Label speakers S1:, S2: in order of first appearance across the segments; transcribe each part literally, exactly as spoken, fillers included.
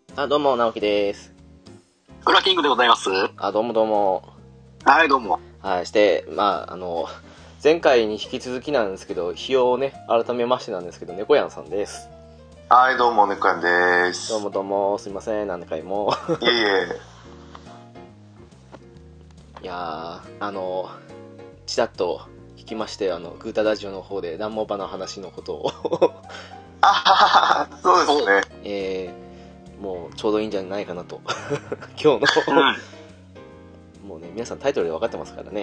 S1: あ、どうも、直樹です。
S2: クラキングでございます。
S1: あ、どうもどうも。
S2: はい、どうも。
S1: はい、して、まあ、あの、前回に引き続きなんですけど、日をね、改めましてなんですけど、猫やんさんです。
S3: はい、どうも、猫やんです。
S1: どうもどうも、すいません、何回も。
S3: いえいえ。
S1: いやー、あの、ちらっと聞きまして、あの、グータラジオの方で、乱暴場の話のことを。
S3: あははは、そうですね。
S1: えー、もう、ちょうどいいんじゃないかなと。今日の、うん、もうね、皆さんタイトルで分かってますからね。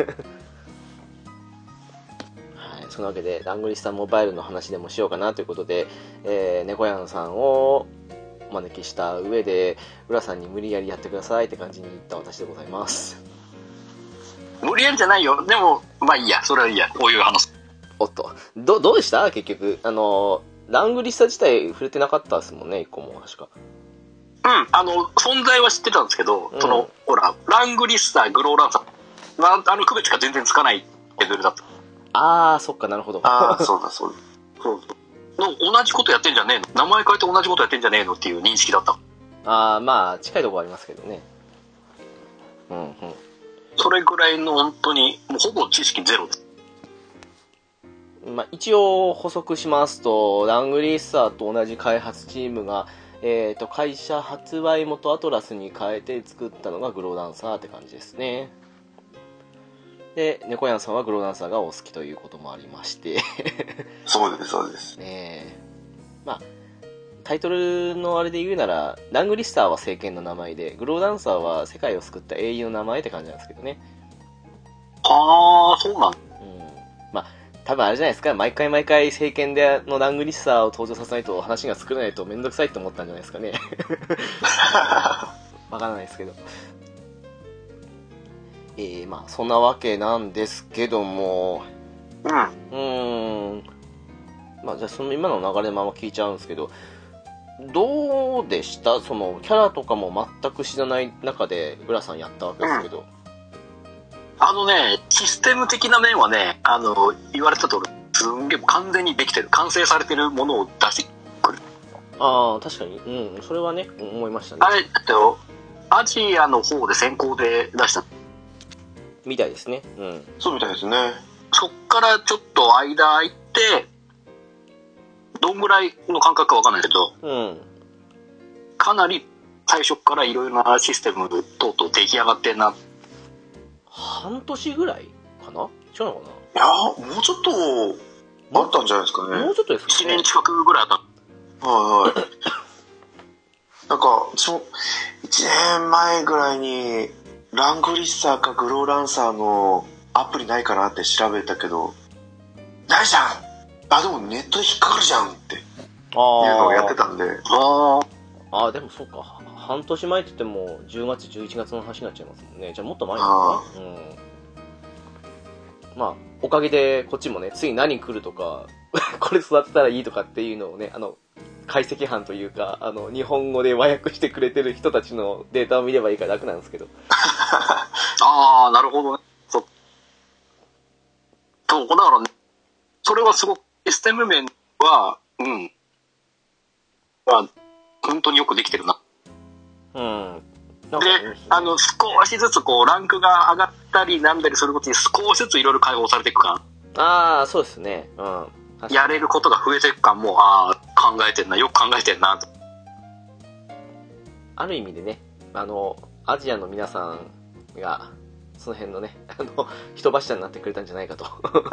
S1: そのわけでラングリスタモバイルの話でもしようかなということで、えー、猫やんさんをお招きした上で浦さんに無理やりやってくださいって感じに言った私でございます。
S2: 無理やりじゃないよ。でもまあいいや、それはいいや、こういう話。
S1: おっと、どどうでした結局。あのラングリスタ自体触れてなかったですもんね、一個も確か。
S2: うん、あの存在は知ってたんですけど、うん、そのほらラングリスタグローランサーあの区別が全然つかないレベルだった。
S1: ああ、そっか、なるほど。
S3: ああ、そうだそうだ。
S2: そうそう。同じことやってんじゃねえの、名前変えて同じことやってんじゃねえのっていう認識だった。
S1: ああ、まあ近いところありますけどね。うんうん。
S2: それぐらいの本当にもうほぼ知識ゼロです。
S1: まあ一応補足しますと、ラングリスタと同じ開発チームが、えーと会社発売元アトラスに変えて作ったのがグローダンサーって感じですね。で、猫やんさんはグローダンサーがお好きということもありまして
S3: そうですそうです
S1: ねえ。まあタイトルのあれで言うなら、ラングリスターは聖剣の名前で、グローダンサーは世界を救った英雄の名前って感じなんですけどね。
S2: ああ、そうなん。うん。
S1: まあ多分あれじゃないですか、毎回毎回聖剣でのラングリスターを登場させないと話が作れないとめんどくさいって思ったんじゃないですかねわからないですけど。えー、まあそんなわけなんですけども、
S2: うん、
S1: うーん、まあじゃあその今の流れのまま聞いちゃうんですけど、どうでした？そのキャラとかも全く知らない中で浦さんやったわけですけど、うん、
S2: あのね、システム的な面はね、あの言われた通りすんげえ完全にできてる、完成されてるものを出してくる。
S1: ああ、確かに、うん、それはね思いましたね。
S2: あれだってよ、アジアの方で先行で出した
S1: みたいですね。うん。
S3: そうみたいですね。
S2: そっからちょっと間空いて、どんぐらいの感覚かわかんないけど、
S1: うん、
S2: かなり最初からいろいろなシステム等々出来上がってんな。
S1: 半年ぐらいかな？違うのかな？
S3: いやー、もうちょっとあったんじゃないですかね。
S1: もうちょっとですかね。
S2: いちねん近くぐらいあった。
S3: はいはいなんかそのいちねんまえぐらいにラングリスターかグローランサーのアプリないかなって調べたけど、ないじゃん。あ、でもネットで引っかかるじゃんっていうのをやってたんで。
S2: あ
S1: ああ、でもそうか、半年前って言ってもじゅうがつじゅういちがつの話になっちゃいますもんね。じゃあもっと前なのかな。うん、まあおかげでこっちもね、次何来るとかこれ育てたらいいとかっていうのをね、あの解析班というか、あの日本語で和訳してくれてる人たちのデータを見ればいいから楽なんですけど
S2: ああ、なるほどね。そうそうだからね、それはすごくシステム面は、うん、まあ本当によくできてるな。
S1: うん。
S2: で、あの少しずつこうランクが上がったりなんだりすることに少しずついろいろ解放されていく感。
S1: ああ、そうですね。うん。
S2: やれることが増えていく感も、ああ考えてんな、よく考えてんなと。
S1: ある意味でね、あのアジアの皆さんがその辺のね、あの人柱になってくれたんじゃないかと。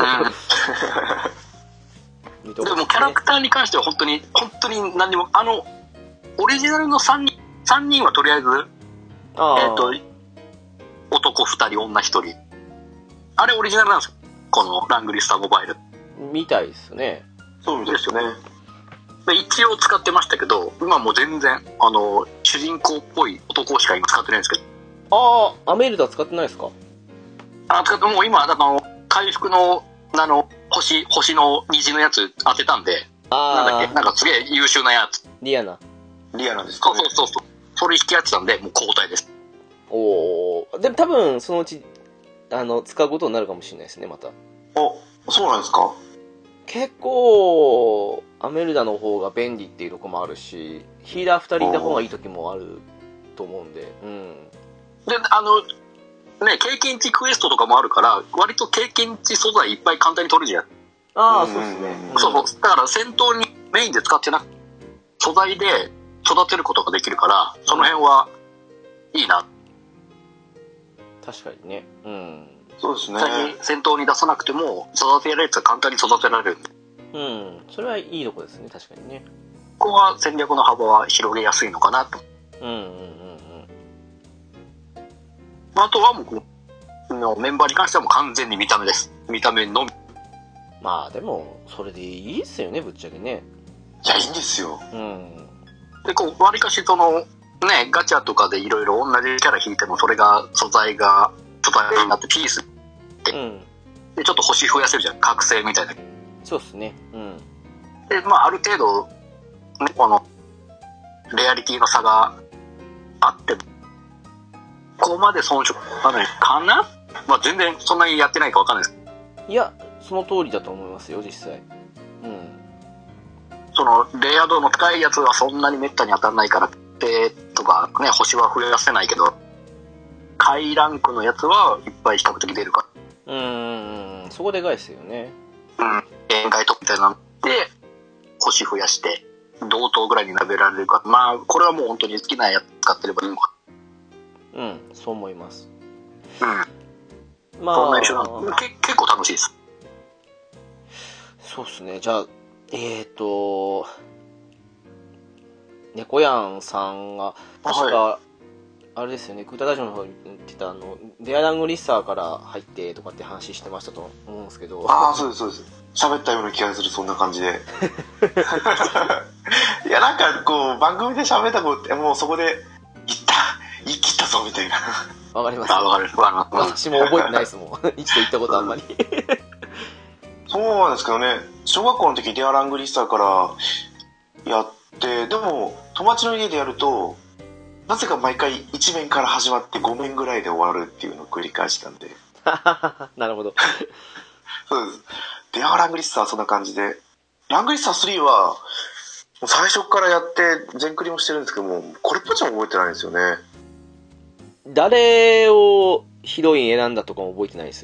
S2: うん、でもキャラクターに関しては本当に本当に何にも、あのオリジナルのさんにんさんにんはとりあえず、えー、と男ふたり女ひとり、あれオリジナルなんですよ、このラングリスタモバイル
S1: みたいですね。
S3: そうですよね。
S2: で一応使ってましたけど、今もう全然あの主人公っぽい男しか今使ってないんですけど。
S1: ああ、アメルダ使ってないですか？
S2: あ、使って、もう今あの回復のあの星星の虹のやつ当てたんで、
S1: あ
S2: なんだっけ、なんかすげえ優秀なやつ、
S1: リアナ
S3: リアナですかね。
S2: そうそうそう、それ引きやってたんでもう交代です。
S1: おお、でも多分そのうちあの使うことになるかもしれないですね、また。
S3: あ、そうなんですか？
S1: 結構アメルダの方が便利っていうとこもあるし、ヒーラーふたりいた方がいい時もあると思うんで、うん。
S2: で、あの、ね、経験値クエストとかもあるから、割と経験値素材いっぱい簡単に取れるじゃん。
S1: ああ、そうですね。
S2: うん、そうそう。だから戦闘にメインで使ってなく素材で育てることができるから、その辺はいいな。
S1: 確かにね。うん。
S3: そうですね。
S2: 戦闘に出さなくても育てられるやつは簡単に育てられる。
S1: うん。それはいいとこですね、確かにね。
S2: ここは戦略の幅は広げやすいのかなと。
S1: うんうんうんうん。
S2: あとはもう、のメンバーに関してはもう完全に見た目です。見た目のみ。
S1: まあでも、それでいいっすよね、ぶっちゃけね。
S3: いや、いいんですよ。
S1: うん。
S2: で、こう、わりかしその、ね、ガチャとかでいろいろ同じキャラ引いても、それが、素材が、素材になってピースって、うん、で、ちょっと星増やせるじゃん。覚醒みたいな。
S1: そうっすね。うん。
S2: で、まあ、ある程度、ね、この、レアリティの差があっても、ここまで遜色がないかな。まあ、全然そんなにやってないかわかんないですけ
S1: ど。いや、その通りだと思いますよ、実際。うん。
S2: その、レア度の高いやつはそんなに滅多に当たらないからって、とか、ね、星は増やせないけど、下位ランクのやつはいっぱい比較的出るから。
S1: うーん、そこでかいですよね。
S2: うん。限界特典なんで、星増やして、同等ぐらいに並べられるから、まあ、これはもう本当に好きなやつ使ってればいいのか。
S1: うん、そう思います。
S2: うん。まあ、そんな一緒なんで、け結構楽しいです。
S1: そうっすね。じゃあ、えーと、猫やんさんが、確か、はい、あれですよね、クータラジオの方に言ってた、あの、デアラングリッサーから入ってとかって話してましたと思うんですけど。
S3: ああ、そうです、そうです。喋ったような気がする、そんな感じで。いや、なんかこう、番組で喋ったことって、もうそこで、言った、言い切ったぞ、みたいな。
S1: わかります。
S2: あ、わかる。
S1: 私も覚えてないですもん。一度言ったことあんまり。
S3: そうなんですけどね、小学校の時デアラングリッサーからやって、でも友達の家でやるとなぜか毎回いち面から始まってご面ぐらいで終わるっていうのを繰り返したんで。
S1: なるほど。
S3: そうです。デアラングリッサーはそんな感じで、ラングリッサースリーはもう最初からやって全クリもしてるんですけども、これっぽっちも覚えてないんですよね。
S1: 誰をヒロイン選んだとかも覚えてないです？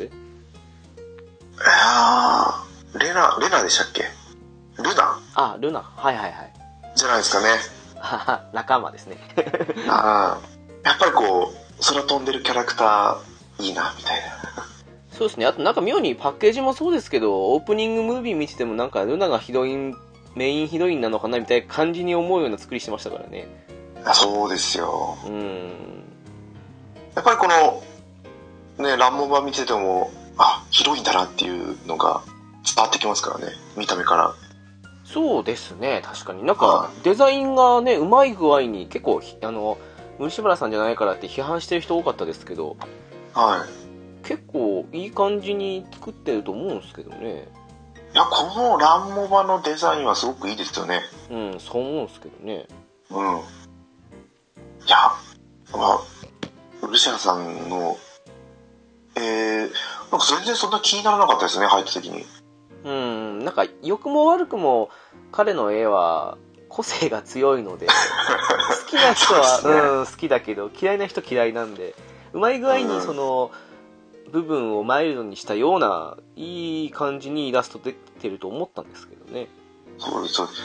S3: ああ、レナ、レナでしたっけ？ルナ？
S1: あ、ルナ。はいはいはい。
S3: じゃないですかね。
S1: 仲間ですね。
S3: ああ、やっぱりこう、空飛んでるキャラクターいいな、みたいな。
S1: そうですね。あとなんか妙にパッケージもそうですけど、オープニングムービー見ててもなんかルナがヒロイン、メインヒロインなのかなみたいな感じに思うような作りしてましたからね。
S3: あ、そうですよ。
S1: うん。
S3: やっぱりこの、ね、ランモバ見てても、あ、ヒロインだなっていうのが伝わってきますからね、見た目から。
S1: そうですね、確かに。なんか、デザインがね、うまい具合に、結構、あの、漆原さんじゃないからって批判してる人多かったですけど、
S3: はい。
S1: 結構、いい感じに作ってると思うんですけどね。
S3: いや、このランモバのデザインはすごくいいですよね。
S1: うん、そう思うんですけどね。
S3: うん。いや、まあ、漆原さんの、えー、なんか全然そんな気にならなかったですね、入った時に。
S1: うん、なんか良くも悪くも彼の絵は個性が強いので、好きな人はう、ね、うん、好きだけど嫌いな人嫌いなんで、うまい具合にその部分をマイルドにしたようないい感じにイラスト出てると思ったんですけどね。
S3: そうです、そうです。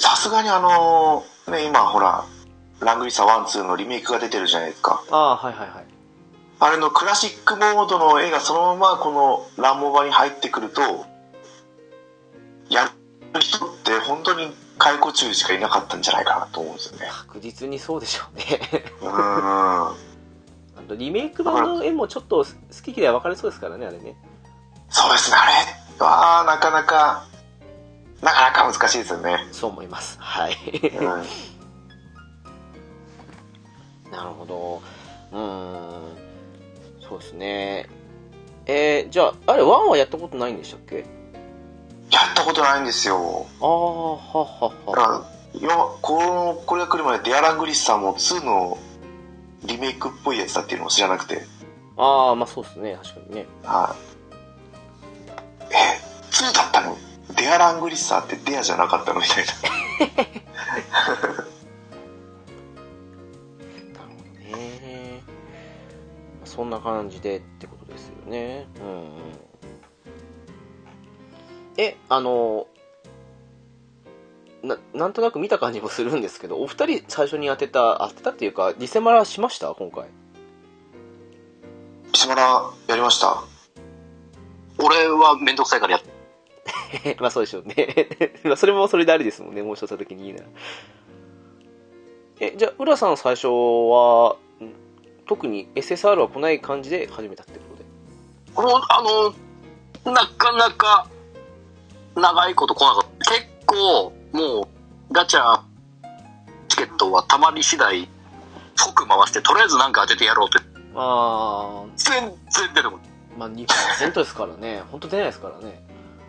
S3: さすがにあのー、ね、今ほら、ラングリッサーワン、ツーのリメイクが出てるじゃないですか。
S1: ああ、はいはいはい。
S3: あれのクラシックモードの絵がそのままこのランモバに入ってくると、やる人って本当に解雇中しかいなかったんじゃないかなと思うんですよね。
S1: 確実にそうでしょうね。
S3: うーん。あ
S1: とリメイク版の絵もちょっと好き嫌い分かれそうですからね、あれね。
S3: そうですね、あれはなかなかなかなか難しいですよね。
S1: そう思います。はい。
S3: うん、
S1: なるほど。うーん。そうですね。えー、じゃあ、あれ、ワンはやったことないんでしたっけ？
S3: やったことないんですよ。
S1: ああ、ははは。
S3: だから今このこれが来るまでデアラングリッサーもツーのリメイクっぽいやつだっていうのを知らなくて。
S1: ああ、まあそうですね、確かにね。
S3: はい。え、ツーだったの？デデアラングリッサーってデアじゃなかったのみたいな。
S1: なるほどね。そんな感じでってことですよね。うんうん。え、あの、な、なんとなく見た感じもするんですけど、お二人最初に当てた、当てたっていうか、リセマラしました今回。
S3: リセマラやりました。
S2: 俺はめんどくさいからやって。
S1: まあそうでしょうね。まあそれもそれでありですもんね、もう一つの時にいいなら。え、じゃあ、浦さん最初は、特に エスエスアール は来ない感じで始めたってことで。
S2: もう、あの、なかなか長いこと来なかった。結構、もう、ガチャ、チケットはたまり次第、即回して、とりあえずなんか当ててやろうって。
S1: あー。
S2: 全然出てこない。まあ、
S1: にパーセント ですからね。本当出ないですからね。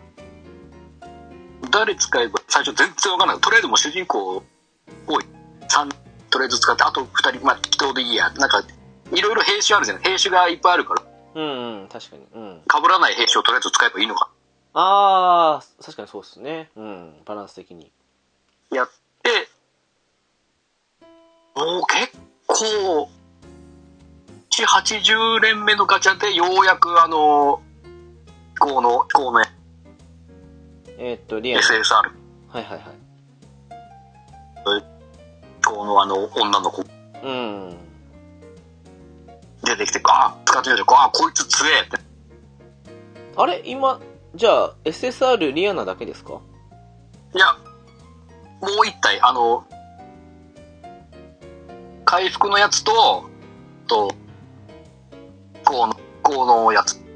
S2: 誰使えば最初全然わかんない。とりあえずもう主人公多い。さん、とりあえず使って、あとふたり、まあ適当でいいや。なんか、いろいろ兵種あるじゃない。兵種がいっぱいあるから。
S1: うんうん、確かに。うん。
S2: 被らない兵種をとりあえず使えばいいのか。
S1: あー、確かにそうですね。うん、バランス的に。
S2: やって、もう結構、ななじゅう、はちじゅう連目のガチャでようやくあの、飛行の、飛行の、
S1: えー、っと、リアル。
S2: エスエスアール。
S1: はいはいはい。
S2: 飛行のあの、女の子。
S1: うん。
S2: 出てきて、あー、使ってみると、あー、こいつ強えって。
S1: あれ今、じゃあ、エスエスアール リアナだけですか？
S2: いや、もう一体、あの、回復のやつと、と、こうの、こうのやつ。ん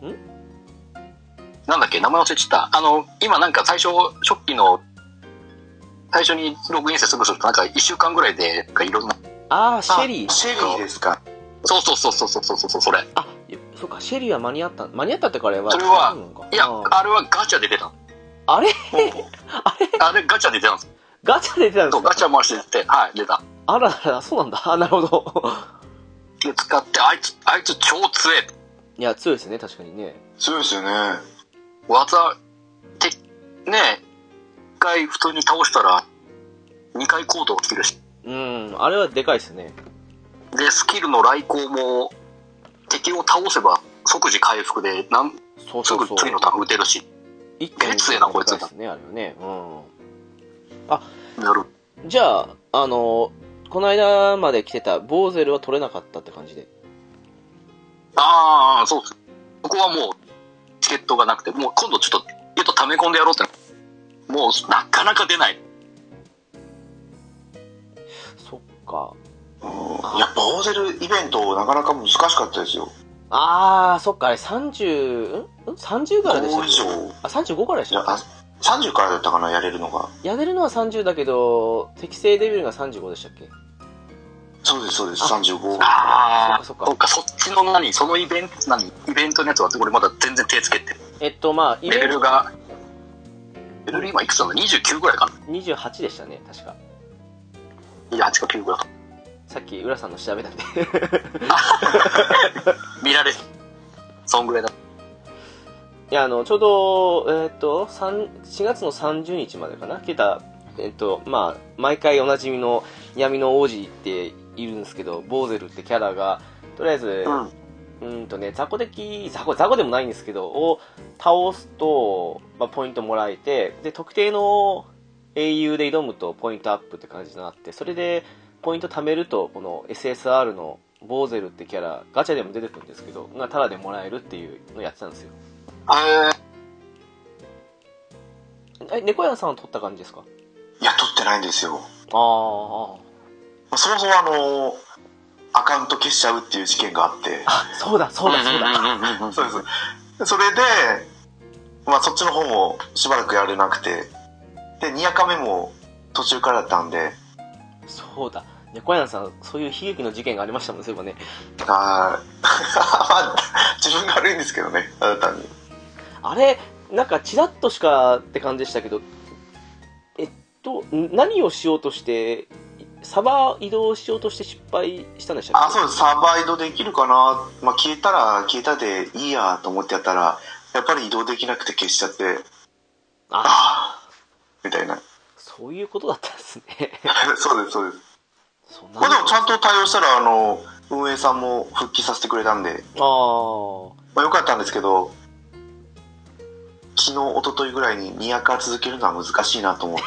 S2: なんだっけ、名前忘れちゃった。あの、今なんか最初、初期の、最初にログインしてすぐすると、なんか一週間ぐらいで、なんかいろんな。
S1: あー、シェリー。
S3: シェリーですか。
S2: そうそうそうそうそうそうそう、それ。
S1: あ、そうか、シェリーは間に合った、間に合ったってからは、
S2: それは、いや、あれはガチャで出たの。
S1: あれあれ
S2: あれガチャで出たんです。
S1: ガチャで出たんですか？
S2: ガチャ回して出て、はい、出た。
S1: あらら、そうなんだ。あ、なるほど。
S2: で、使って、あいつ、あいつ超強え。
S1: いや、強いですね、確かにね。
S3: 強いですよね。
S2: 技、て、ねえ、一回普通に倒したら、二回コードが切るし。
S1: うん、あれはでかいですね。
S2: で、スキルの来航も、敵を倒せば即時回復で、なん、
S1: そうそうそう、
S2: すぐ次のターン打てるし。
S1: 一気に
S2: 強えな、こいつ。
S1: ですね、あれはね。うん。あ、
S2: なる。
S1: じゃあ、あの、この間まで来てたボーゼルは取れなかったって感じで。
S2: ああ、そうです。ここはもう、チケットがなくて、もう今度ちょっと、チケット溜め込んでやろうって。もう、なかなか出ない。
S1: そっか。
S3: いや、ボーゼルイベントなかなか難しかったですよ。
S1: あー、そっか、あれさんじゅう、ん ?さんじゅう からでしたっけ？
S3: ご以上。
S1: あ、さんじゅうごからでしたっけ？
S3: さんじゅうからだったかな、やれるのが。
S1: やれるのはさんじゅうだけど、適正レベルがさんじゅうごでしたっけ？
S3: そうです、そうです、さんじゅうご。
S2: ああ、
S1: そっか
S2: そっか、そっちの何、そのイベント、何、イベントのやつは俺まだ全然手つけてる。
S1: えっと、まあ、
S2: レベルが、レベル今いくつなの ?にじゅうきゅう ぐらいかな。
S1: にじゅうはちでしたね、確か。
S2: にじゅうはちかきゅうぐらいか。
S1: さっき、浦さんの調べたんで。
S2: 見られる。そんぐらいだ。
S1: いや、あの、ちょうど、えっと、しがつのさんじゅうにちまでかな、来た、えっと、まあ、毎回おなじみの闇の王子っているんですけど、ボーゼルってキャラが、とりあえず、うん、うんとね、雑魚敵、雑魚、雑魚でもないんですけど、を倒すと、まあ、ポイントもらえて、で、特定の英雄で挑むとポイントアップって感じになって、それで、ポイント貯めると、この エスエスアール のボーゼルってキャラ、ガチャでも出てくるんですけど、がタダでもらえるっていうのをやってたんですよ。
S2: へ
S1: え、猫屋さんは取った感じですか？
S3: いや、取ってないんですよ。
S1: あ
S3: あ。そもそもあの、アカウント消しちゃうっていう事件があって。
S1: あ、そうだ、そうだ、そうだ。
S3: そうです。それで、まあそっちの方もしばらくやれなくて、で、にアカ目も途中からだったんで。
S1: そうだ。猫屋さん、そういう悲劇の事件がありましたもんね、そういえばね。
S3: ああ、自分が悪いんですけどね、ただ単に。
S1: あれ、なんかチラッとしかって感じでしたけど、えっと、何をしようとして、サバー移動しようとして失敗したんでしたっけ？
S3: あ、そうです。サーバー移動できるかな。まあ消えたら消えたでいいやと思ってやったら、やっぱり移動できなくて消しちゃって。 ああみたいな。
S1: そういうことだったんですね。
S3: そうです、そうです。
S1: そん
S3: まあでもちゃんと対応したら、あの、運営さんも復帰させてくれたんで、
S1: あ
S3: まあよかったんですけど、昨日、一昨日ぐらいににアカ続けるのは難しいなと思って、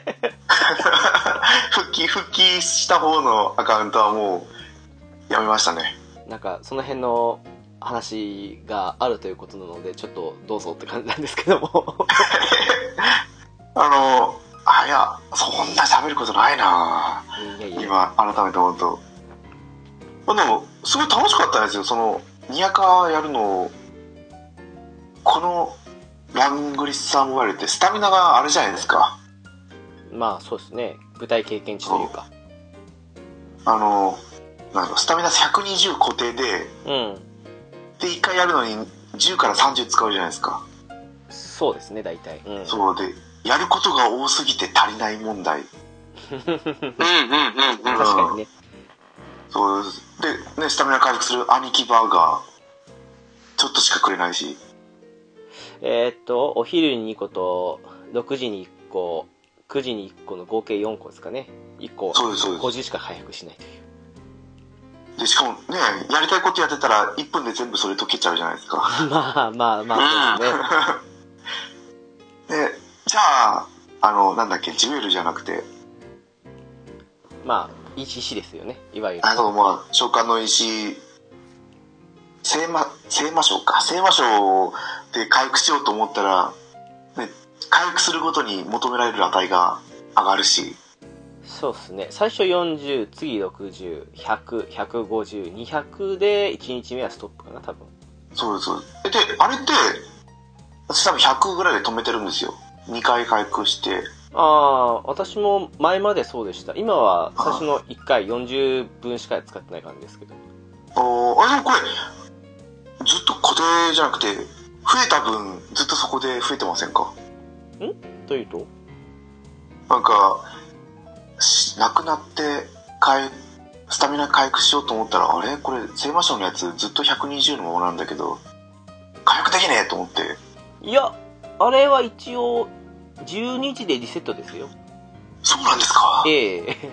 S3: 復帰、復帰した方のアカウントはもう、やめましたね。
S1: なんか、その辺の話があるということなので、ちょっとどうぞって感じなんですけども。
S3: あの、あ、いや、そんな喋ることないない
S1: やいや
S3: 今、改めて思うと。まあでも、すごい楽しかったですよ。その、にアカやるの、この、ラングリッサーモバイルってスタミナがあれじゃないですか。
S1: まあそうですね、舞台経験値というか、
S3: あの、なんだろう、スタミナひゃくにじゅう固定で、
S1: うん、
S3: で、いっかいやるのにじゅうからさんじゅう使うじゃないですか。
S1: そうですね、大体、うん、
S3: そうで、やることが多すぎて足りない問題。
S2: うんうんうんうん。
S1: 確かにね。
S3: そうです。で、ね、スタミナ回復する兄貴バーガー、ちょっとしかくれないし。
S1: えー、っと、お昼ににことろくじにいっこ、くじにいっこの合計よんこですかね。いっこ
S3: そうです、そうです。
S1: ごじゅうしか回復しないという。
S3: で、しかもね、やりたいことやってたらいっぷんで全部それ解けちゃうじゃないですか。
S1: まあまあまあ、そうですね。
S3: で、じゃあ、あの、なんだっけ、ジュエルじゃなくて、
S1: まあ、石ですよね、いわゆる。
S3: あの、まあ、召喚の石、聖魔、聖魔章か。聖魔章で回復しようと思ったら、ね、回復するごとに求められる値が上がるし。
S1: そうですね。最初よんじゅう、次ろくじゅう、ひゃく、ひゃくごじゅう、にひゃくでいちにちめはストップかな、多分。
S3: そうです、そうです。で、あれって、私多分ひゃくぐらいで止めてるんですよ。にかい回復して。
S1: ああ、私も前までそうでした。今は最初のいっかいよんじゅうぶんしか使ってない感じですけど。
S3: おー、あ、でもこれ、ずっと固定じゃなくて、増えた分、ずっとそこで増えてませんか？
S1: んというと
S3: なんか、なくなって、回、スタミナ回復しようと思ったら、あれこれ、聖魔章のやつずっとひゃくにじゅうのままなんだけど、回復できねえと思って。
S1: いや、あれは一応、じゅうにちでリセットですよ。
S3: そうなんですか？
S1: ええ
S3: え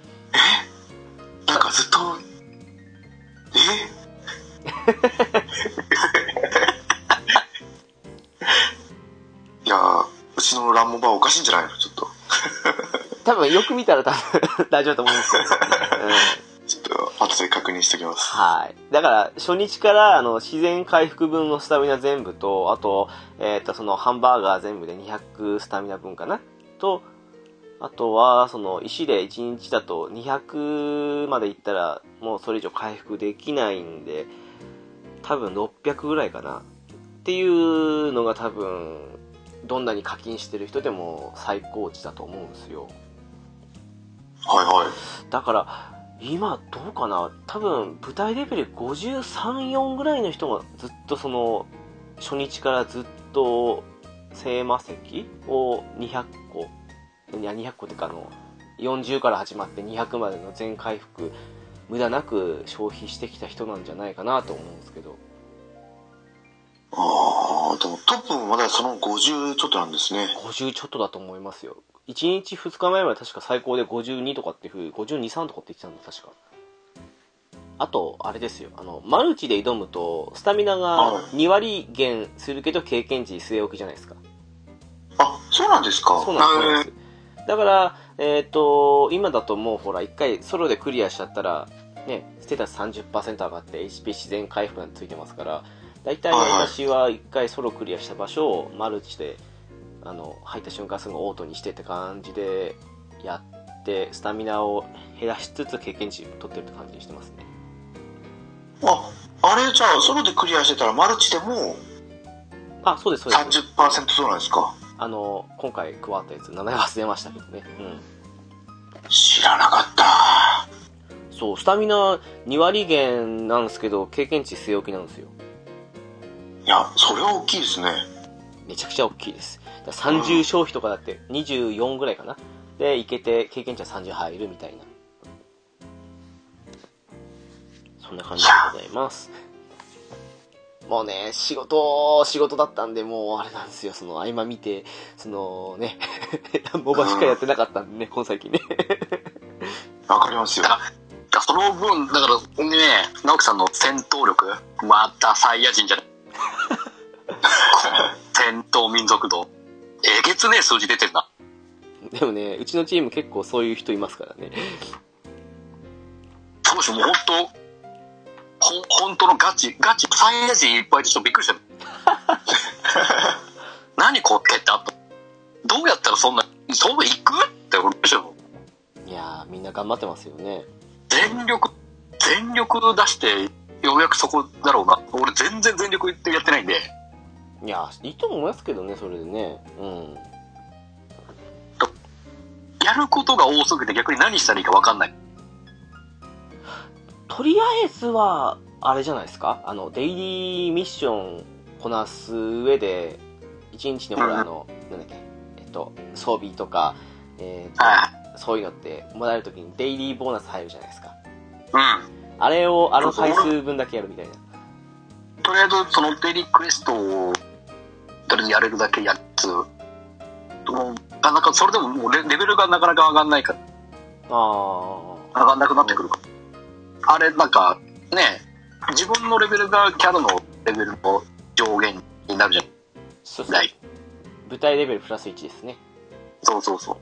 S3: なんかずっと、えいやー、うちのランモバーおかしいんじゃないのちょっと。
S1: 多分よく見たら多分大丈夫だと思うんですけど、うん、
S3: ちょっと後で確認しておきます。
S1: はい。だから初日からあの自然回復分のスタミナ全部と、あと、えっとそのハンバーガー全部でにひゃくスタミナ分かなと、あとはその石でいちにちだとにひゃくまでいったらもうそれ以上回復できないんで、多分ろっぴゃくぐらいかなっていうのが多分どんなに課金してる人でも最高値だと思うんですよ。
S3: はいはい。
S1: だから今どうかな、多分舞台レベルごじゅうさん、よんぐらいの人がずっとその初日からずっと聖魔石をにひゃっこ、いやにひゃっこっていうかあのよんじゅうから始まってにひゃくまでの全回復無駄なく消費してきた人なんじゃないかなと思うんですけど。
S3: ああ、でもトップもまだそのごじゅうちょっとなんですね。
S1: ごじゅうちょっとだと思いますよ。いちにちふつかまえまで確か最高でごじゅうにとかっていう風、ごじゅうに、さんとかって言ってたんだ、確か。あと、あれですよ。あの、マルチで挑むと、スタミナがに割減するけど経験値据え置きじゃないですか。
S3: あ、そうなんですか。
S1: そうなんです。だから、えっと、今だともうほら、一回ソロでクリアしちゃったら、ね、ステータス さんじゅっパーセント 上がって エイチピー 自然回復なんてついてますから、だいたい私は一回ソロクリアした場所をマルチで、あの、入った瞬間すぐオートにしてって感じでやって、スタミナを減らしつつ経験値を取ってるって感じにしてますね。
S3: あ、あれじゃあソロでクリアしてたらマルチでも、
S1: あ、そうです、そうです。
S3: さんじゅっパーセント そうなんですか。あ
S1: の、今回加わったやつ、名前忘れましたけどね。うん。
S3: 知らなかった。
S1: そう、スタミナに割減なんですけど、経験値据え置きなんですよ。
S3: いや、それは大きいですね。
S1: めちゃくちゃ大きいです。ださんじゅう消費とかだってにじゅうよんぐらいかな。で、いけて、経験値はさんじゅう入るみたいな。そんな感じでございます。 もうね、仕事、仕事だったんで、もうあれなんですよ、その合間見て、そのね、モバしかやってなかったんでね、この最近ね。
S3: わかりますよ。
S2: だからその分、だからね、直樹さんの戦闘力、またサイヤ人じゃない。戦闘民族度、えげつねえ数字出てるな。
S1: でもね、うちのチーム結構そういう人いますからね。
S2: そうでしょ、もう本当、ほ本当のガチ、ガチ、サイヤ人いっぱいでちょっとびっくりした。何これってあった。どうやったらそんな、そんな行くって思いましたよ。
S1: いやー、みんな頑張ってますよね。
S2: 全力、全力出して、ようやくそこだろうな。俺全然全力ってやってないんで。
S1: いやー、いいと思いますけどね、それでね。うん。
S2: やることが多すぎて逆に何したらいいか分かんない。
S1: とりあえずは、あれじゃないですか、あの、デイリーミッションこなす上で、一日にほら、うん、あの、なんだっけ、えっと、装備とか、えーと、
S2: はい、
S1: そういうのってもらえるときにデイリーボーナス入るじゃないですか。
S2: うん。
S1: あれを、あの回数分だけやるみたいな。
S2: とりあえず、そのデイリークエストを、とりあえずやれるだけやつ、もう、なかなか、それでももうレ、レベルがなかなか上がんないから。
S1: ああ。
S2: 上がんなくなってくるから。あれ、なんか、ね、自分のレベルがキャラのレベルの上限になるじゃん。
S1: そうそう。舞台レベルプラスいちですね。
S2: そうそうそう。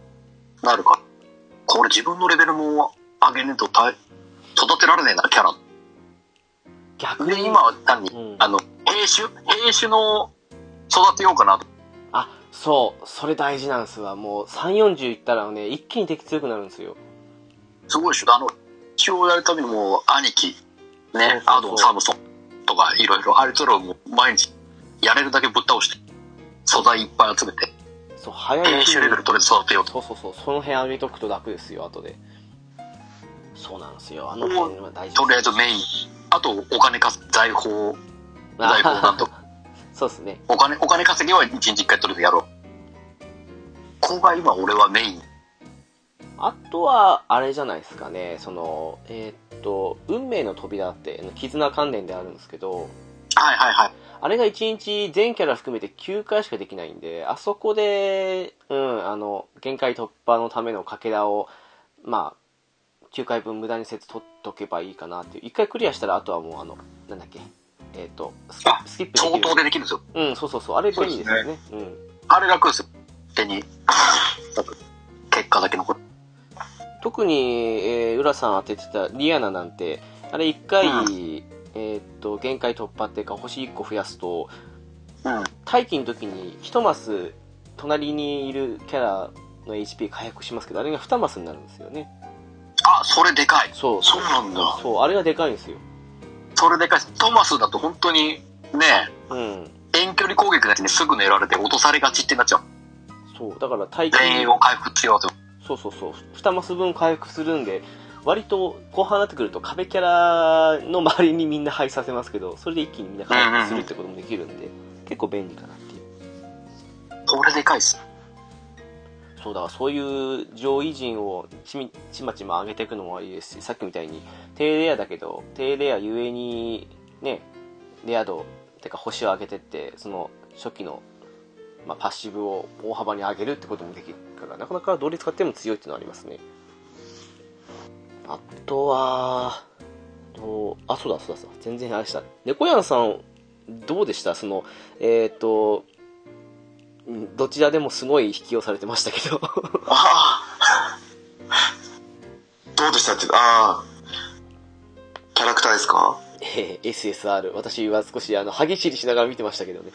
S2: なるから。これ自分のレベルも上げねえとた育てられねえな、キャラ。
S1: 逆に。
S2: で、今は単に、うん、あの、兵種兵種の育てようかなと。
S1: あ、そう。それ大事なんですわ。もうさんじゅう、よんじゅういったらね、一気に敵強くなるんですよ。
S2: すごいでしょ。あの、一応やるためにもう、兄貴、ね、そうそうそう、アドン、サムソンとかいろいろ、あいつらをもう毎日やれるだけぶっ倒して、素材いっぱい集めて、
S1: そう、早い。
S2: 編集レベルとりあえず育てようと。
S1: そうそうそう、その辺上げとくと楽ですよ、後で。そうなんですよ、あの辺は大事です。
S2: とりあえずメイン、あとお金稼ぎ、財宝、財宝なんと。
S1: そうですね。
S2: お金、お金稼ぎはいちにちいっかいとりあえずやろう。ここが今俺はメイン。
S1: あとは、あれじゃないですかね、その、えー、っと、運命の扉って、絆関連であるんですけど、
S2: はいはいはい。
S1: あれがいちにち全キャラ含めてきゅうかいしかできないんで、あそこで、うん、あの、限界突破のためのかけらを、まあ、きゅうかいぶん無駄にせず取っとけばいいかなっていう。いっかいクリアしたら、あとはもうあの、なんだっけ、えー、っと、スキップ、スキップできる。
S2: 相当でできるんですよ。
S1: うん、そうそうそう、あれ便利ですよね。うん。
S2: あれ楽ですよ。手に、結果だけ残る。
S1: 特に、えー、浦さん当ててたリアナなんて、あれいっかい、うん、えー、っと、限界突破っていうか、星いっこ増やすと、
S2: うん、
S1: 待機の時にいちマス隣にいるキャラの エイチピー 回復しますけど、あれがにマスになるんですよね。
S2: あ、それでかい。
S1: そう。
S2: そうなんだ。
S1: そう、あれがでかいんですよ。
S2: それでかい。トマスだと本当に、ね、
S1: うん。
S2: 遠距離攻撃のやつにすぐ狙われて落とされがちってなっちゃう。
S1: そう、だから待機。
S2: 全員を回復しようと。
S1: そうそうそう。にマス分回復するんで、割と後半になってくると壁キャラの周りにみんな配させますけど、それで一気にみんな回復するってこともできるんで、うんうんうん、結構便利かなっていう。
S2: それでかいっす。
S1: そうだからそういう上位陣をちみちまちま上げていくのもいいですし、さっきみたいに低レアだけど、低レアゆえにね、レア度てか星を上げてって、その初期の、まあ、パッシブを大幅に上げるってこともできるから、なかなかどれ使っても強いっていうのはありますね。あとは、とあ、そうだそうだそうだ、全然あれした。猫やんさん、どうでした？その、えっと、どちらでもすごい引き寄されてましたけど。
S3: ああ。どうでしたって、ああ。キャラクターですか？
S1: えー、エスエスアール。私は少し、あの、歯ぎしりしながら見てましたけどね。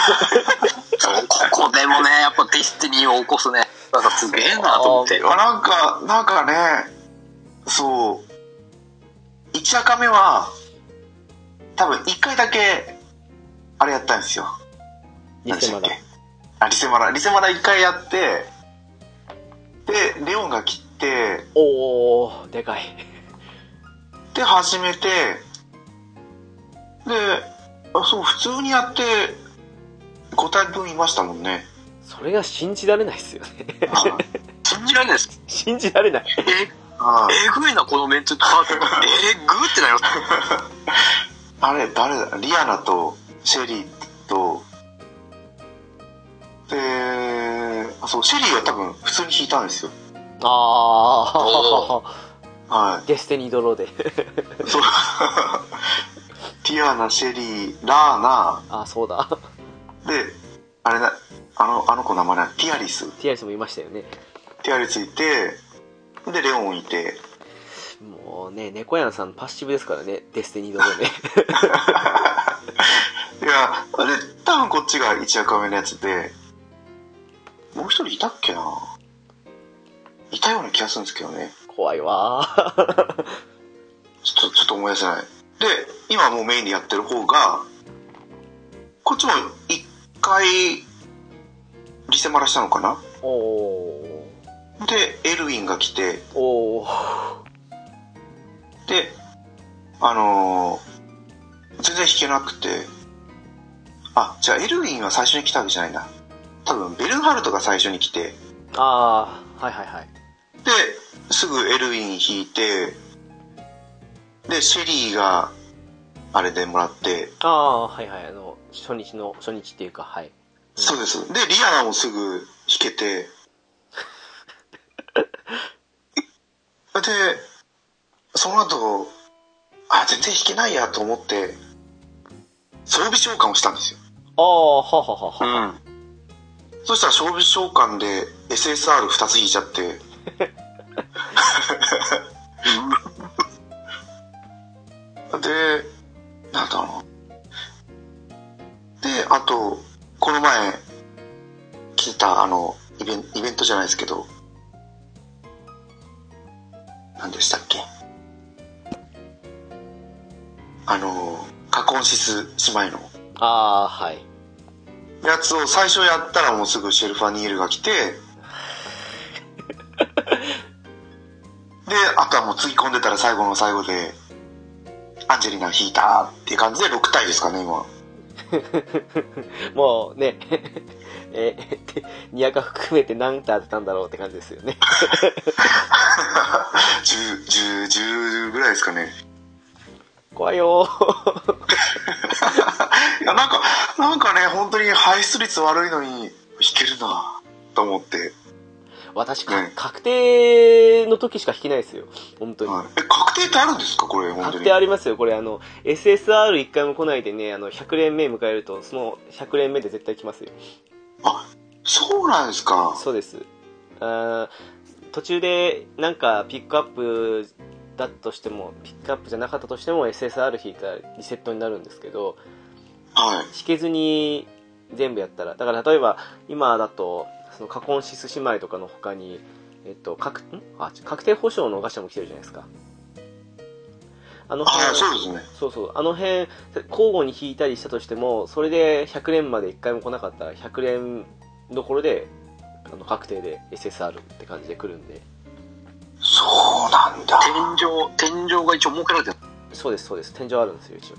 S2: ここでもね、やっぱディスティニーを起こすね。なんかすげえなと思って。
S3: なんか、なんかね、そう、いちアカ目は、多分いっかいだけ、あれやったんですよ。
S1: リセマラ。
S3: あ、リセマラ。リセマラいっかいやって、で、レオンが来て、
S1: おー、でかい。
S3: で、始めて、で、あ、そう、普通にやって、ごたいぶんいましたもんね。
S1: それが信じられないですよね。
S2: 信じられないです。
S1: 信じられない。
S2: えああえぐいな、このメンツ。えぐってなります。
S3: あれ、誰だ、リアナとシェリーと、で、あ、そう、シェリーは多分普通に弾いたんですよ。
S1: ああ、
S3: はい。
S1: デスティニードローで。
S3: そう。ティアナ、シェリー、ラーナ、
S1: あ、そうだ。
S3: で、あれだ、あの、あの子の名前な、ティアリス。
S1: ティアリスもいましたよね。
S3: ティアリスいて、で、レオンいて。
S1: もうね、猫屋さんパッシブですからね、デスティニードローね。
S3: いや、で、多分こっちがいち役目のやつで、もう一人いたっけな、いたような気がするんですけどね。
S1: 怖いわ
S3: ちょっと、ちょっと思い出せない。で、今もうメインでやってる方が、こっちも一回、リセマラしたのかな。
S1: お
S3: ー。で、エルウィンが来て、
S1: おー。
S3: で、あのー、全然弾けなくて、あ、じゃあエルウィンは最初に来たわけじゃないな。多分、ベルンハルトが最初に来て、
S1: ああ、はいはいはい。
S3: で、すぐエルウィン弾いて、で、シェリーが、あれでもらって、
S1: ああ、はいはい、あの、初日の、初日っていうか、はい。うん、
S3: そうです。で、リアナもすぐ弾けて、で、その後、あ、全然弾けないやと思って、装備召喚をしたんですよ。
S1: ああ、はははは。
S3: うん。そしたら装備召喚で エスエスアールふたつ引いちゃって、で、なんだろう。で、あと、この前、来てた、あの、イベン、イベントじゃないですけど、何でしたっけ。あの、カコンシス姉妹の。
S1: ああ、はい。
S3: やつを最初やったらもうすぐシェルファニールが来て、で、あとはもうつぎ込んでたら最後の最後で、アンジェリーナ引いたっていう感じでろくたいですかね、今。
S1: もうね、えー、ニアカ含めて何体当てたんだろうって感じですよね。
S3: じゅう、じゅう、じゅうぐらいですかね。
S1: 怖いよ
S3: いや、なんか、なんかね、本当に排出率悪いのに弾けるなと思って。
S1: 私、ね、確定の時しか弾けないですよ。本当に。
S3: はい、え、確定ってあるんですかこれ、本当に。
S1: 確定ありますよ。これ、あの、エスエスアールいっ 回も来ないでね、あの、ひゃく連目迎えると、そのひゃく連目で絶対来ますよ。
S3: あ、そうなんですか。
S1: そうです。あ、途中で、なんか、ピックアップだとしても、ピックアップじゃなかったとしても、エスエスアール 引いたらリセットになるんですけど、
S3: はい。
S1: 弾けずに全部やったら、だから例えば、今だと、そのカコンシス姉妹とかの他に、えっと、確、んあ、確定保証のガシャも来てるじゃないですか。あの辺、
S3: あ、そうですね。
S1: そうそう、あの辺、交互に引いたりしたとしても、それでひゃく連までいっかいも来なかったら、ひゃく連どころで、あの、確定で エスエスアール って感じで来るんで。
S3: そうなんだ。
S2: 天井、天井が一応設けられてる。
S1: そうです、そうです。天井あるんですよ、一応。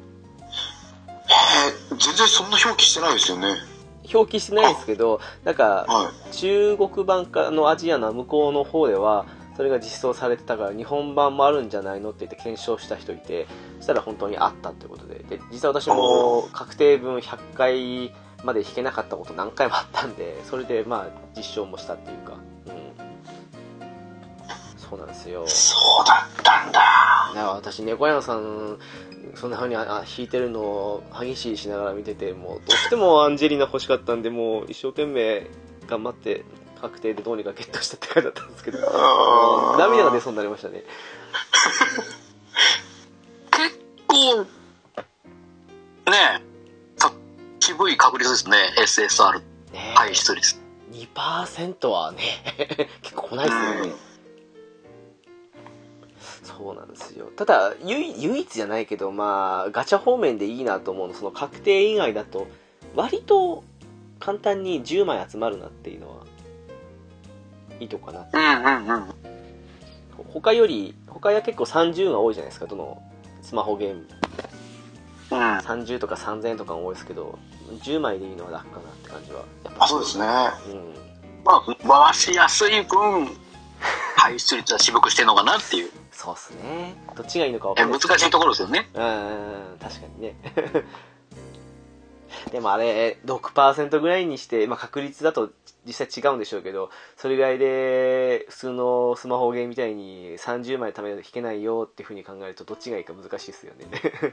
S3: へえ、全然そんな表記してないですよね。
S1: 表記してないですけど、なんか、
S3: はい、
S1: 中国版かのアジアの向こうの方では、それが実装されてたから日本版もあるんじゃないのって言って検証した人いて、そしたら本当にあったってことで、で、実は私も確定分ひゃっかいまで弾けなかったこと何回もあったんで、それでまあ実証もしたっていうか、うん。そうなんですよ。
S3: そうだったんだ。
S1: いや、私、猫屋さん、そんな風にあ弾いてるのを激しいしながら見てて、もうどうしてもアンジェリーナ欲しかったんで、もう一生懸命頑張って確定でどうにかゲットしたって感じだったんですけど、涙が出そうになりましたね。
S2: 結構ねえ、渋い確率ですね、 エスエスアール 排出率。
S1: にパーセント はね結構来ないですよね。そうなんですよ。ただ唯、唯一じゃないけど、まあ、ガチャ方面でいいなと思うの、その確定以外だと、割と簡単にじゅうまい集まるなっていうのは、いいとこかな。
S2: うんうんうん。
S1: 他より、他は結構さんじゅうが多いじゃないですか、どのスマホゲーム。
S2: うん。
S1: さんじゅうとかさんぜんえんとかも多いですけど、じゅうまいでいいのは楽かなって感じは。やっ
S3: ぱあ、そうですね。うん。
S2: まあ、回しやすい分、排出率は渋くしてるのかなっていう。
S1: そうっすね。どっちがいいのか分かんない、
S2: 難しいところですよね。
S1: うん、確かにね。 でもあれろくパーセントぐらいにして、まあ、確率だと実際違うんでしょうけど、それぐらいで普通のスマホゲームみたいにさんじゅうまい貯めないと引けないよっていう風に考えるとどっちがいいか難しいですよね。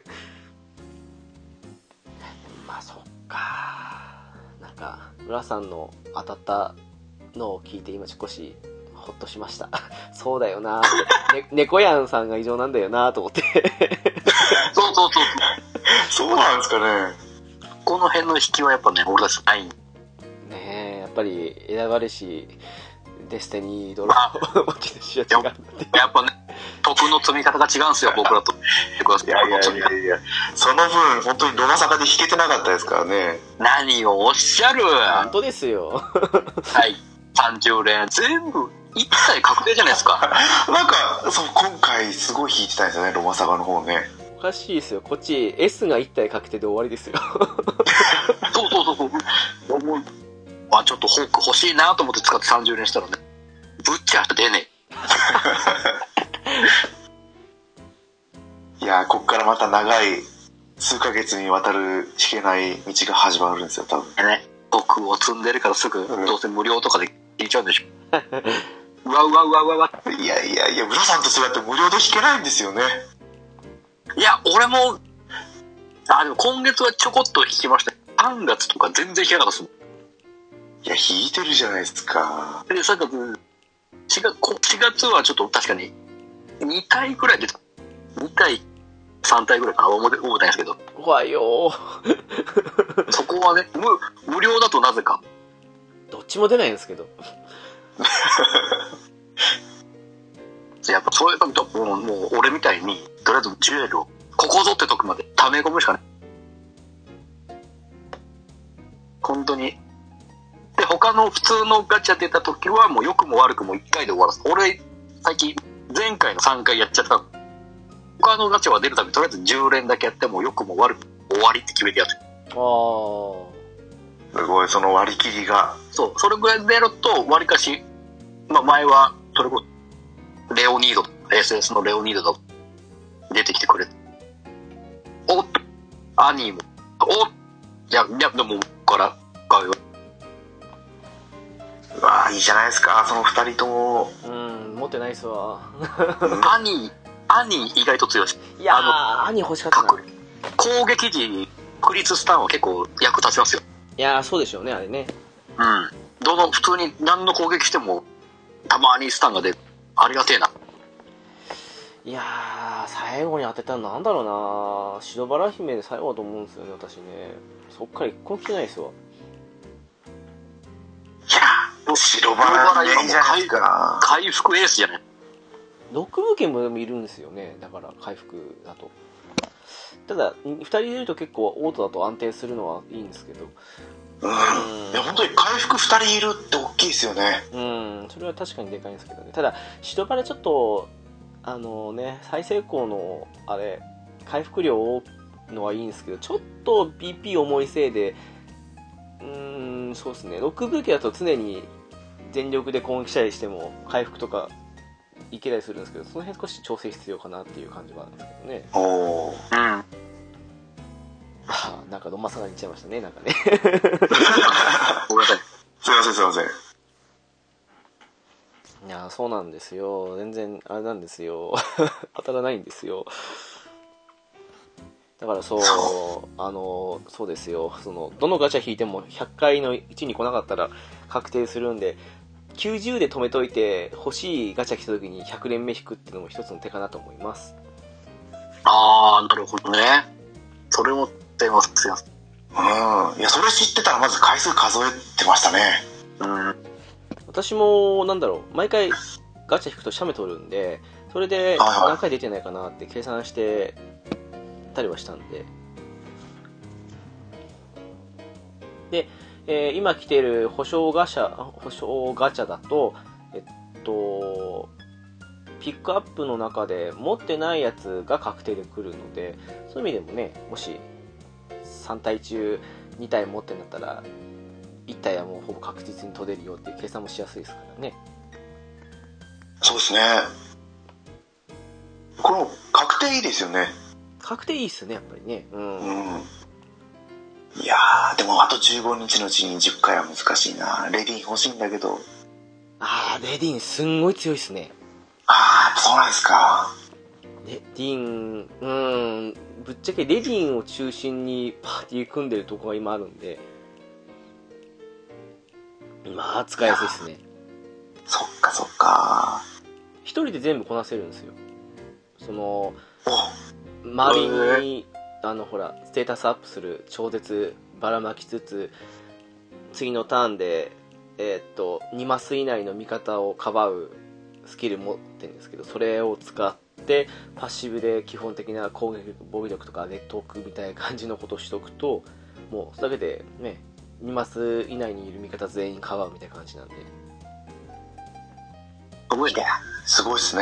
S1: まあそっか、なんか村さんの当たったのを聞いて今少しほっとしました。そうだよなーって、ね、猫やんさんが異常なんだよなーと思って。
S2: そうそうそう
S3: そうなんですかね。
S2: この辺の引きはやっぱね、俺たちないね
S1: え、やっぱり選ばれしデスティニードロー持ち主は違うんだって。
S2: やっぱね、得の積み方が違うんですよ、僕らと。
S3: いやいやいやいや、その分本当にロマサガで弾けてなかったですからね。
S2: 何をおっしゃる。
S1: 本当ですよ。
S2: はい、さんじゅう連全部一切確定じゃないですか。
S3: なんかそう今回すごい弾いてたんですよね、ロマサガの方ね。
S1: おかしいですよ、こっち S がいち体確定で終わりですよ。
S2: そうそうそうそう。もうあ、ちょっとホーク欲しいなと思って使ってさんじゅう連したらね、ぶっちゃ出ね
S3: え。いやー、こっからまた長い数ヶ月にわたる弾けない道が始まるんですよ、多分。
S2: ね、僕を積んでるからすぐ、うん、どうせ無料とかで弾いちゃうんでしょ。うわうわうわうわうわ。
S3: いやいやいや、村さんとそうやって無料で弾けないんですよね。
S2: いや、俺も、あ、でも今月はちょこっと弾きました。さんがつとか全然弾けなかったですもん。
S3: いや、弾いてるじゃないですか。
S2: で、さんがつ、しがつはちょっと確かにに体ぐらい出た。に体、さん体ぐらいかな、思ってないですけど。
S1: 怖いよ
S2: ー。そこはね、無、無料だとなぜか。
S1: どっちも出ないんですけど。
S2: やっぱそういう時と、もう、もう俺みたいに、とりあえずジュエルを、ここぞって時まで溜め込むしかない。本当に。で、他の普通のガチャ出た時は、もう良くも悪くもいっかいで終わらす。俺、最近、前回のさんかいやっちゃった。他のガチャは出るたび、とりあえずじゅう連だけやっても、良くも悪くも終わりって決めてやってる。
S1: ああ。
S3: すごい、その割り切りが。
S2: そう、それぐらいでやると、割かし、まあ前は、それこそ、レオニード、エスエス のレオニードが出てきてくれて。おっと、アニーも、おっ、いや、いや、でも、から、会話。
S3: うわー、いいじゃないですか、その二人とも。
S1: うん、持ってないっすわ。
S2: アニー、アニー意外と強いし。
S1: いやー、アニー欲しかったな。
S2: 攻撃時、クリススタンは結構役立ちますよ。
S1: いやー、そうでしょうね、あれね。
S2: うん。どの、普通に何の攻撃しても、たまにスタンが出る。ありがてえな。
S1: いやー、最後に当てたのなんだろうな、白バラ姫で最後だと思うんですよね、私ね。そっから一個も来てないですわ。
S3: いやー、白バラ姫いいじゃないですか。
S2: 回復エースじゃない。
S1: 六部剣もでもいるんですよね、だから回復だと。ただ、二人いると結構オートだと安定するのはいいんですけど。
S3: うん。いや、本当に回復二人いるって大きいですよね。
S1: うん、それは確かにでかいんですけどね。ただ、白バラちょっと、あのね、再成功の、あれ、回復量多いのはいいんですけど、ちょっと ビーピー 重いせいで、うーん、そうですね、ろく武器だと常に全力で攻撃したりしても、回復とかいけたりするんですけど、その辺少し調整必要かなっていう感じはあるんですけどね。
S3: おー。
S2: うん。
S1: あなんかロマサガに行っちゃいましたね、なんかね。
S2: ごめんなさい。
S3: すいません、すいません。
S1: いやそうなんですよ、全然あれなんですよ。当たらないんですよ。だからそう、あの、そうですよ、その、どのガチャ引いてもひゃっかいのうちに来なかったら確定するんで、きゅうじゅうで止めといて、欲しいガチャ来た時にひゃく連目引くっていうのも一つの手かなと思います。
S2: あー、なるほどね。それも手ますすよ。
S3: うん。いや、それ知ってたらまず回数数えてましたね。
S2: うん。
S1: 私も、なんだろう、毎回ガチャ引くと写メ取るんで、それで何回出てないかなって計算してたりはしたんで。で、えー、今来てる保証ガチャ、保証ガチャだと、えっと、ピックアップの中で持ってないやつが確定で来るので、そういう意味でもね、もしさん体中に体持ってんだったら、いち体はもうほぼ確実に取れるよっていう計算もしやすいですからね。
S3: そうですね。これも確定いいですよね。
S1: 確定いいっすね、やっぱりね。うん。
S3: うん。 いやー、でもあとじゅうごにちのうちにじゅっかいは難しいな。レディン欲しいんだけど。
S1: あー、レディンすんごい強いっすね。
S3: あー、そうなんですか。
S1: レディン、うーん、ぶっちゃけレディンを中心にパーティー組んでるとこが今あるんで、まあ使いやすいっすね。
S3: そっかそっか。
S1: 一人で全部こなせるんですよ。その周りにあのほらステータスアップする超絶ばらまきつつ、次のターンでえー、っとにマス以内の味方をかばうスキル持ってるんですけど、それを使ってパッシブで基本的な攻撃力防御力とか上げておくみたいな感じのことをしとくと、もうそれだけでねにマス以内にいる味方全員かばうみたいな感じなんで、
S3: すごいね。すごいっすね。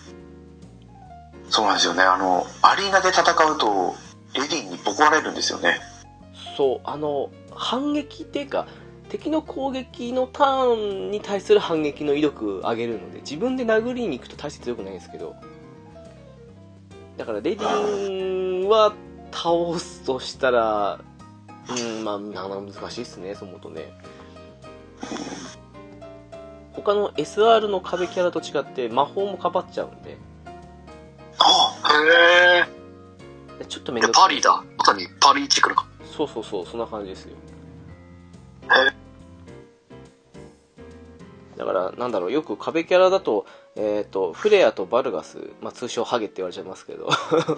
S3: そうなんですよね。あのアリーナで戦うとレディンにボコられるんですよね。
S1: そう、あの反撃っていうか敵の攻撃のターンに対する反撃の威力上げるので、自分で殴りに行くと大して強くないんですけど、だからレディンは倒すとしたら、うん、まあなかなか難しいですね、そのとね。他の エスアール の壁キャラと違って魔法もかばっちゃうんで。
S2: あ、へ
S1: え。ちょっとめ
S2: んどくさい。パリだ。まさにパリチクルか。
S1: そうそうそう、そんな感じですよ。
S2: へ
S1: だからなんだろう、よく壁キャラだと、えっとフレアとバルガス、まあ通称ハゲって言われちゃいますけど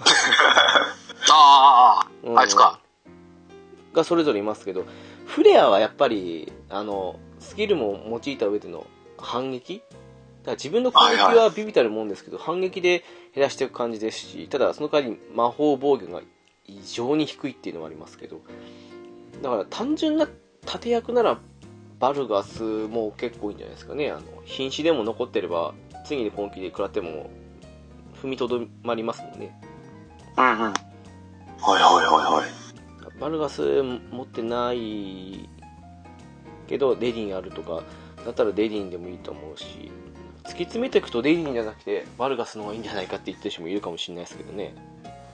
S2: ああ、あいつか。
S1: がそれぞれいますけど、フレアはやっぱりあのスキルも用いた上での反撃、だから自分の攻撃はビビたるもんですけど、はいはい、反撃で減らしていく感じですし、ただその代わり魔法防御が異常に低いっていうのはありますけど、だから単純な盾役ならバルガスも結構いいんじゃないですかね。あの瀕死でも残ってれば次に本気で食らっても踏みとどまりますもんね。
S2: うんうん。はい
S3: はいはいはい。
S1: バルガス持ってないけどレディンあるとかだったらレディンでもいいと思うし、突き詰めていくとレディンじゃなくてバルガスの方がいいんじゃないかって言ってる人もいるかもしれないですけどね。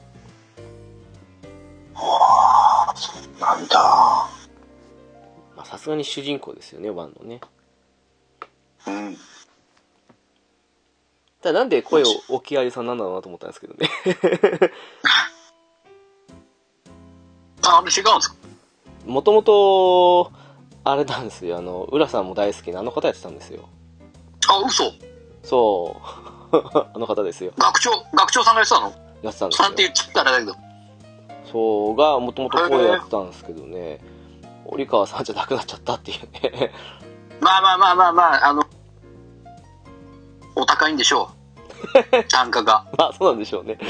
S3: はあ、そうなんだ。
S1: さすがに主人公ですよね、ワンのね。
S3: うん。
S1: ただなんで声を置きありさんなんだろうなと思ったんですけどね
S2: あ、あれ違うんですか？
S1: もともとあれなんですよ、あの浦さんも大好きなあの方やってたんですよ。
S2: あ、嘘。
S1: そうあの方ですよ。
S2: 学長、学長さんがやってたの？
S1: やってたんですよ。
S2: さんって言っちゃったらあれだけど。
S1: そうがもともと声やってたんですけどね、折川さんじゃなくなっちゃったっていうね
S2: まあまあまあまあまあ、あのお高いんでしょう単価が。
S1: まあそうなんでしょうね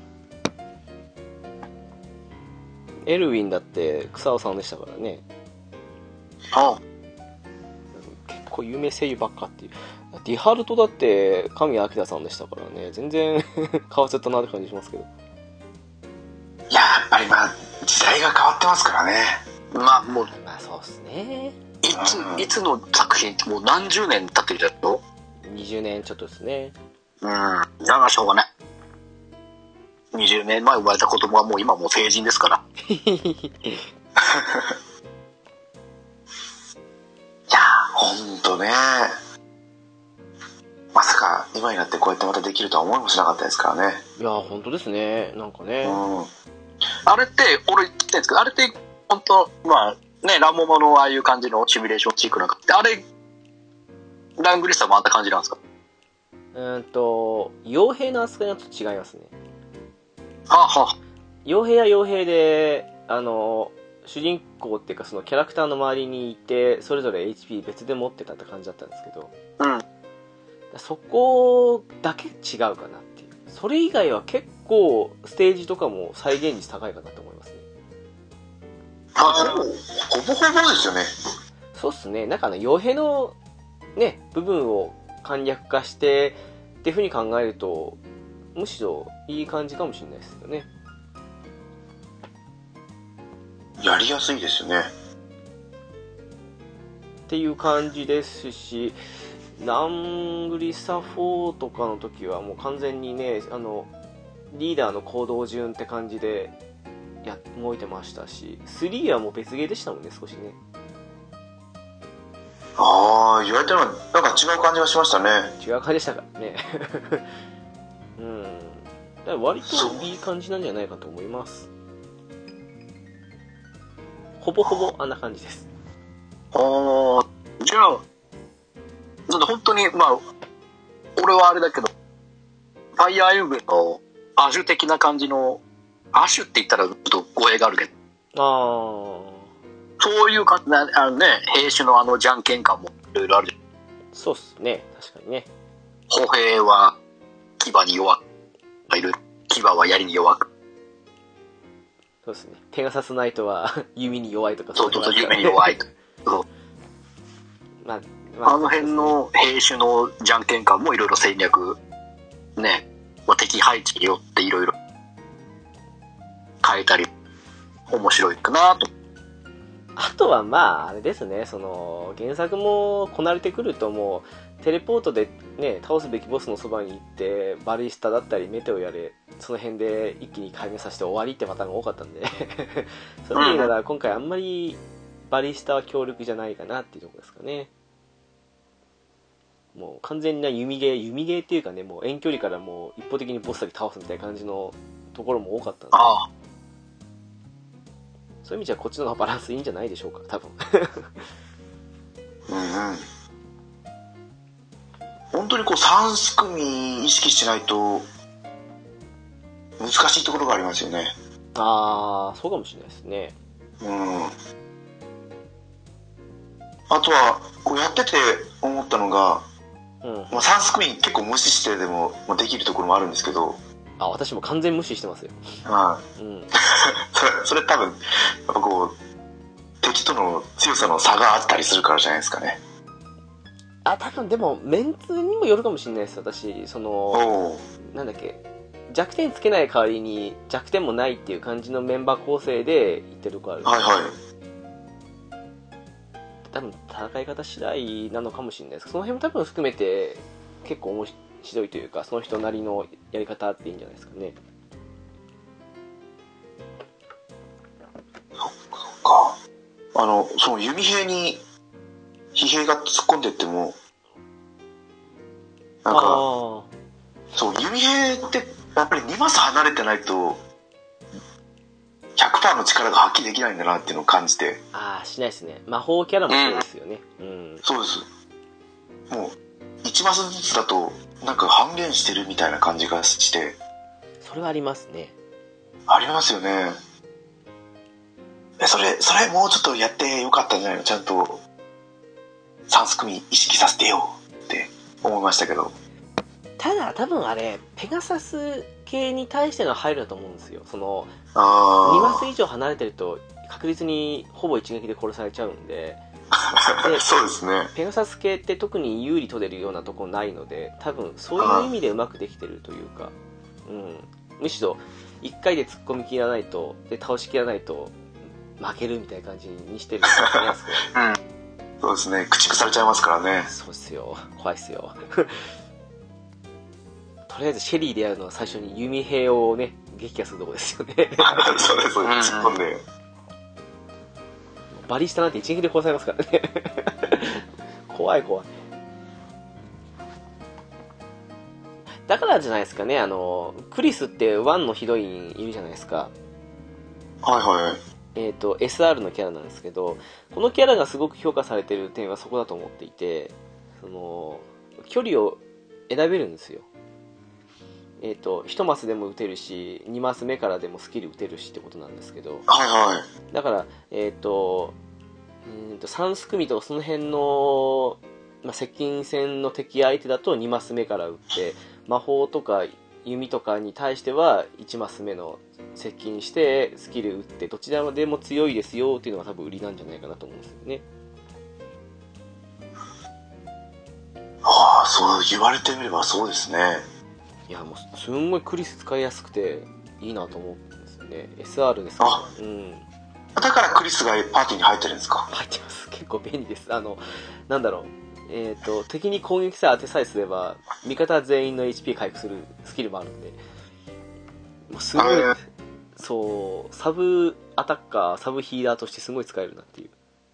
S1: エルウィンだって草尾さんでしたからね。
S2: ああ、
S3: 結
S1: 構有名声優ばっかっていう。ディハルトだって神谷明さんでしたからね、全然変わっちゃったなって感じしますけど。
S3: いや、やっぱりまあ時代が変わってますからね。
S2: まあもう、
S1: まあそうっすね。
S2: いついつの作品ってもう何十年経ってるじゃんと。
S1: にじゅうねんちょっとですね。
S2: うん、だがしょうがない。にじゅうねんまえ生まれた子供はもう今もう成人ですからい
S3: やほんとね、まさか今になってこうやってまたできるとは思いもしなかったですからね。
S1: いや本当ですね、なんかね、
S3: うん、
S2: あれって俺言ってたんですけど、あれって本当まあね、ランモモのああいう感じのシミュレーションチークなんかってあれラングリスタもあんな感じなんですか？
S1: うんと傭兵の扱いはちょっと違いますね。
S2: はあはあ、
S1: 傭兵は傭兵で、あの主人公っていうかそのキャラクターの周りにいてそれぞれ エイチピー 別で持ってたって感じだったんですけど、
S2: うん、
S1: そこだけ違うかなっていう。それ以外は結構ステージとかも再現率高いかなと思いますね。
S3: あ、ほぼほぼほぼですよね。
S1: そうっすね。なんかあの傭兵のね部分を簡略化してっていう風に考えるとむしろいい感じかもしれないですよね。
S3: やりやすいですよね
S1: っていう感じですし、ラングリサフォーとかの時はもう完全にね、あのリーダーの行動順って感じでや動いてましたし、スリーはもう別ゲーでしたもんね、少しね。
S3: ああ、言われてるのはなんか違う感じがしましたね。
S1: 違う感じでしたからね。うん。だから割といい感じなんじゃないかと思います。ほぼほぼあんな感じです。
S2: ああ、じゃあ、ちょっと本当に、まあ、俺はあれだけど、ファイアーエムブレのアシュ的な感じの、アシュって言ったらちょっと語弊があるけど、
S1: ああ。
S2: そういう感じな、あのね、兵種のあのじゃんけん感もいろいろあるじゃん。
S1: そうっすね、確かにね。
S2: 歩兵は牙に弱くいる、牙は槍に弱く。
S1: そうですね。ペガサスナイトは弓に弱いとか。
S2: そうそうそう、弓に弱いと。そう。
S1: まあ、まあ、
S2: あの辺の兵種のじゃんけん感もいろいろ戦略、ね、まあ、敵配置によっていろいろ変えたり、面白いかなと。
S1: あとはまあ、あれですね、その、原作もこなれてくるともう、テレポートでね、倒すべきボスのそばに行って、バリスタだったりメテオやれ、その辺で一気に壊滅させて終わりってパターンが多かったんで、そういう意味なら今回あんまりバリスタは強力じゃないかなっていうところですかね。もう完全な弓ゲー、弓ゲーっていうかね、もう遠距離からもう一方的にボスだけ倒すみたいな感じのところも多かったんで、
S2: ああ、
S1: そういう意味じゃこっちの方がバランスいいんじゃないでしょうか、多分。
S3: うんうん。本当にこうさん組意識しないと難しいところがありますよね。
S1: ああ、そうかもしれないですね。
S3: うん。あとはこうやってて思ったのが、うん、まあ、さん組結構無視してでも、まあ、できるところもあるんですけど。
S1: あ、私も完全無視してますよ。
S3: はい、うん、それそれ多分やっぱこう敵との強さの差があったりするからじゃないですかね。
S1: あ、多分でもメンツにもよるかもしれないです。私そのなんだっけ、弱点つけない代わりに弱点もないっていう感じのメンバー構成でいってるから、はいはい、多分戦い方次第なのかもしれないです。その辺も多分含めて結構面白いというか、その人なりのやり方っていいんじゃないですかね。
S3: そっかそっか。あのその弓兵に騎兵が突っ込んでってもなんかそう弓兵ってやっぱりにマス離れてないと ひゃくパーセント の力が発揮できないんだなっていうのを感じて。
S1: ああ、しないですね。魔法キャラもそうですよね。うん、うん、
S3: そうです。もういちマスずつだとなんか半減してるみたいな感じがして。
S1: それはありますね。
S3: ありますよね。それそれもうちょっとやってよかったんじゃないの。ちゃんとさん組意識させてよって思いましたけど。
S1: ただ多分あれペガサス系に対しての配慮だと思うんですよ。その
S3: あ
S1: にマス以上離れてると確実にほぼ一撃で殺されちゃうんで
S3: でそうですね。
S1: ペガサス系って特に有利取れるようなとこないので、多分そういう意味でうまくできてるというか、うん、むしろいっかいで突っ込みきらないとで倒しきらないと負けるみたいな感じにしてるんですよね。
S3: うん、そうですね。駆逐されちゃいますからね。
S1: そうですよ、怖いっすよ。とりあえずシェリーでやるのは最初に弓兵をね撃破するとこですよね。
S3: そうです、そうです。突っ込んで
S1: バリスタなんて一撃で殺されますからね。怖い怖い。だからじゃないですかね、あのクリスってワンのヒロインいるじゃないですか。
S3: はいはい。
S1: えっと エスアール のキャラなんですけど、このキャラがすごく評価されてる点はそこだと思っていて、その距離を選べるんですよ。えっといちマスでも打てるしにマス目からでもスキル打てるしってことなんですけど、
S3: はいはい。
S1: だからえっとうんとさん組とその辺の、まあ、接近戦の敵相手だとにマス目から打って、魔法とか弓とかに対してはいちマス目の接近してスキル打って、どちらでも強いですよっていうのが多分売りなんじゃないかなと思うんですよね。
S3: ああ、そう言われてみればそうですね。
S1: いやもうすんごいクリス使いやすくていいなと思うんですよね。 エスアール ですから。
S3: あ、
S1: うん、
S3: だからクリスがパーティーに入ってるんですか。
S1: 入ってます。結構便利です。あのなんだろう、えっと敵に攻撃さえ当てさえすれば味方全員の エイチピー 回復するスキルもあるんで、もうすごいそう、サブアタッカー、サブヒーラーとしてすごい使えるなっていう。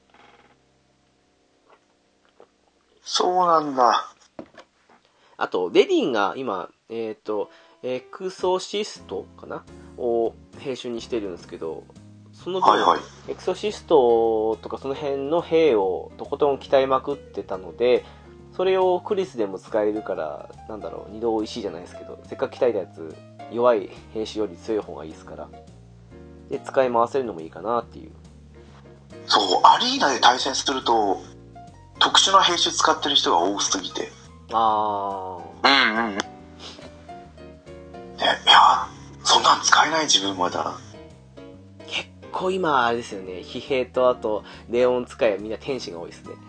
S3: そうなんだ。
S1: あと、レディンが今、えっと、エクソシストかなを兵種にしてるんですけど、その分、
S3: はいはい。
S1: エクソシストとかその辺の兵をとことん鍛えまくってたので、それをクリスでも使えるから、なんだろう、二度おいしいじゃないですけど、せっかく鍛えたやつ、弱い兵士より強い方がいいですから。で、使い回せるのもいいかなっていう。
S3: そう、アリーナで対戦すると、特殊な兵種使ってる人が多すぎて。
S1: あ
S2: うんうん。
S3: ね、いや、そんなん使えない自分まだ。
S1: ー。結構今、あれですよね、騎兵とあと、レオン使いはみんな天使が多いですね。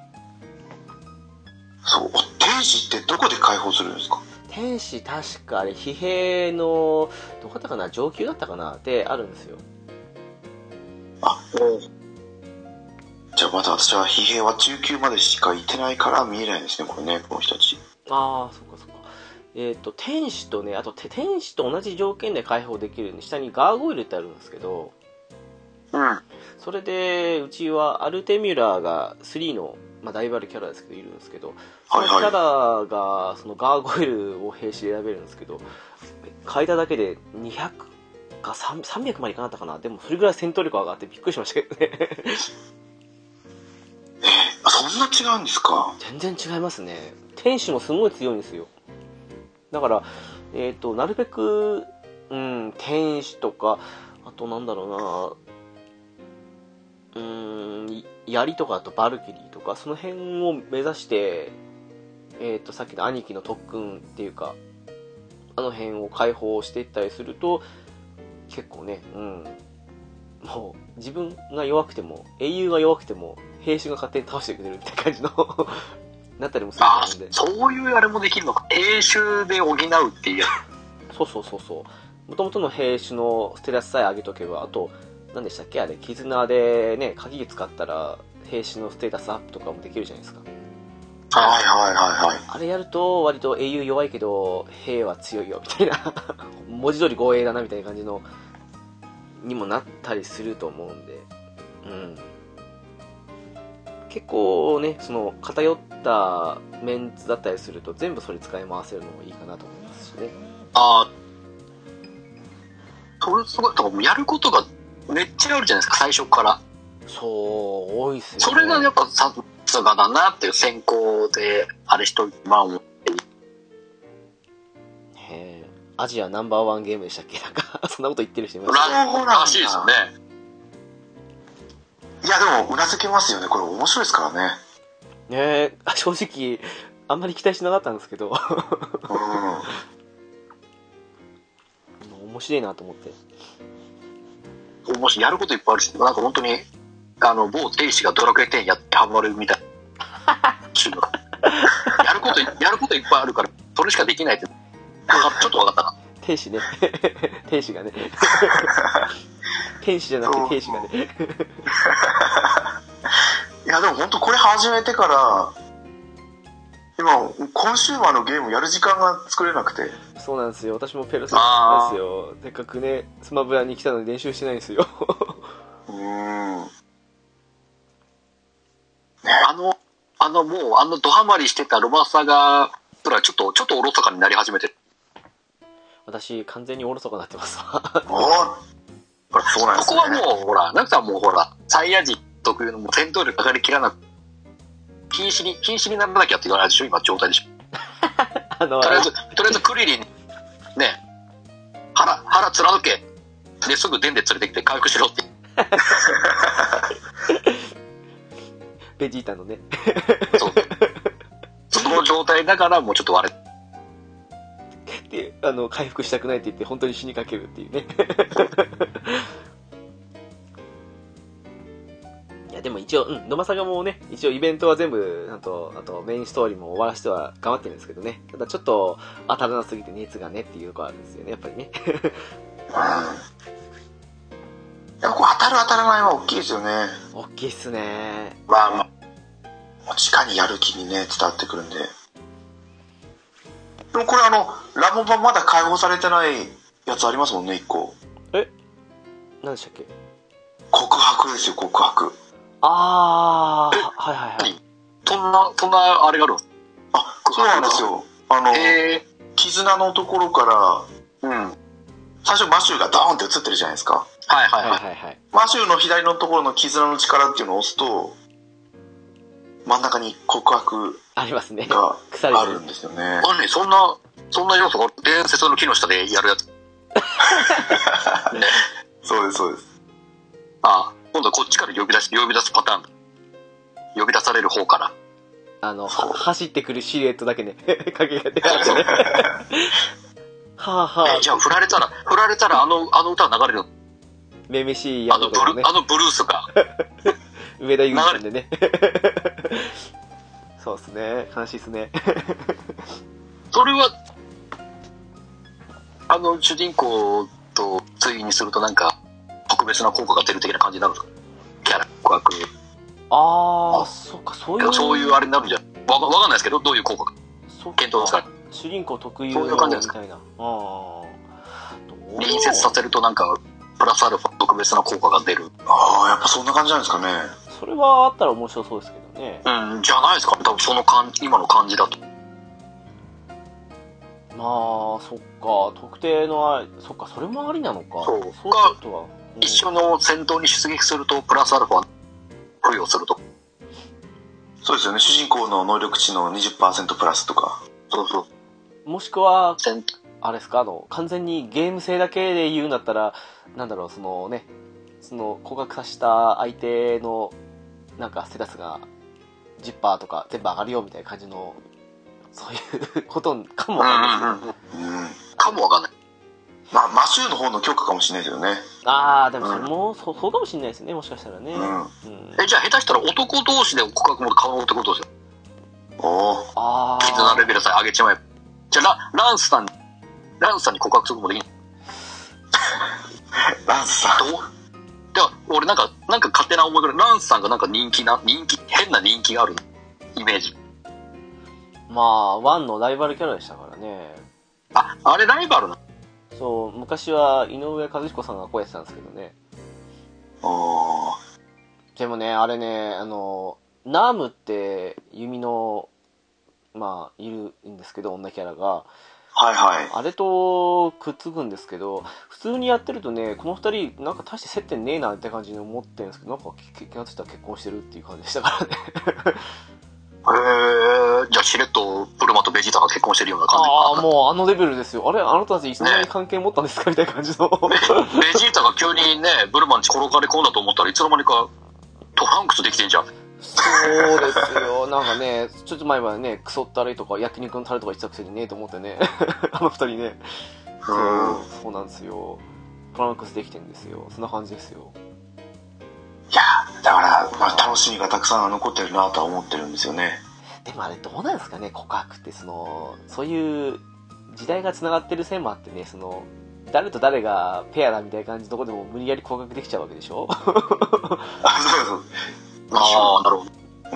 S3: そう、天使ってどこで解放するんですか？
S1: 天使確かあれ、騎兵の、どこだったかな、上級だったかなであるんですよ。
S3: あ、じゃあまだ私は疲弊は中級までしか行ってないから見えないんですね、これね、この人たち。
S1: ああ、そっかそっか。えっ、と、天使とね、あとて天使と同じ条件で解放できるように下にガーゴイルってあるんですけど、
S2: うん。
S1: それで、うちはアルテミュラーがスリーの、まあ、ライバルキャラですけど、いるんですけど、そのキャラが、そのガーゴイルを兵士で選べるんですけど、変えただけでにひゃくかさんびゃくまでいかなかったかな。でも、それぐらい戦闘力上がってびっくりしましたけどね。
S3: えー、そんな違うんですか？
S1: 全然違いますね。天使もすごい強いんですよ。だから、えっ、と、なるべく、うん、天使とか、あとなんだろうな、うーん、槍とかあとバルキリーとか、その辺を目指して、えっ、と、さっきの兄貴の特訓っていうか、あの辺を解放していったりすると、結構ね、うん、もう、自分が弱くても、英雄が弱くても、兵士が勝手に倒してくれるみたいな感じのなったりもする
S2: ああ、
S1: ので。
S2: そういうあれもできるのか。兵種で補うっていう。
S1: そうそうそうそう。もともとの兵種のステータスさえ上げとけば、あと、何でしたっけあれ、絆でね、鍵使ったら、兵士のステータスアップとかもできるじゃないですか。
S3: はいはいはいはい。
S1: あれやると、割と英雄弱いけど、兵は強いよ、みたいな。文字通り護衛だな、みたいな感じの、にもなったりすると思うんで。うん。結構ね、その、偏ったメンツだったりすると、全部それ使い回せるのもいいかなと思いますしね。
S2: ああ。それすごい、だからやることがめっちゃあるじゃないですか、最初から。
S1: そう、多いっすよね。
S2: それがやっぱさすがだなっていう先行で、あれしといて、まあ思って。
S1: へえ、アジアナンバーワンゲームでしたっけなんか、そんなこと言ってる人います
S2: ららしいですよね。
S3: いやでも、うなずけますよね。これ面白いですからね。
S1: ねえ、正直、あんまり期待しなかったんですけど。
S3: うん。
S1: 面白いなと思って。
S2: もしやることいっぱいあるし、なんか本当に、あの、某天使がドラクエテンやってハマるみたいな。やること、やることいっぱいあるから、それしかできないって、ちょっと分かったな。
S1: 天使ね。天使がね。天使じゃなくて天使がね。
S3: いやでも本当これ始めてから、今、コンシューマーのゲームやる時間が作れなくて。
S1: そうなんですよ。私もペルソナなんですよ。せっかくね、スマブラに来たのに練習してないんですよ。
S3: うーん。ね、
S2: あの、あのもう、あのドハマりしてたロマサが、ちょっと、ちょっとおろそかになり始めてる。
S1: 私、完全におろそかになってますわ。
S3: おそうなんですね。
S2: ここはもう、ほら、なんかもうほら、サイヤ人特有のもう戦闘力上がりきらなく、禁止に、禁止にならなきゃって言われるでしょ、今状態でしょ。
S1: あの、
S2: とりあえず、とりあえずクリリン、ね、腹、腹貫け。で、すぐデンで連れてきて回復しろって。
S1: ベジータのね。
S2: そう。その状態だからもうちょっと割れ
S1: で、あの、回復したくないって言って本当に死にかけるっていうね。いや、でも一応、うん、野間サガもね、一応イベントは全部、なんと、あとメインストーリーも終わらせては頑張ってるんですけどね。ただちょっと当たらなすぎて熱がねっていうところあるんですよね、やっぱりね。
S3: うん。やっぱこう当たる当たらないは大きいですよね。
S1: 大きいっすね。
S2: まあまあ。
S3: 直にやる気にね、伝わってくるんで。でもこれあの、ラボ版まだ解放されてないやつありますもんね、一個。
S1: え何でしたっけ？
S3: 告白ですよ、告白。
S1: あー、はいはいはい。
S2: そんな、そんなあれがあるの？
S3: あ、そうなんですよ。あの、
S2: え
S3: ー、絆のところから、うん。最初マシューがドーンって映ってるじゃないですか。
S2: はいはいはいはい。
S3: マシューの左のところの絆の力っていうのを押すと、真ん中に告白
S1: ありますね。
S3: があるんですよね。
S2: あれね、そんな、そんな要素が伝説の木の下でやるやつ。ね。
S3: そうです、そうです。
S2: ああ、今度はこっちから呼び出し、呼び出すパターン。呼び出される方から。
S1: あの、走ってくるシルエットだけね、影が出てね。はあはあ。
S2: え、じゃあ振られたら、振られたらあの、あの歌が流れるの？
S1: めめしいやつ
S2: とかね。あのブルースが。
S1: 上田裕二さんでね。そうですね。悲しいですね。
S2: それは、あの、主人公と対にするとなんか、特別な効果が出る的な感じになるんですか？キャラ、告白。
S1: ああ、そっか、そういう。
S2: そういうあれになるんじゃん。わ、わかんないですけど、どういう効果か。検討ですか？
S1: 主人公特有
S2: のみたいな。
S1: ああ。
S2: 隣接させるとなんか、プラスアルファ特別な効果が出る。
S3: ああ、やっぱそんな感じなんですかね。
S1: それはあったら面白そうですけどね。
S2: うん、じゃないですか。多分その感じ、今の感じだと。
S1: まあ、そっか、特定のあ、そっか、それもありなのか。
S2: そう。
S1: そうするとは、
S2: うん、一緒の戦闘に出撃すると、プラスアルファ付与すると。
S3: そうですよね。主人公の能力値の にじゅっパーセント プラスとか。
S2: そうそう。
S1: もしくは、あれですか、あの、完全にゲーム性だけで言うんだったら、なんだろう、そのね、その、告白させた相手の、なんか、ステータスが、じゅっパーセント とか全部上がるよみたいな感じの、そういうことかもわかんないですけど。
S2: うんうんうん。かもわかんない。
S3: まあ、マシューの方の強化かもしれないですよね。
S1: ああ、でもそれも、うん、そう、そうかもしれないですね、もしかしたらね。うん。うん、
S2: え、じゃあ下手したら男同士で告白も可能ってことですよ。
S3: おー。
S2: ああ。絆レベルさえ上げちまえば。じゃあラ、ランスさん、ランスさんに告白することもできない。
S3: ランスさん。
S2: どう？では、俺なんか、なんか勝手な思いぐらい、ランスさんがなんか人気な、人気、変な人気があるイメージ。
S1: まあ、ワンのライバルキャラでしたからね。
S2: あ、あれライバルなの？
S1: そう、昔は井上和彦さんが声やってたんですけどね。
S3: あ
S1: でもね、あれね、あの、ナームって弓の、まあ、いるんですけど、女キャラが。
S3: はいはい。
S1: あれとくっつくんですけど、普通にやってるとね、この二人、なんか大して接点ねえなって感じに思ってるんですけど、なんか気がついたら結婚してるっていう感じでしたからね。
S2: へえ、じゃあしれっとプルマとベジータが結婚してるような感じ。
S1: ああ、もうあのレベルですよ。あれ、あなたたちいつの間に関係持ったんですか、ね、みたいな感じの。
S2: ベジータが急にね、ブルマに転がり込んだと思ったらいつの間にかトランクスできてんじゃん。
S1: そうですよ。なんかね、ちょっと前までね、クソったれとか焼肉のタレとか言ってたくせにね、と思ってね。あの二人ね。そう、そうなんですよ。トランクスできてんですよ。そんな感じですよ。
S3: いや、だから、まあ、楽しみがたくさん残ってるなとは思ってるんですよね。
S1: でもあれどうなんですかね、告白ってその、そういう時代が繋がってる線もあってね、その、誰と誰がペアだみたいな感じのとこでも無理やり告白できちゃうわけでしょ？
S3: あ、そうそう。
S2: ああ、なるほど。
S3: うん。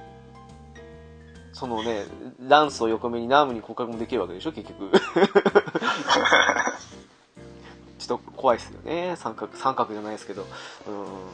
S1: そのね、ランスを横目にナームに告白もできるわけでしょ、結局。ちょっと怖いですよね、三角、三角じゃないですけど。うん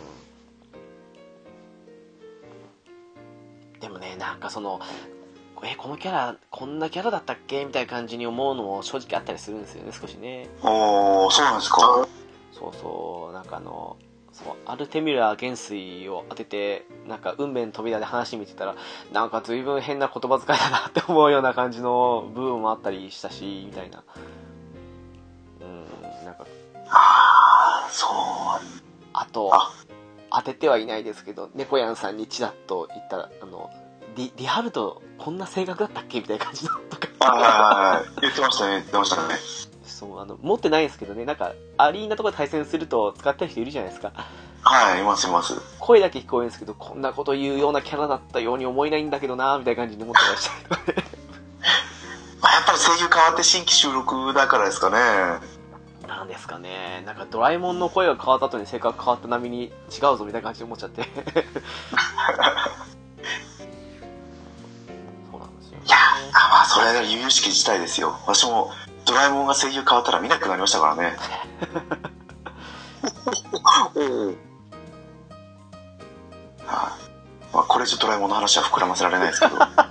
S1: 。でもね、なんかその、え、このキャラ、こんなキャラだったっけみたいな感じに思うのも正直あったりするんですよね、少しね。
S3: おー、そうなんですか。
S1: そうそう、なんかあの、そうアルテミュラー元帥を当てて、なんか運命の扉で話見てたら、なんか随分変な言葉遣いだなって思うような感じの部分もあったりしたし、みたいな。うん、なんか。
S3: あー、そう。
S1: あと、あ当ててはいないですけど、猫やんさんにチラッと言ったら、あの、リリハルトこんな性格だったっけみたいな感じのとか。
S3: ああ、言ってましたね、言ってましたね。
S1: そう、あの、持ってないんですけどね、なんか、アリーナとかで対戦すると使ってる人いるじゃないですか。
S3: はい、います、います。
S1: 声だけ聞こえるんですけど、こんなこと言うようなキャラだったように思えないんだけどなみたいな感じに思ってましたけどね。
S3: まあ、やっぱり声優変わって新規収録だからですかね。
S1: なんですかね、なんかドラえもんの声が変わった後に性格変わった波に違うぞみたいな感じで思っちゃって。そうなんですよ、ね。
S3: いやあ、まあ、それは由々しき事態ですよ。私もドラえもんが声優変わったら見なくなりましたからね。
S2: ー。
S3: はい、まあ、これ以上ドラえもんの話は膨らませられないですけど。まあ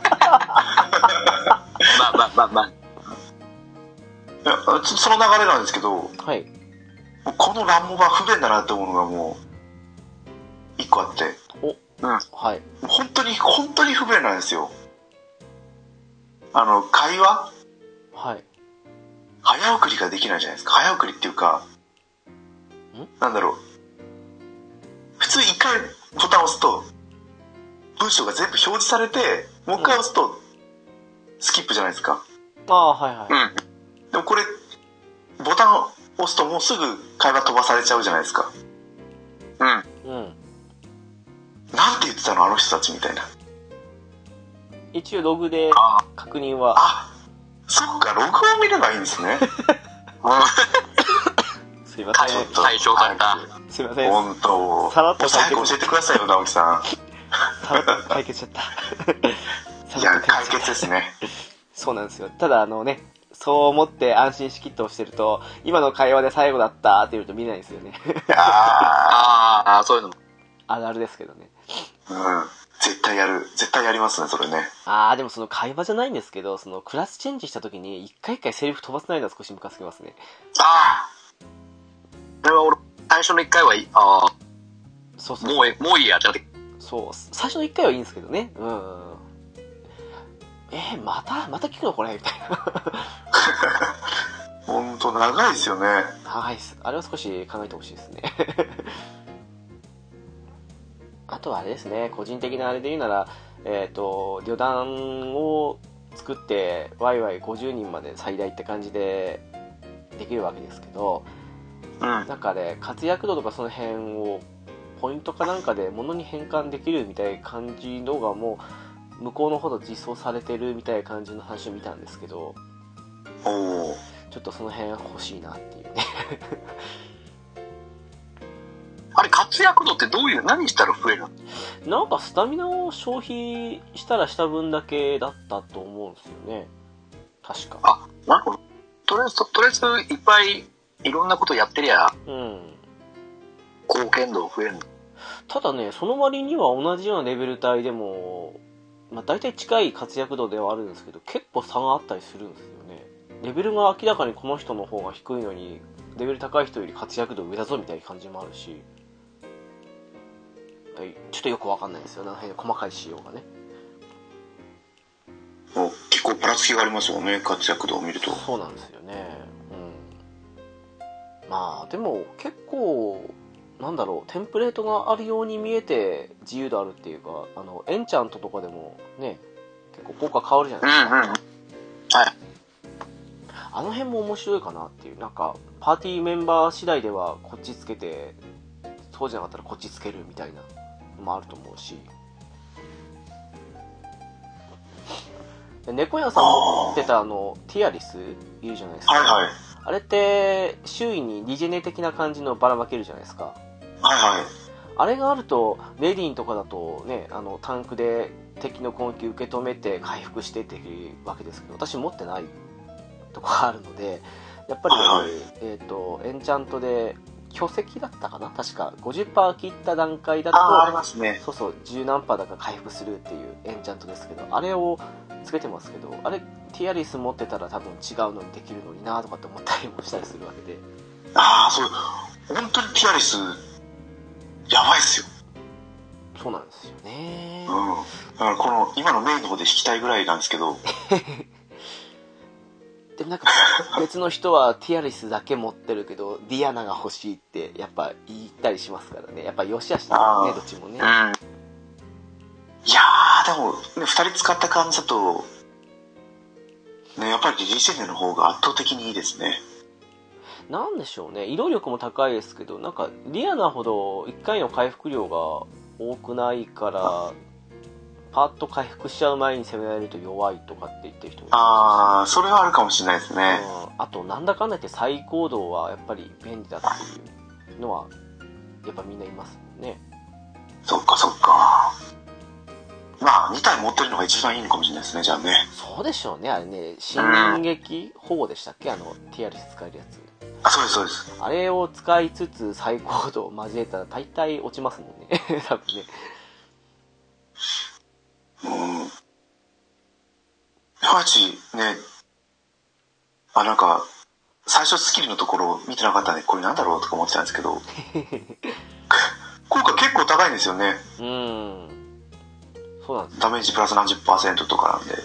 S2: まあまあまあ。
S3: いや、その流れなんですけど、
S1: はい。
S3: このランモバ不便だなって思うのがもう、一個あって。
S1: お、うん。はい。
S3: 本当に、本当に不便なんですよ。あの、会話
S1: はい。
S3: 早送りができないじゃないですか。早送りっていうか、んなんだろう。普通一回ボタンを押すと、文章が全部表示されて、もう一回押すと、スキップじゃないですか。
S1: ああ、はいはい。
S3: うん。でもこれ、ボタンを押すともうすぐ会話飛ばされちゃうじゃないですか。
S2: うん。
S1: うん。
S3: なんて言ってたのあの人たちみたいな。
S1: 一応ログで確認は。
S3: あ、そっか、ログを見ればいいんですね。
S1: すいません。
S2: 最初だった。
S1: すいません。
S3: 本当。
S1: さらっと
S3: 最後教えてくださいよ、直樹さん。
S1: さらっと解決しちゃった。
S3: いや、解決ですね。
S1: そうなんですよ。ただあのね、そう思って安心しきって押してると、今の会話で最後だったって言うと見れないんですよね。
S2: ああ、そういうのも。
S1: あるあるですけどね。
S3: うん。絶対やる。絶対やりますね、それね。
S1: ああ、でもその会話じゃないんですけど、そのクラスチェンジした時に一回一回セリフ飛ばせないのは少しムカつきますね。
S2: ああ。それは俺、最初の一回はいい。ああ。
S1: そうそう。
S2: もう、もういいや、じゃあ。
S1: そう。最初の一回はいいんですけどね。うん。えー、またまた聞くのこれみたいな。
S3: ほんと長いですよね。
S1: 長いです。あれは少し考えてほしいですね。あとはあれですね、個人的なあれで言うなら、えっと、旅団を作って、ワイワイごじゅうにんまで最大って感じでできるわけですけど、
S3: うん。
S1: なんかね、活躍度とかその辺を、ポイントかなんかで物に変換できるみたいな感じのがもう、向こうの方で実装されてるみたいな感じの話を見たんですけど、
S3: おー。
S1: ちょっとその辺欲しいなっていうね。
S2: あれ、活躍度ってどういう、何したら増えるの？
S1: なんかスタミナを消費したらした分だけだったと思うんですよね。確か。
S2: あ、なるほど。とりあえず、とりあえずいっぱいいろんなことやってりゃ、
S1: うん。
S2: 貢献度増えるの。
S1: ただね、その割には同じようなレベル帯でも、まあ大体近い活躍度ではあるんですけど、結構差があったりするんですよね。レベルが明らかにこの人の方が低いのに、レベル高い人より活躍度上だぞみたいな感じもあるし、ちょっとよくわかんないですよね、あの辺細かい仕様がね。
S3: 結構ばらつきがありますよね、活躍度を見ると。
S1: そうなんですよね。うん。まあでも結構なんだろう、テンプレートがあるように見えて自由度あるっていうか、あのエンチャントとかでもね、結構効果変わるじゃないですか。
S2: うんうん。はい。
S1: あの辺も面白いかなっていう、なんかパーティーメンバー次第ではこっちつけて、そうじゃなかったらこっちつけるみたいなのもあると思うし。猫屋さん持ってたあのティアリスいるじゃないですか。
S3: はいはい。
S1: あれって周囲にリジェネ的な感じのばらまけるじゃないですか。
S3: はいはい。
S1: あれがあるとレディーンとかだとね、あのタンクで敵の攻撃受け止めて回復してっていうわけですけど、私持ってないとこがあるので、やっぱり、
S3: はいはい、
S1: えっとエンチャントで巨石だったかな、確か ごじゅっパーセント 切った段階だと、
S3: あありますね。
S1: そうそうじゅう何パーだか回復するっていうエンチャントですけど、あれをつけてますけど、あれティアリス持ってたら多分違うのにできるのになとかって思ったりもしたりするわけで。
S3: ああ、そう、本当にティアリスやばいっすよ。
S1: そうなんですよね。
S3: うん。だからこの今のメインの方で弾きたいぐらいなんですけど。
S1: でもなんか別の人はティアリスだけ持ってるけどディアナが欲しいってやっぱ言ったりしますからね。やっぱ良し悪しだね、どっちもね。うん、い
S3: やーでも、ね、ふたり使った感じだとね、やっぱりリジェネの方が圧倒的にいいですね。
S1: なんでしょうね、移動力も高いですけど、なんかディアナほどいっかいの回復量が多くないからパッと回復しちゃう前に攻められると弱いとかって言ってる人もいるし、
S3: ああ、それはあるかもしれないですね。
S1: うん、あとなんだかんだ言って再行動はやっぱり便利だっていうのはやっぱみんないますもんね。
S3: そっかそっか。まあに体持ってるのが一番いいのかもしれないですね、じゃあね。
S1: そうでしょうね、あれね、進撃保護でしたっけ、あのティアリス使えるやつ。
S3: あ、そうですそうです。
S1: あれを使いつつ最高度を交えたら大体落ちますもんね多分ね。
S3: うん。いまいちね、あ、なんか、最初スキルのところ見てなかったんで、これなんだろうとか思ってたんですけど、効果結構高いんですよね。
S1: うん。そうなんですよ。
S3: ダメージプラス何十パーセントとかなんで。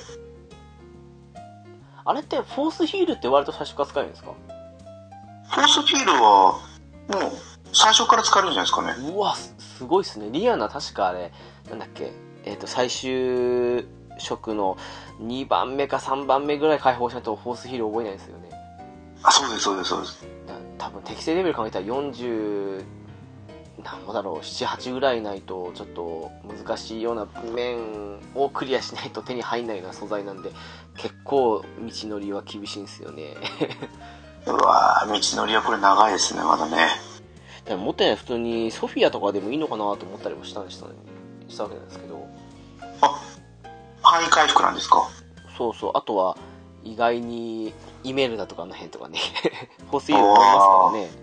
S1: あれってフォースヒールって割と最初から使えるんですか？
S3: フォースフィールは、もう、最初から使えるんじゃないですかね。
S1: うわ、すすごいっすね。リアナ確かあれ、なんだっけ、えっ、と、最終色のにばんめかさんばんめぐらい解放しないとフォースヒール覚えないですよね。
S3: あ、そうです、そうです、そうです。
S1: だ多分適正レベル考えたらよんじゅう、なんぼだろう、なな、はちぐらいないとちょっと難しいような面をクリアしないと手に入んないような素材なんで、結構道のりは厳しいんですよね。
S3: うわー、道のりはこれ長いですね、まだね。
S1: でももっとね、普通にソフィアとかでもいいのかなと思ったりもしたんでしたね。したわけなんですけど。
S3: あ、範囲回復なんですか？
S1: そうそう。あとは、意外に、イメルダとかの辺とかね、フォースヒール思いますからね。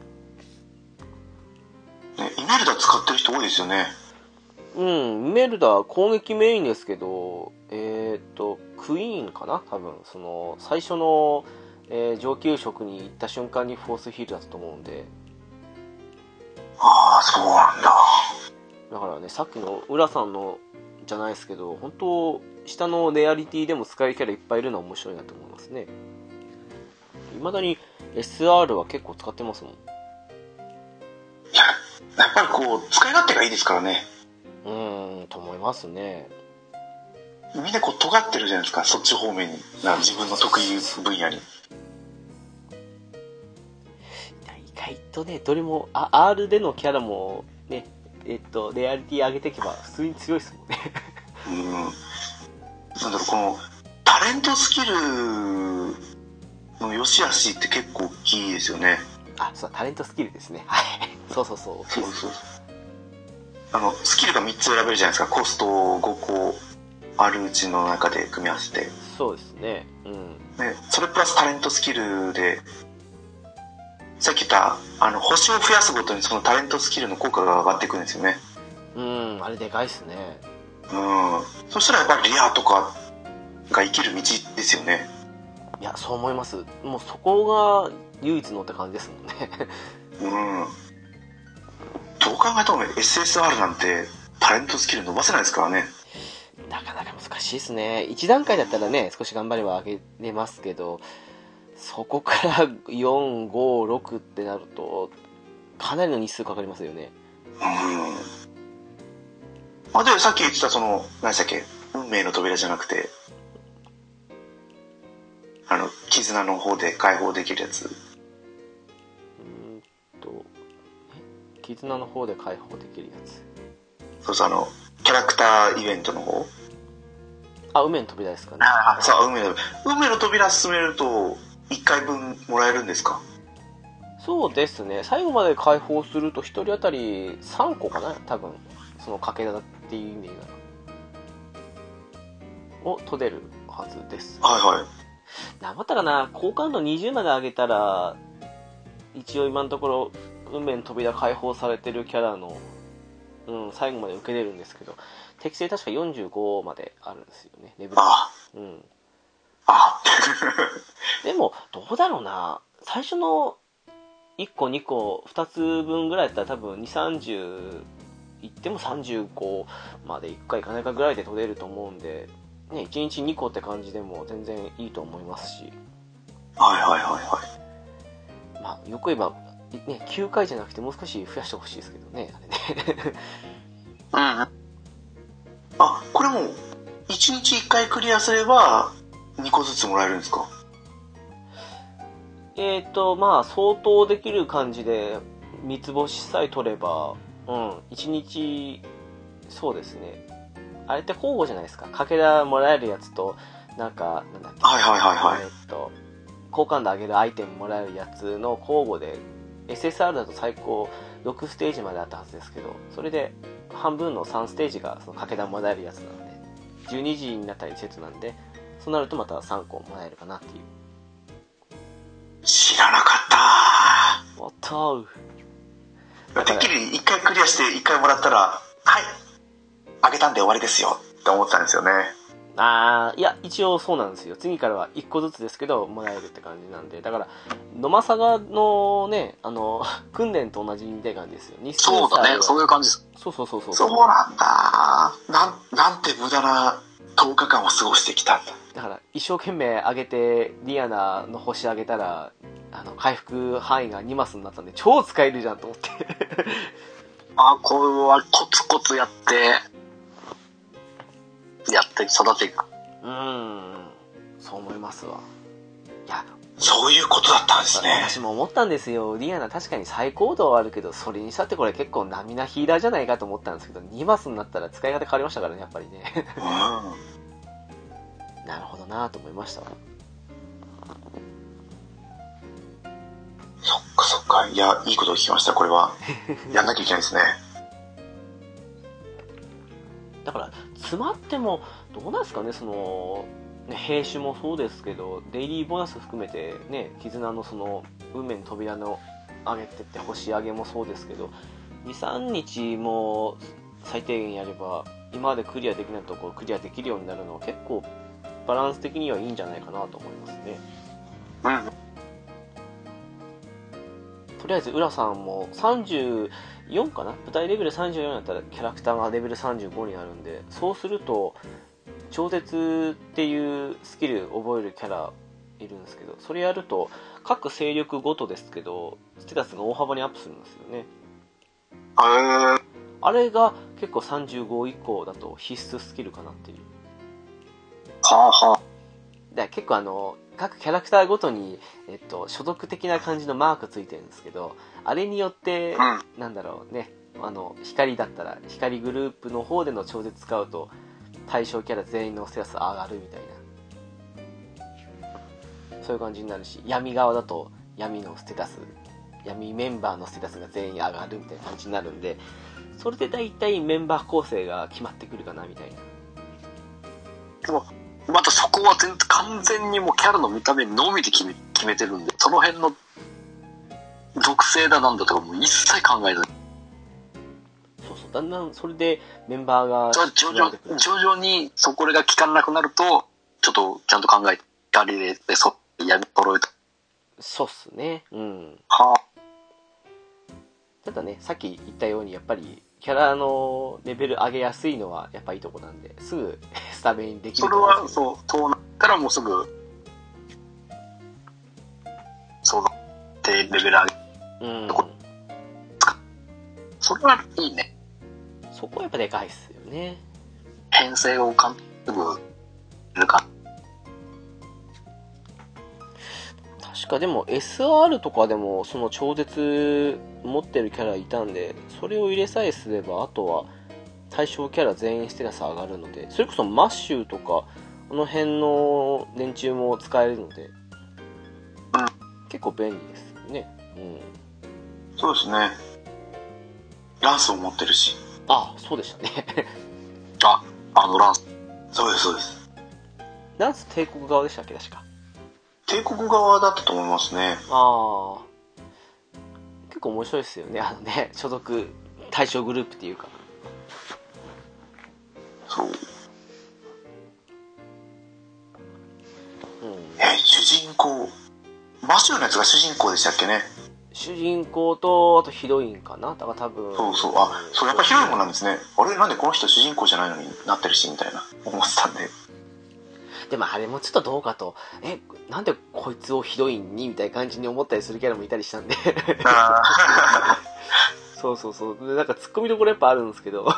S3: ね、イメルダ使ってる人多いですよね。
S1: うん、イメルダ攻撃メインですけど、えっ、と、クイーンかな多分、その、最初の、えー上級職に行った瞬間にフォースヒールだったと思うんで、
S3: ああ、そうなんだ。
S1: だからね、さっきの浦さんのじゃないですけど、本当下のレアリティでも使えるキャラいっぱいいるのは面白いなと思いますね。未だに エスアール は結構使ってますもん。
S3: いや、やっぱりこう、使い勝手がいいですからね。
S1: うーん、と思いますね。
S3: みんなこう、尖ってるじゃないですか、そっち方面に。な自分の得意分野に。
S1: 意外とね、どれも、あ アール でのキャラもね、えっと、レアリティ上げていけば普通に強いですもんね。
S3: うん。なんだろう、この、タレントスキルの良し悪しって結構大きいですよね。
S1: あ、そう、タレントスキルですね。はい。そうそうそう。
S3: そうそうそう。あの、スキルがみっつ選べるじゃないですか。コストごこあるうちの中で組み合わせて。
S1: そうですね。うん。
S3: ね、それプラスタレントスキルで、さっき言った、あの、星を増やすごとにそのタレントスキルの効果が上がっていくんですよね。
S1: うん、あれでかいっすね。
S3: うん。そしたらやっぱりリアとかが生きる道ですよね。
S1: いや、そう思います。もうそこが唯一のって感じですもんね。
S3: うん。どう考えても エスエスアール なんてタレントスキル伸ばせないですからね。
S1: なかなか難しいですね。いち段階だったらね、少し頑張れば上げれますけど、そこからよん、ご、ろくってなると、かなりの日数かかりますよね。
S3: うん。あ、で、さっき言ってたその、何でしたっけ、運命の扉じゃなくて、あの、絆の方で解放できるやつ。
S1: うーんと、え絆の方で解放できるやつ。
S3: そうそう、あの、キャラクターイベントの方。
S1: あ、運命の扉ですかね。
S3: ああ、そう、運命の、運命の扉進めると、いっかいぶんもらえるんですか？
S1: そうですね。最後まで解放するとひとり当たりさんこかな多分。そのかけだっていう意味なら。を取れるはずです。
S3: はいはい。
S1: 何だったかな好感度にじゅうまで上げたら、一応今のところ、運命の扉解放されてるキャラの、うん、最後まで受けれるんですけど、適正確かよんじゅうごまであるんですよね、レベル。
S3: あ
S1: うん。
S3: あ。
S1: でも、どうだろうな。最初のいっこ、にこ、ふたつぶんぐらいだったら多分に、さんじゅう、いってもさんじゅうごまでいくかいかないかぐらいで取れると思うんで、ね、いちにちにこって感じでも全然いいと思いますし。
S3: はいはいはいはい。
S1: まあ、よく言えば、ね、きゅうかいじゃなくてもう少し増やしてほしいですけどね、あれね。
S3: うん。あ、これも、いちにちいっかいクリアすれば、にこずつもらえるんですか？
S1: えっと、まあ、相当できる感じで、三つ星さえ取れば、うん、いちにち、そうですね。あれって交互じゃないですか。かけらもらえるやつと、なんか、なんだっけ。
S3: はいはいはいはい。
S1: えっと、好感度上げるアイテムもらえるやつの交互で、エスエスアール だと最高ろくステージまであったはずですけど、それで半分のさんステージがそのかけらもらえるやつなんで、じゅうにじになったり季節なんで、そうなるとまたさんこもらえるかなっていう。
S3: 知らなかった
S1: そう
S3: てっきり一回クリアして一回もらったら、はいあげたんで終わりですよって思ってたんですよね。
S1: あーいや一応そうなんですよ。次からはいっこずつですけどもらえるって感じなんで、だから野間サガのねあの訓練と同じみたいな感じですよ。日数
S2: そうだね、そういう感じです。
S1: そうそうそうそう
S3: そうなんだ。なんなんて無駄なとおかかんを過ごしてきたんだ。
S1: だから一生懸命上げてディアナの星上げたらあの回復範囲がにマスになったんで超使えるじゃんと思って
S2: あこれはコツコツやってやって育てていく。
S1: うーんそう思いますわ。いや
S3: そういうことだったんですね。
S1: 私も思ったんですよ。ディアナ確かに最高度はあるけどそれにしたってこれ結構並なヒーラーじゃないかと思ったんですけどにマスになったら使い方変わりましたからねやっぱりね
S3: うん
S1: なるほどなぁと思いましたわ。
S3: そっかそっか。いや、いいことを聞きました。これはやんなきゃいけないですね。
S1: だから詰まってもどうなんですかね、そのね兵種もそうですけどデイリーボーナス含めてね絆のその運命の扉の上げてって星上げもそうですけど にさんにちも最低限やれば今までクリアできないところクリアできるようになるのは結構バランス的にはいいんじゃないかなと思いますね。
S2: うん。
S1: とりあえず浦さんもさんじゅうよんかな、舞台レベルさんじゅうよんだったらキャラクターがレベルさんじゅうごになるんで、そうすると超絶っていうスキル覚えるキャラいるんですけど、それやると各勢力ごとですけどステータスが大幅にアップするんですよね。
S2: へー。
S1: あれが結構さんじゅうご以降だと必須スキルかなっていう。
S2: はあはあ。
S1: だから結構あの各キャラクターごとに、えっと、所属的な感じのマークついてるんですけど、あれによって、
S2: うん、
S1: なんだろうね、あの光だったら光グループの方での超絶使うと対象キャラ全員のステータス上がるみたいな、そういう感じになるし、闇側だと闇のステータス、闇メンバーのステータスが全員上がるみたいな感じになるんで、それで大体メンバー構成が決まってくるかなみたいな。
S2: でもまたそこは全完全にもうキャラの見た目のみで決め、決めてるんで、その辺の属性だなんだとかもう一切考えずに、
S1: そうそう、だんだんそれでメンバーが
S2: 徐々徐々にそこが効かなくなるとちょっとちゃんと考えて光でそ闇揃えた。
S1: そうっすね。うん。
S2: はあ。
S1: ただね、さっき言ったようにやっぱりキャラのレベル上げやすいのはやっぱいいとこなんで、すぐスタメにできる
S2: それはそう、そうなったらもうすぐそうなってレベル上げ、
S1: うん、
S2: それはいいね。
S1: そこはやっぱでかいっすよね。
S2: 編成を簡単にするか。
S1: 確かでも エスアール とかでもその超絶持ってるキャラいたんで、それを入れさえすればあとは対象キャラ全員ステータス上がるので、それこそマッシュとかこの辺の連中も使えるので、
S2: うん、
S1: 結構便利ですよね。うん。
S3: そうですね。ランスを持ってるし。
S1: あ、そうでしたね。
S2: あ、あのランス。
S3: そうですそうです。
S1: ランス帝国側でしたっけ確か。
S3: 帝国側だったと思いますね。
S1: ああ、結構面白いですよね、あのね、所属対象グループっていうか。
S3: そう。
S1: うん、
S3: え、主人公、マッシュルのやつが主人公でしたっけね。
S1: 主人公とあとヒロインかな、だから多分。
S3: そうそう、あ、そうやっぱヒロインもなんですね。あれなんでこの人主人公じゃないのになってるしみたいな思ってたんで。
S1: でもあれもちょっとどうかと、え、なんでこいつをヒロインにみたいな感じに思ったりするキャラもいたりしたんで。そうそうそう。なんかツッコミどころやっぱあるんですけど。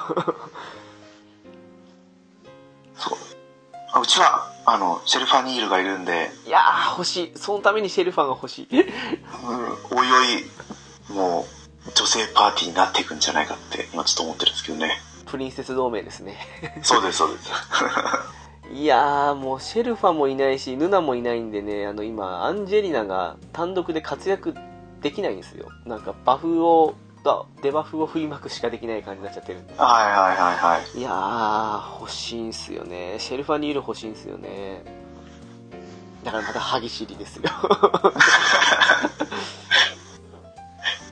S3: そう。あうちは、あの、シェルファニールがいるんで。
S1: いやー、欲しい。そのためにシェルファンが欲しい。
S3: うん、おいおい、もう、女性パーティーになっていくんじゃないかって、今ちょっと思ってるんですけどね。
S1: プリンセス同盟ですね。
S3: そうです、そうです。
S1: いやーもうシェルファもいないしヌナもいないんでね、あの今アンジェリナが単独で活躍できないんですよ。なんかバフをデバフを振りまくしかできない感じになっちゃってるんで。
S3: はいはいはいはい。
S1: いやー欲しいんすよね。シェルファニール欲しいんすよね。だからまた歯ぎしりですよ。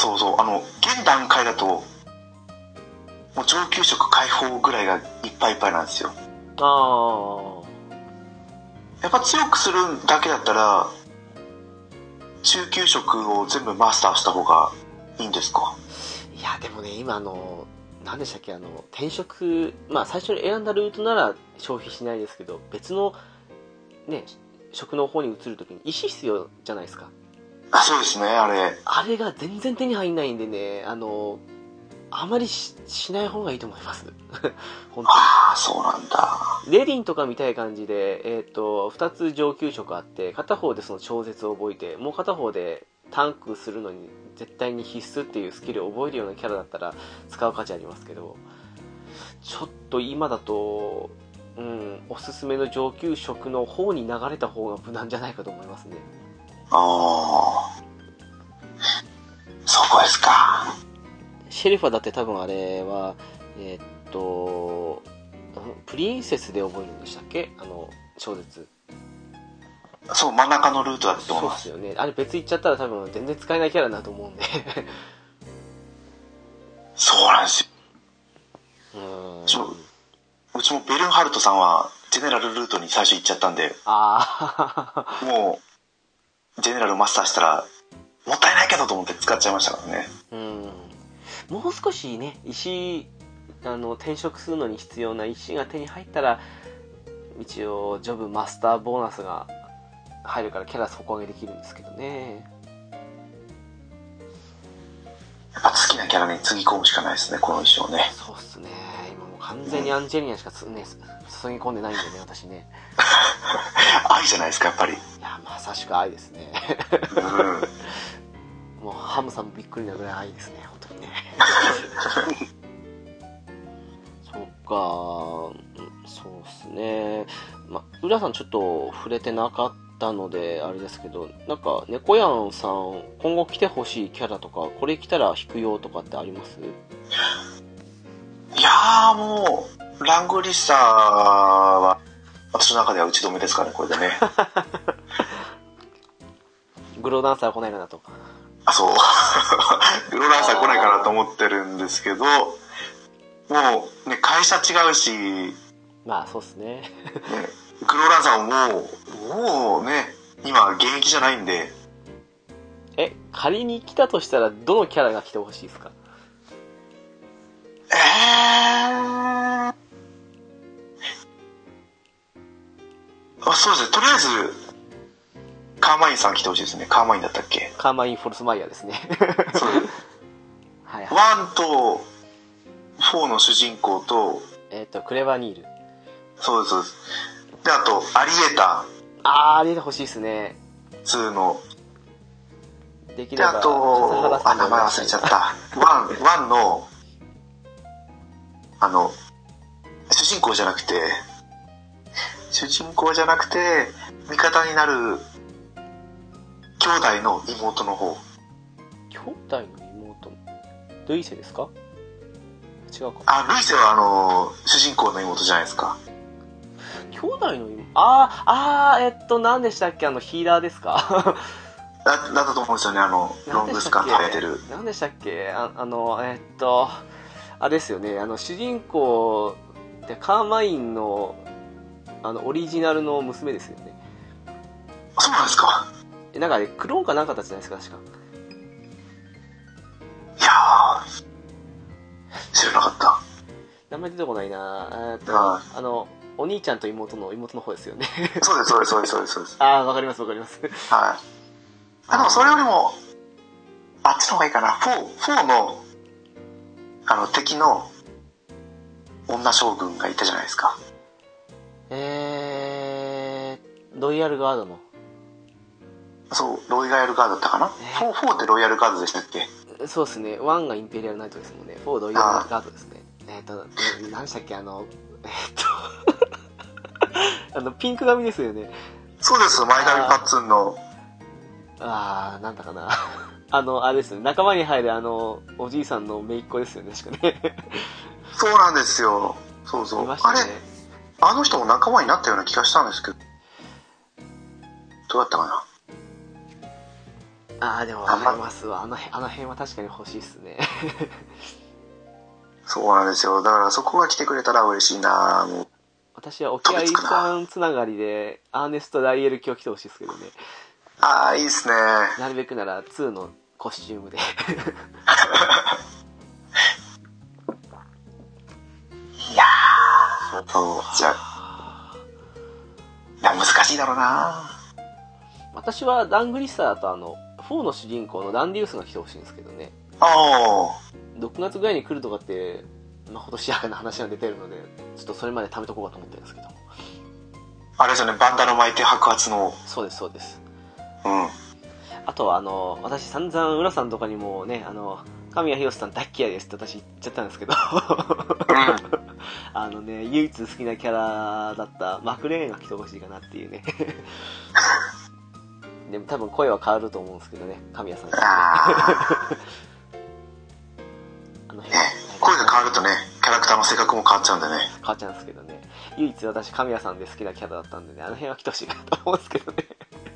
S3: そうそう、あの現段階だともう上級職解放ぐらいがいっぱいいっぱいなんですよ。
S1: ああ。
S3: やっぱ強くするだけだったら中級職を全部マスターした方がいいんですか？
S1: いやでもね、今あの何でしたっけ、あの転職、まあ最初に選んだルートなら消費しないですけど、別のね職の方に移るときに石必要じゃないですか。
S3: あ、そうですね、あれ
S1: あれが全然手に入んないんでね、あのあまり し, しない方がいいと思います本当に。
S3: ああ、そうなんだ。
S1: レディンとかみたいな感じで、えー、とふたつ上級職あって、片方でその超絶を覚えて、もう片方でタンクするのに絶対に必須っていうスキルを覚えるようなキャラだったら使う価値ありますけど、ちょっと今だと、うん、おすすめの上級職の方に流れた方が無難じゃないかと思いますね。
S3: ああ、そうですか。
S1: シェルファだって多分あれはえー、っとプリンセスで覚えるんでしたっけ、あの超絶。
S3: そう、真ん中のルートだと思います。
S1: そうですよね。あれ別行っちゃったら多分全然使えないキャラだと思うんで
S3: そうなんですよ。
S1: うーん、
S3: うちもうちもベルンハルトさんはジェネラルルートに最初行っちゃったんで、
S1: ああ
S3: もうジェネラルマスターしたらもったいないけどと思って使っちゃいましたからね。
S1: うん、もう少しね、石、あの転職するのに必要な石が手に入ったら、一応ジョブマスターボーナスが入るからキャラ底上げできるんですけどね。
S3: やっぱ好きなキャラにつぎ込むしかないですね、この衣装ね。
S1: そうっすね。今もう完全にアンジェリアしかつ、ね、注ぎ込んでないんでね、私ね。
S3: 愛じゃないですか、やっぱり。
S1: いや、まさしく愛ですね。
S3: うん、
S1: もうハムさんもびっくりなぐらい愛ですね、本当にね。そっか、そうっすね。ま、浦さんちょっと触れてなかったのであれですけど、なんか猫やんさん今後来てほしいキャラとか、これ来たら引くよとかってあります？
S3: いやー、もうラングリッサーは私の中では打ち止めですかね、これでね。
S1: グローダンサー来ないかなと。
S3: あ、そうグローダンサー来ないかなと思ってるんですけど、もうね、会社違うし、
S1: まあそうっすね。
S3: ね、グローダンサーももうもうね、今現役じゃないんで。
S1: え、仮に来たとしたらどのキャラが来てほしいですか？
S3: えー、あ、そうですね、とりあえずカーマインさん来てほしいですね。カーマインだったっけ？
S1: カーマイン・フォルスマイヤーですね。
S3: そう
S1: はいはい。
S3: ワンとフォーの主人公と、
S1: えっ、とクレバーニール。
S3: そうですそうです。で、あとアリエータ
S1: あー、あれで欲しいですね。
S3: ツーの、
S1: できれば
S3: で、あと、あ、名前忘れちゃった。ワン、ワンの、あの、主人公じゃなくて、主人公じゃなくて、味方になる、兄弟の妹の方。
S1: 兄弟の妹？ルイセですか？違うか。
S3: あ、ルイセはあの、主人公の妹じゃないですか。
S1: 兄弟の妹、あー、あー、えっと、何でしたっけ、あの、ヒーラーですか？
S3: だ、だったと思うんですよね、あの、ロングスカート履いてる。
S1: 何でしたっけ、ああの、えっと、あれですよね、あの、主人公でカーマインの、あの、オリジナルの娘ですよね。
S3: そうなんですか。
S1: え、なんかね、クローンかなんかだったじゃないですか、確か。
S3: いやー、知らなかった。
S1: 名前出てこないな。えっと、
S3: あ
S1: あの、お兄ちゃんと妹の妹の方ですよね。
S3: そうです、そうです、そうです、そうです、そうです。
S1: あー、わかります、わかります。
S3: はい。あ、でもそれよりも、あっちの方がいいかな。フォー、フォーの、あの、敵の女将軍がいたじゃないですか。
S1: えー、ロイヤルガードの。
S3: そう、ロイヤルガードだったかな、
S1: えー、
S3: フォー、フォーってロイヤルガードでしたっけ？
S1: そうですね。ワンがインペリアルナイトですもんね。フォーロイヤルガードですね。えっ、ー、と、何でしたっけ、あの、えっ、ー、と、あの、ピンク髪ですよね。
S3: そうです、前髪パッツンの。
S1: あー、なんだかな。あの、あれですね。仲間に入るあの、おじいさんの姪っ子ですよね、確かね。
S3: そうなんですよ。そうそう。
S1: いましたね。
S3: あれ、あの人も仲間になったような気がしたんですけど。どうだったかな。
S1: ああ、でも分かりますわ。あの辺、あの辺は確かに欲しいっすね。
S3: そうなんですよ。だからそこが来てくれたら嬉しいな。もう
S1: 私は沖合さんつながりでアーネスト・ライエル今日来てほしいですけどね。
S3: ああ、いいっすね。
S1: なるべくならツーのコスチュームで。
S3: いやー、そう、じゃあ、いや、難しいだろうな。
S1: 私はダングリッサーとあの、フォーの主人公のランディウスが来てほしいんですけどね。
S3: ああ。
S1: ろくがつぐらいに来るとかって、まあ、ほどしやかな話が出てるので、ちょっとそれまで貯めとこうかと思ってるんですけど。
S3: あれですよね、バンダナ巻いて白髪の。
S1: そうです、そうです。
S3: うん。
S1: あとは、あの、私散々浦さんとかにもね、あの、神谷博さん大っ嫌いですって私言っちゃったんですけど、あのね、唯一好きなキャラだったマクレーンが来てほしいかなっていうね。でも多分声は変わると思うんですけどね、神谷さん。
S3: ああの辺、ね、声が変わるとね、キャラクターの性格も変わっちゃうんでね。
S1: 変わっちゃうんですけどね。唯一私神谷さんで好きなキャラだったんでね、あの辺は来てほしいかなと思うんですけどね。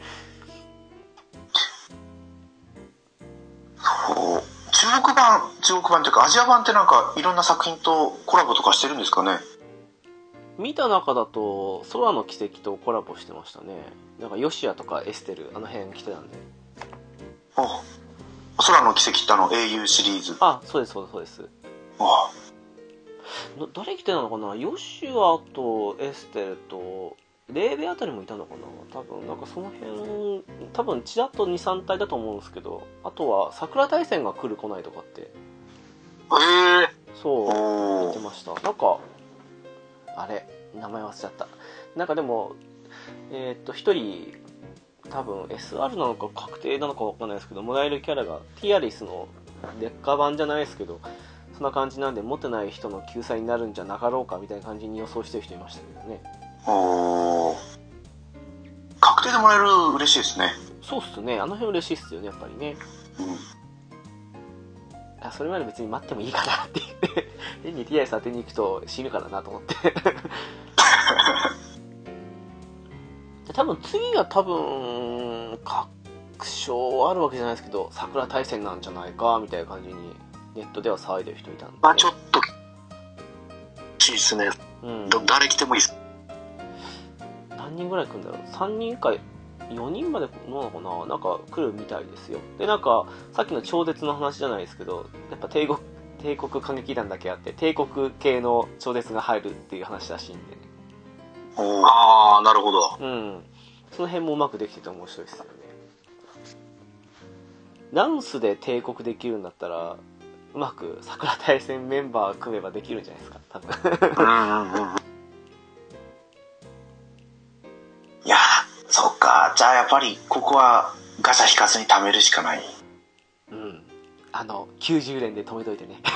S3: そう。中国版、中国版というかアジア版ってなんかいろんな作品とコラボとかしてるんですかね。
S1: 見た中だと空の奇跡とコラボしてましたね。なんかヨシアとかエステルあの辺来てたんで。
S3: あ、空の奇跡ってあの英雄シリーズ。
S1: あ、そうですそうですそうです。
S3: あ
S1: あ、誰来てたのかな。ヨシアとエステルとレーベあたりもいたのかな。多分なんかその辺多分ちらっと にさんたいだと思うんですけど、あとは桜大戦が来る来ないとかって。
S2: へえ。
S1: そう言ってました。なんかあれ名前忘れちゃった。なんかでもえー、っとひとり多分 エスアール なのか確定なのか分かんないですけど、もらえるキャラがティアリスの劣化版じゃないですけど、そんな感じなんで持ってない人の救済になるんじゃなかろうかみたいな感じに予想してる人いましたけどね。
S3: おー、確定でもらえる嬉しいですね。
S1: そうっすね、あの辺嬉しいっすよねやっぱりね。うん、それまで別に待ってもいいかなって言って変にティアリス当てに行くと死ぬからなと思って多分次が多分確証あるわけじゃないですけど桜大戦なんじゃないかみたいな感じにネットでは騒いでる人いたんで、
S2: まあちょっときついっすね、
S1: うん、
S2: 誰来てもいいっす。
S1: 何人ぐらい来るんだろう。さんにんかよにんまで来るのかな。なんか来るみたいですよ。でなんかさっきの超絶の話じゃないですけど、やっぱ帝国帝国歌劇団だけあって帝国系の超絶が入るっていう話らしいんで、ね、
S2: ああなるほど。
S1: うん、その辺もうまくできてて面白いですよね。ランスで帝国できるんだったらうまく桜大戦メンバー組めばできるんじゃないですか多分うんうん、うん、
S3: いやー、そっか。じゃあやっぱりここはガチャ引かずに貯めるしかない。
S1: うん、あのきゅうじゅう連で止めといてね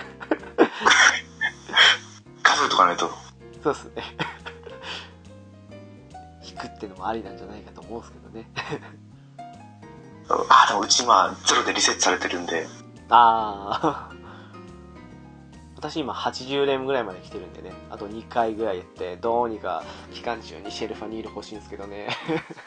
S3: 数えとかないと。
S1: そうっすね引くってのもありなんじゃないかと思うんですけどね
S3: あ、でもうち今ゼロでリセットされてるんで。
S1: ああ私今はちじゅう連ぐらいまで来てるんでね、あとにかいぐらいやってどうにか期間中にシェルファニール欲しいんですけどね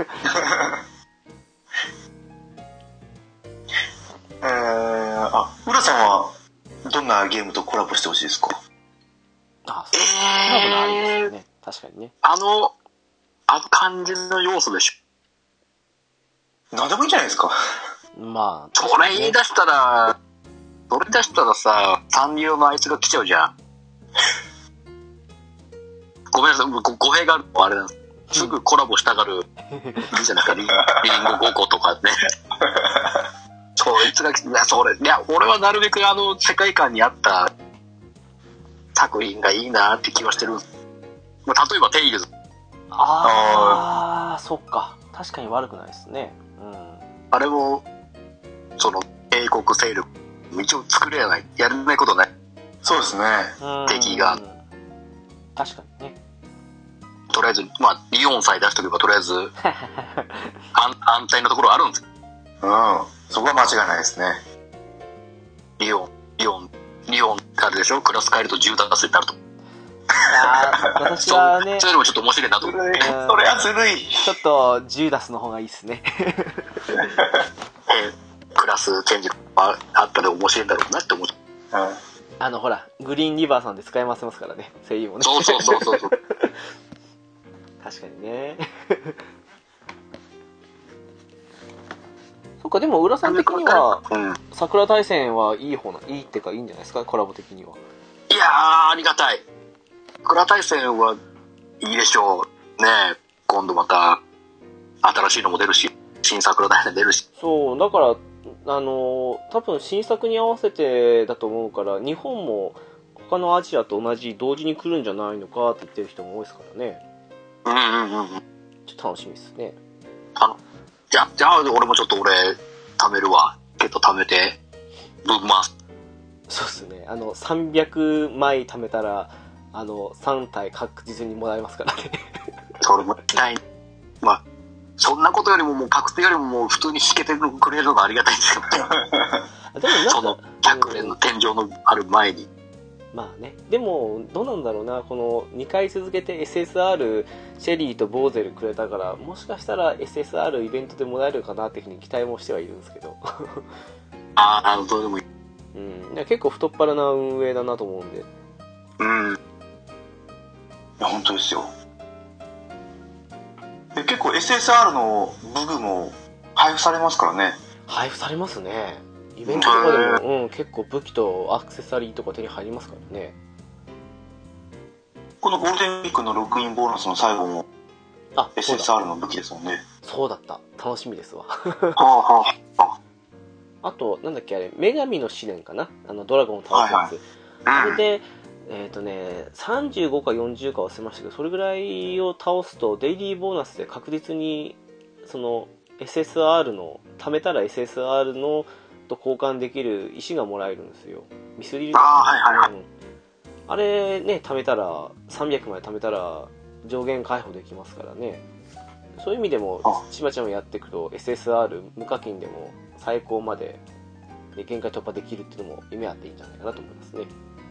S3: えー、あ、浦さんはどんなゲームとコラボしてほしいですか？
S1: あ、そう、えー、コラボのありですよね。確かにね。
S2: あのあの感じの要素でし
S3: ょ。何でもいいんじゃないですか。
S1: まあ、
S2: それ言い出したらそれ出したらさ、サンリオのあいつが来ちゃうじゃん。ごめんなさい、ご語弊があるのあれなんです。すぐコラボしたがる、いいじゃないか、リンゴごことかね。そいつが来て、いや、それ、いや、俺はなるべくあの世界観に合った作品がいいなって気はしてる。まあ、例えば、テイルズ。
S1: ああ、そっか。確かに悪くないですね。うん。
S2: あれも、その、帝国勢力。一応作れない、やれないことない。
S3: そうですね。
S2: 敵が。
S1: 確かにね。
S2: とりあえず、まあ、リオンさえ出しとけば、とりあえず、安, 安泰なところはあるんです。
S3: うん。そこは間違いないですね。
S2: リオン、リオン、リオンってあれでしょ、クラス変えるとじゅうダースになると。
S1: や私はね、
S2: それよりもちょっと面白いなと思って。
S3: それはずるい。
S1: ちょっとジューダスの方がいいっすね。
S2: えー、クラスチェンジがあったら面白いんだろうなって思って。
S3: うん、
S1: あのほらグリーンリバーさんで使い回せますからね、声優もね。
S2: そうそうそうそうそう。
S1: 確かにね。そっか、でも浦さん的には、うん、桜大戦はいい方な、いいってかいいんじゃないですか、コラボ的には。
S2: いやー、ありがたい。桜大戦はいいでしょうね。今度また新しいのも出るし、新桜大戦出るし。
S1: そうだから、あの多分新作に合わせてだと思うから、日本も他のアジアと同じ同時に来るんじゃないのかって言ってる人も多いですからね。
S2: うんうんうんうん。
S1: ちょっと楽しみですね。
S2: あのじゃあじゃあ俺もちょっと俺貯めるわ。けど貯めてぶん回す。
S1: そうですね。あのさんびゃくまい貯めたらあのさん体確実にもらえますからね。
S2: それもない。まあそんなことよりももう確定よりももう普通に引けてくれるのがありがたいんですけど。でもなんかそのひゃくえんの天井のある前に。
S1: まあね、でもどうなんだろうな、このにかい続けて エスエスアール シェリーとボーゼルくれたから、もしかしたら エスエスアール イベントでもらえるかなっていうふうに期待もしてはいるんですけど。
S2: ああ、どうでもいい。
S1: うん、結構太っ腹な運営だなと思うんで。
S2: うん。い
S3: や本当ですよ。え結構 エスエスアール の武具も配布されますからね。
S1: 配布されますね。イベントとかでも、うん、結構武器とアクセサリーとか手に入りますからね。
S3: このゴールデンウィークのログインボーナスの最後もあ エスエスアール の武器ですもんね。
S1: そうだった。楽しみですわ。
S3: はあは
S1: あ、あとなんだっけあれ、女神の試練かな、あのドラゴンを倒すやつ、はいはい、それでえっ、ー、とねさんじゅうごかよんじゅうか忘れましたけど、それぐらいを倒すとデイリーボーナスで確実にその エスエスアール の貯めたら エスエスアール のと交換できる石がもらえるんですよ。ミスリル、
S2: ああはいはいはい、うん、
S1: あれね貯めたらさんびゃくまで貯めたら上限解放できますからね。そういう意味でもちまちまやっていくと エスエスアール 無課金でも最高まで限界突破できるっていうのも夢あっていいんじゃないかなと思いますね。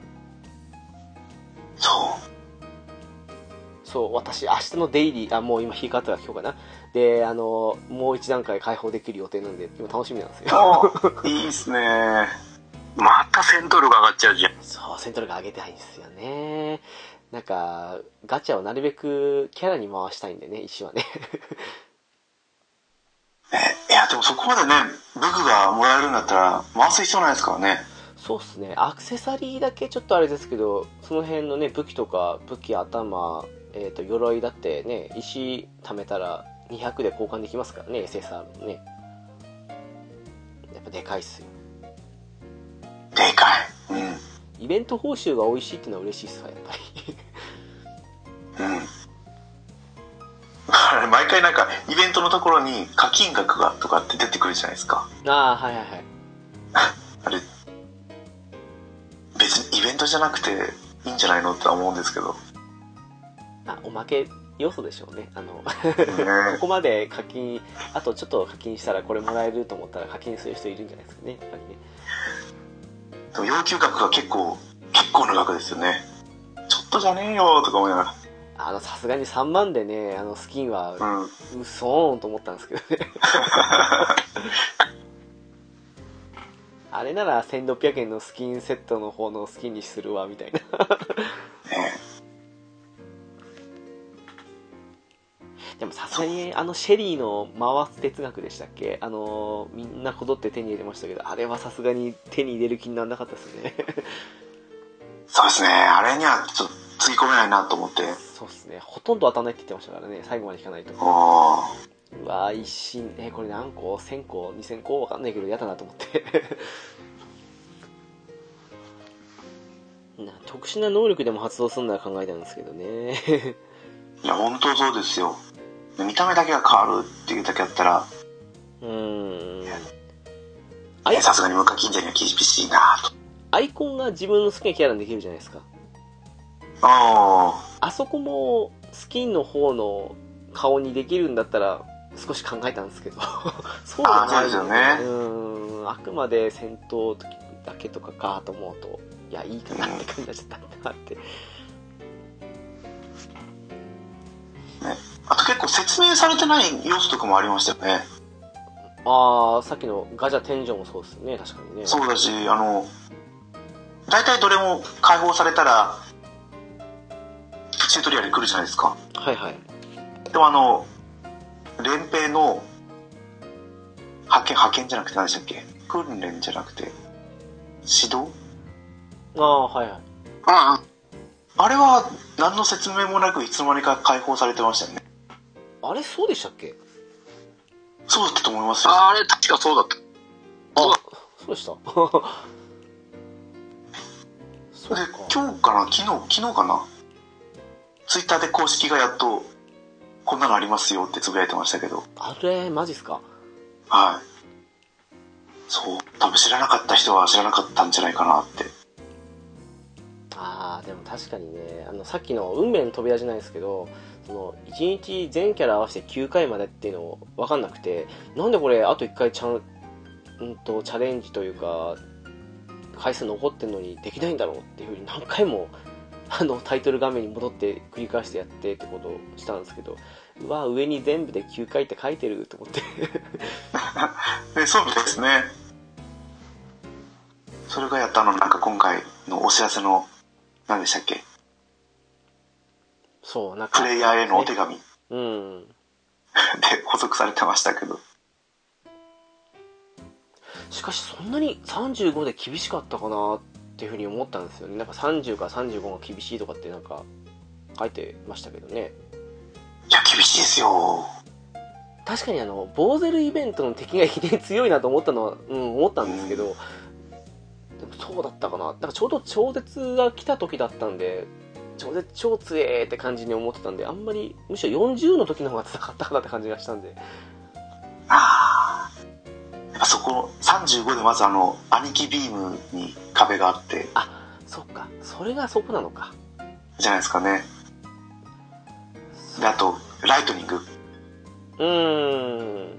S3: そう
S1: そう、私明日のデイリー、あもう今日変わったら今日かなで、あのもう一段階解放できる予定なんで今楽しみなんですよ。
S3: いいっすね。
S2: また戦闘力上がっちゃうじゃん。
S1: そう、戦闘力上げたいんですよね。なんかガチャをなるべくキャラに回したいんでね、石はね。
S3: えいやでもそこまでね武具がもらえるんだったら回す必要ないですからね。
S1: そうっすね。アクセサリーだけちょっとあれですけど、その辺のね武器とか武器頭、えー、と鎧だってね、石貯めたらにひゃくで交換できますからね、 エスエスアール のね。やっぱでかいっすよ。
S3: でかい。うん。
S1: イベント報酬が美味しいっていうのは嬉しいっすわ、やっぱ
S3: り。うん。あれ毎回なんかイベントのところに課金額がとかって出てくるじゃないですか。
S1: ああはいはいはい。
S3: あれ別にイベントじゃなくていいんじゃないのって思うんですけど。
S1: あ、おまけ要素でしょうね。あの、
S3: ね、
S1: ここまで課金、あとちょっと課金したらこれもらえると思ったら課金する人いるんじゃないですかね、やっぱりね。
S3: でも要求額が結構結構な額ですよね。ちょっとじゃねえよとか思いながら。
S1: あのさすがにさんまんでね、あのスキンは、うん、うそーんと思ったんですけどね。あれならせんろっぴゃくえんのスキンセットの方のスキンにするわみたいな。でもさすがにあのシェリーの回す哲学でしたっけ、あのみんなこぞって手に入れましたけど、あれはさすがに手に入れる気にならなかったですね。
S3: そうですね、あれにはちょっとつぎ込めないなと思って。
S1: そうですね、ほとんど当たんないって言ってましたからね、最後まで引かないと。うわー一心、えこれ何個せんこにせんこわかんないけど嫌だなと思って。な特殊な能力でも発動するなら考えたんですけどね。
S3: いや本当そうですよ。見た目だけが変わるっていうだけだったら、
S1: うーん、
S3: さすがに無課金じゃには厳しいなと。
S1: アイコンが自分の好きなキャラにできるじゃないですか。
S3: あ
S1: あそこもスキンの方の顔にできるんだったら少し考えたんですけど。そうじゃないですよね。うん、あくまで戦闘時だけとかかと思うと、いやいいかなって感じになっちゃったなって。
S3: あと結構説明されてない要素とかもありましたよね。
S1: ああ、さっきのガチャ天井もそうですよね、確かにね。
S3: そうだし、あの、大体どれも解放されたら、チュートリアルに来るじゃないですか。
S1: はいはい。
S3: でもあの、連兵の派遣、派遣じゃなくて何でしたっけ？訓練じゃなくて、指導？
S1: ああ、はいはい。
S2: うんうん。
S3: あれは何の説明もなくいつの間にか解放されてましたよね。
S1: あれ、そうでしたっけ？
S3: そうだったと思いますよ。
S2: あれ、確かそうだった。
S1: あ、そうでした。そう
S3: で、
S1: か。
S3: 今日かな昨日、昨日かなツイッターで公式がやっと、こんなのありますよってつぶやいてましたけど。
S1: あれ、マジっすか？
S3: はい。そう、多分知らなかった人は知らなかったんじゃないかなって。
S1: ああ、でも確かにね、あの、さっきの運命の扉じゃないですけど、その、いちにち全キャラ合わせてきゅうかいまでっていうの分かんなくて、なんでこれ、あといっかいちゃん、うんと、チャレンジというか、回数残ってんのにできないんだろうっていうふうに何回も、あの、タイトル画面に戻って繰り返してやってってことをしたんですけど、うわ、上に全部できゅうかいって書いてると思って。
S3: で、そうですね。それがやったの、なんか今回のお知らせの、何でしたっけ？
S1: そう、なんか、
S3: プレイヤーへのお手紙で
S1: うん。
S3: 補足されてましたけど。
S1: しかしそんなにさんじゅうごで厳しかったかなっていうふうに思ったんですよね。なんかさんじゅうからさんじゅうごが厳しいとかってなんか書いてましたけどね。
S3: いや、厳しいですよ。
S1: 確かにあの、ボーゼルイベントの敵が非常に強いなと思ったのは、うん、思ったんですけど、でもそうだったかな。なんかちょうど超絶が来た時だったんで、超絶超強えって感じに思ってたんで、あんまり、むしろよんじゅうの時の方が強かったかなって感じがしたんで。
S3: ああ。やっぱそこ、さんじゅうごでまずあの、兄貴ビームに壁があって。
S1: あ、そっか。それがそこなのか。
S3: じゃないですかね。で、あと、ライトニング。
S1: うーん。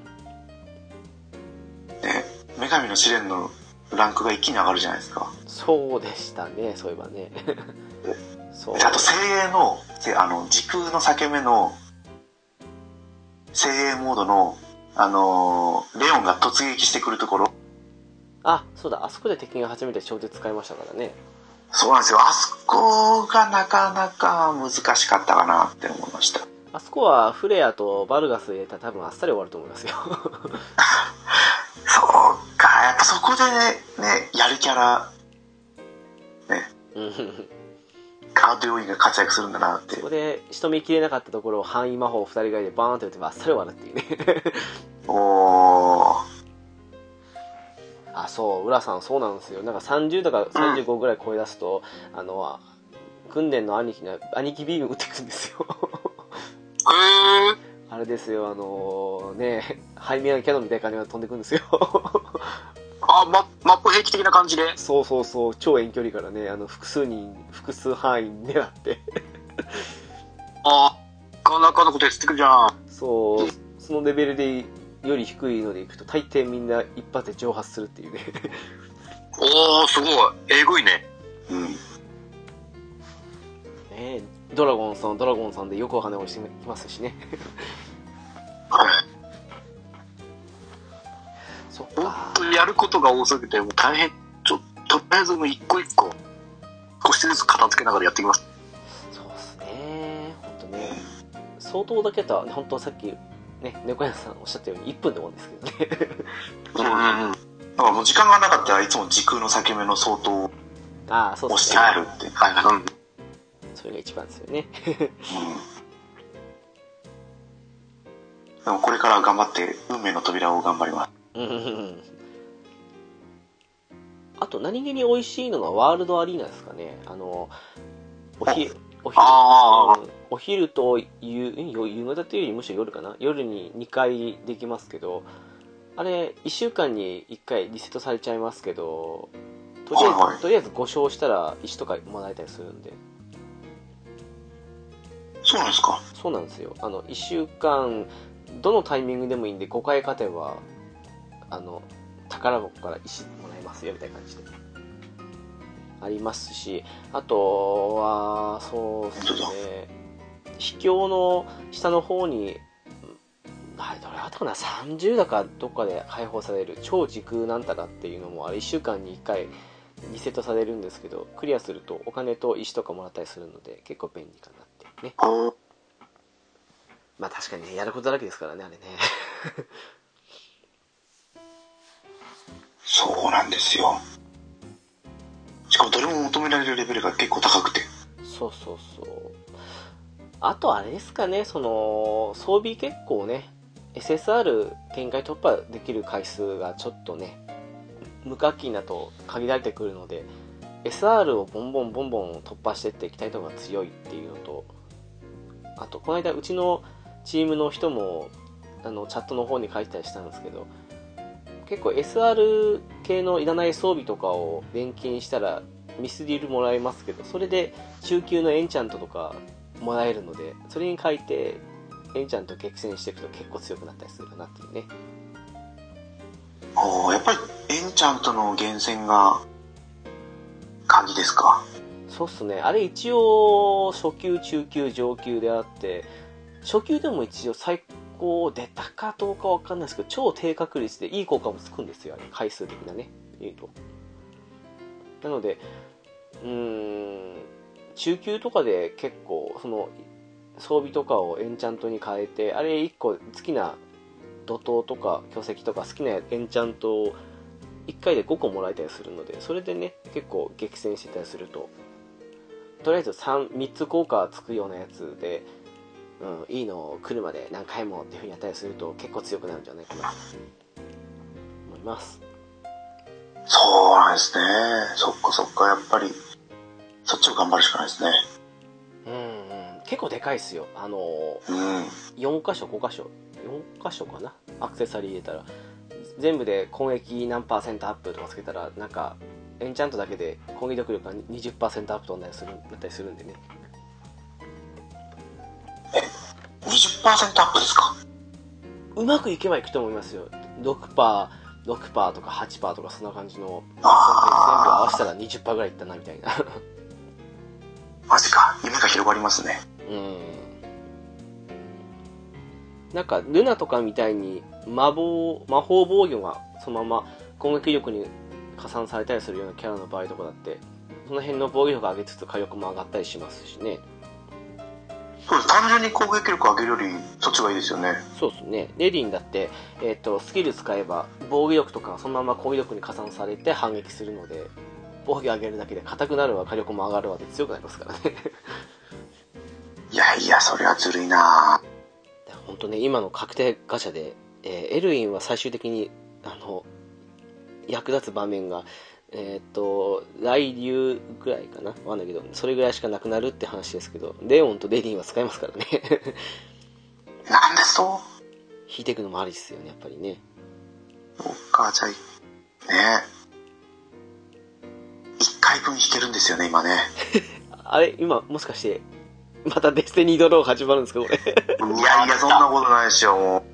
S3: で、女神の試練のランクが一気に上がるじゃないですか。
S1: そうでしたね、そういえばね。そう。
S3: で、あと精鋭の、あの、時空の裂け目の、精鋭モードの、あのー、レオンが突撃してくるところ。
S1: あ、そうだ、あそこで敵が初めて超絶使いましたからね。
S3: そうなんですよ。あそこがなかなか難しかったかなって思いました。
S1: あそこはフレアとバルガス入れたら多分あっさり終わると思いますよ。
S3: そうか、やっぱそこでね、ねやるキャラ、ね、カード要員が活躍するんだなって。
S1: そこで仕留めきれなかったところを範囲魔法ふたりがいでバーンって打てばあっさり終わるっていうね。
S3: おー。
S1: あ、そう、浦さんそうなんですよ。なんかさんじゅうだからさんじゅうごぐらい超え出すと、うん、あの、訓練の兄貴が、兄貴ビーム打ってくるんですよ。
S2: へー。
S1: あれですよ、あのー、ね、ハイメアキャノンみたいな感じが飛んでくるんですよ。
S2: あ、ママップ兵器的な感じで。
S1: そうそうそう、超遠距離からね、あの、複数人、複数範囲狙って。
S2: あ、なかなかのことやってくるじゃん。
S1: そう、そのレベルでより低いのでいくと、大抵みんな一発で蒸発するっていうね。
S2: おー、すごい。えぐいね。
S3: うん。
S1: ね、ドラゴンさんドラゴンさんで横跳ねをしてきますしね。そっか。
S2: 本当にやることが多すぎて、もう大変。ちょっと、とりあえずもう一個一個、少しずつ片付けながらやっていきます。
S1: そうですね。本当ね。相当だけとは、本当さっき、ね、猫屋さんおっしゃったようにいっぷんで終わるんですけどね。
S3: うんうんうん。だからもう時間がなかったらいつも時空の裂け目の相当を
S1: ああ、そうです
S3: ね。押してあるって。はいはい。うん。
S1: それが一番ですよね。
S3: うん。でもこれから頑張って運命の扉を頑張ります。
S1: うん。あと何気に美味しいのがワールドアリーナですかね。あの、おひ、お昼、うん、お昼と夕、夕方というよりむしろ夜かな。夜ににかいできますけど、あれ、いっしゅうかんにいっかいリセットされちゃいますけど、とりあえず、はいはい、とりあえずご勝したら石とかもらえたりするんで。
S3: そうなんですか？
S1: そうなんですよ。あの、いっしゅうかん、どのタイミングでもいいんでごかい勝てば、あの、宝箱から石もらえますよみたいな感じで。ありますし、あとは、そうですね。 秘境の下の方に、あれどれあったかな、さんじゅうだかどっかで開放される超時空なんたらっていうのも、あれいっしゅうかんにいっかいリセットされるんですけど、クリアするとお金と石とかもらったりするので結構便利かなってね。まあ確かにね、やることだらけですからね、あれね。
S3: そうなんですよ。しかもどれも求められるレベルが結構高くて。
S1: そうそうそう。あとあれですかね、その装備結構ね、エスエスアール 限界突破できる回数がちょっとね、無課金だと限られてくるので、 エスアール をボンボンボンボン突破していっていきたいとが強いっていうのと、あとこの間うちのチームの人もあのチャットの方に書いてたりしたんですけど、結構 エスアール 系のいらない装備とかを錬金したらミスリルもらえますけど、それで中級のエンチャントとかもらえるので、それに書いてエンチャント激戦していくと結構強くなったりするかなっていうね。
S3: おー、やっぱりエンチャントの厳選が鍵ですか。
S1: そうっすね。あれ一応初級中級上級であって、初級でも一応最高出たかどうかわかんないですけど、超低確率でいい効果もつくんですよ、あれ回数的なね言うと。なのでうーん中級とかで結構その装備とかをエンチャントに変えて、あれいっこ好きな怒涛とか巨石とか好きなエンチャントをいっかいでごこもらえたりするので、それでね結構激戦してたりすると、とりあえず 3, 3つ効果つくようなやつで、うん、いいの来るまで何回もっていう風にやったりすると結構強くなるんじゃないかなと思います。
S3: そうなんですね。そっかそっか、やっぱりそっちを頑張るしかないですね。
S1: うん、うん、結構でかいっすよ。あの
S3: うん、
S1: よん箇所ご箇所よん箇所かな、アクセサリー入れたら全部で攻撃何パーセントアップとかつけたら、なんかエンチャントだけで攻撃力が にじゅっパーセント アップとなったりする、なったりするんでね。
S3: え、にじゅっパーセント アップですか。
S1: うまくいけばいくと思いますよ。ろくパーろくパーとか はちパー とかそんな感じの全部合わせたら にじゅっパーセント ぐらいいったなみたいな。
S3: マジか、夢が広がりますね。
S1: うん。なんかルナとかみたいに魔法魔法防御がそのまま攻撃力に加算されたりするようなキャラの場合とかだって、その辺の防御力を上げつつ火力も上がったりしますしね。
S3: そうです、単純に攻撃力上げるよりそっちがいいですよね。
S1: そうですね。レディンだって、えーと、スキル使えば防御力とかそのまま攻撃力に加算されて反撃するので、防御上げるだけで硬くなるわ火力も上がるわで強くなりますからね。
S3: いやいや、それはずるいな。
S1: 本当ね、今の確定ガチャで、えー、エルウィンは最終的にあの役立つ場面がえっ、ー、と雷竜ぐらいかな、わかんないけどそれぐらいしかなくなるって話ですけど、レオンとレディンは使えますからね。
S3: なんでそう
S1: 引いていくのもありですよね、やっぱりね。
S3: そっか、じゃあねいっかいぶん引けるんですよね今ね。
S1: あれ今もしかしてまたデスティニードロー始まるんですかこれ。
S3: いやいや、そんなことないですよ。もう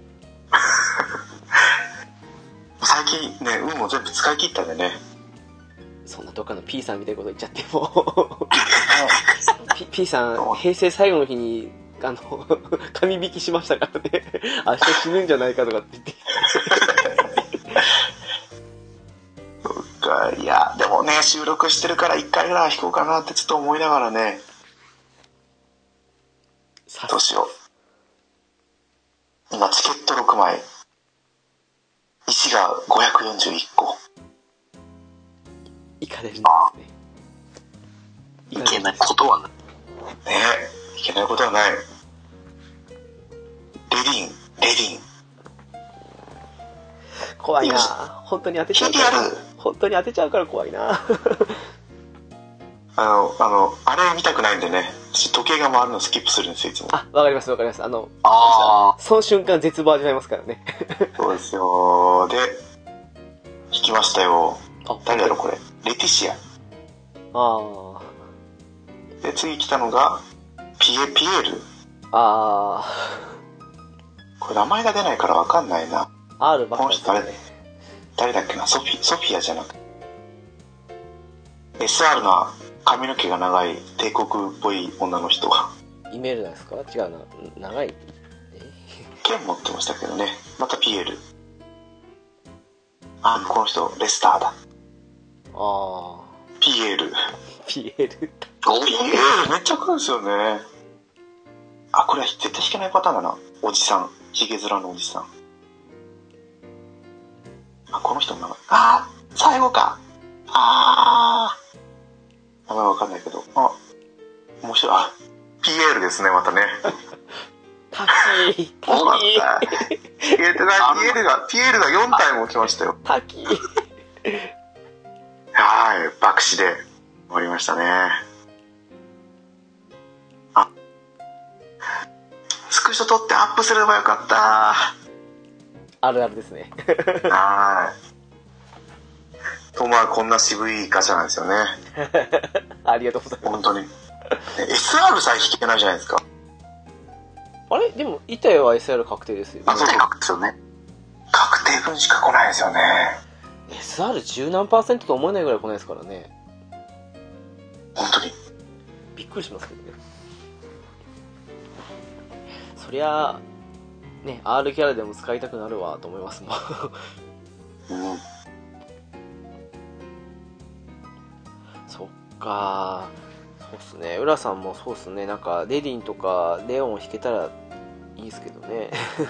S3: 最近ね、運も全部使い切ったんでね。
S1: そんなどっかの P さんみたいなこと言っちゃってもP, P さん平成最後の日にあの紙引きしましたからね。明日死ぬんじゃないかとかって言って
S3: そっか。いやでもね、収録してるからいっかいぐらい引こうかなってちょっと思いながらね。どうしよう。今チケットろくまい、石がごひゃくよんじゅういっこ。
S1: いかれるんですね。
S2: いけないことはない。
S3: ねえ、いけないことはない。レディン、レディン。
S1: 怖いな。本当に当てちゃうから。本当に当てちゃうから怖いな。
S3: あの、あの、あれ見たくないんでね、時計が回るのスキップするんですよ、いつも。
S1: あ、わかります、わかります。あの、
S2: あ
S1: その瞬間絶望味わいますからね。
S3: そうですよ。で、引きましたよ。誰だろう、これ。レティシア。
S1: ああ。
S3: で、次来たのが、ピエ、ピエール。
S1: ああ。
S3: これ名前が出ないからわかんないな。
S1: R ばっかり、
S3: ね。誰、誰だっけな、ソフィ、ソフィアじゃなくて。エスアール の髪の毛が長い帝国っぽい女の人が。
S1: イメールなんですか？違うな。長い。
S3: 剣持ってましたけどね。またピエール。あ、この人、レスターだ。
S1: ああ。
S3: ピエール。
S1: ピエール。
S3: ピエールめっちゃ来るんですよね。あ、これは絶対弾けないパターンだな。おじさん。ヒゲ面のおじさん。あ、この人の名前。あー、最後か。あー。名前わかんないけど。あ、面白い。あ、ピエールですね、またね。
S1: タキー。
S3: タキー。ピエールが、ピエールが、ピエールがよん体も来ましたよ。
S1: タキー。
S3: はい、爆死で終わりましたね。あ、スクショ撮ってアップすればよかった。
S1: あるあるですね。
S3: はい。とまあこんな渋いガチャなんですよね。
S1: ありがとうございます。
S3: 本当に。エスアール さえ引けないじゃないですか。
S1: あれでも板谷は エスアール 確定ですよね。
S2: あ、そう確定ですよね。
S3: 確定分しか来ないですよね。
S1: エスアールじゅう 何パーセントと思えないぐらい来ないですからね。
S3: 本当に。
S1: びっくりしますけどね。そりゃね、R キャラでも使いたくなるわと思いますもん。
S3: うん。
S1: そっかー。そうっすね。浦さんもそうっすね。なんかレディンとかレオン弾けたらいいですけどね。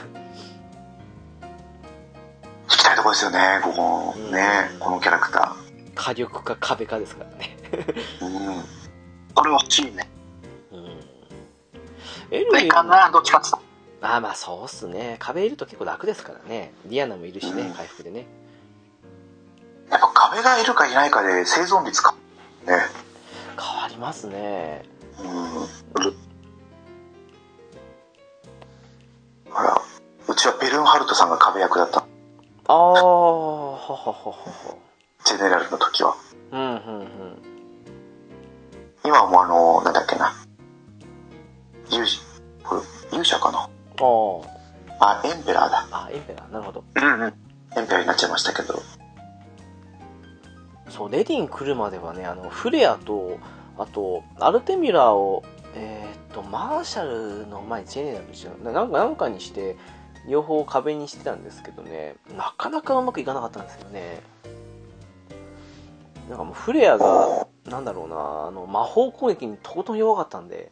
S3: 弾きたいとこですよね、ここ、うん、ね、このキャラクター。
S1: 火力か壁かですからね。
S3: うん。
S2: これは欲しいね。
S1: うん。
S2: エルいいかな、どっちかって言った。
S1: まあまあそうっすね。壁いると結構楽ですからね。ディアナもいるしね、うん、回復でね。
S3: やっぱ壁がいるかいないかで生存率かね。
S1: 変わりますね。
S3: うん。あら、うちはベルンハルトさんが壁役だった。
S1: ああ、はははは。
S3: ジェネラルの時は。
S1: うんうんうん。
S3: 今はもうあのなんだっけな。勇者、これ勇者かな。
S1: あ
S3: あ。あ、エンペラーだ。
S1: あ、エンペラー、なるほど。
S3: うんうん。エンペラーになっちゃいましたけど。
S1: そう、レディン来るまではね、あのフレアとあとアルテミュラーをえー、っとマーシャルの前にジェネラルじゃん、なんかなんかにして両方壁にしてたんですけどね、なかなかうまくいかなかったんですよね。なんかもうフレアがなんだろうな、あの魔法攻撃にとことん弱かったんで。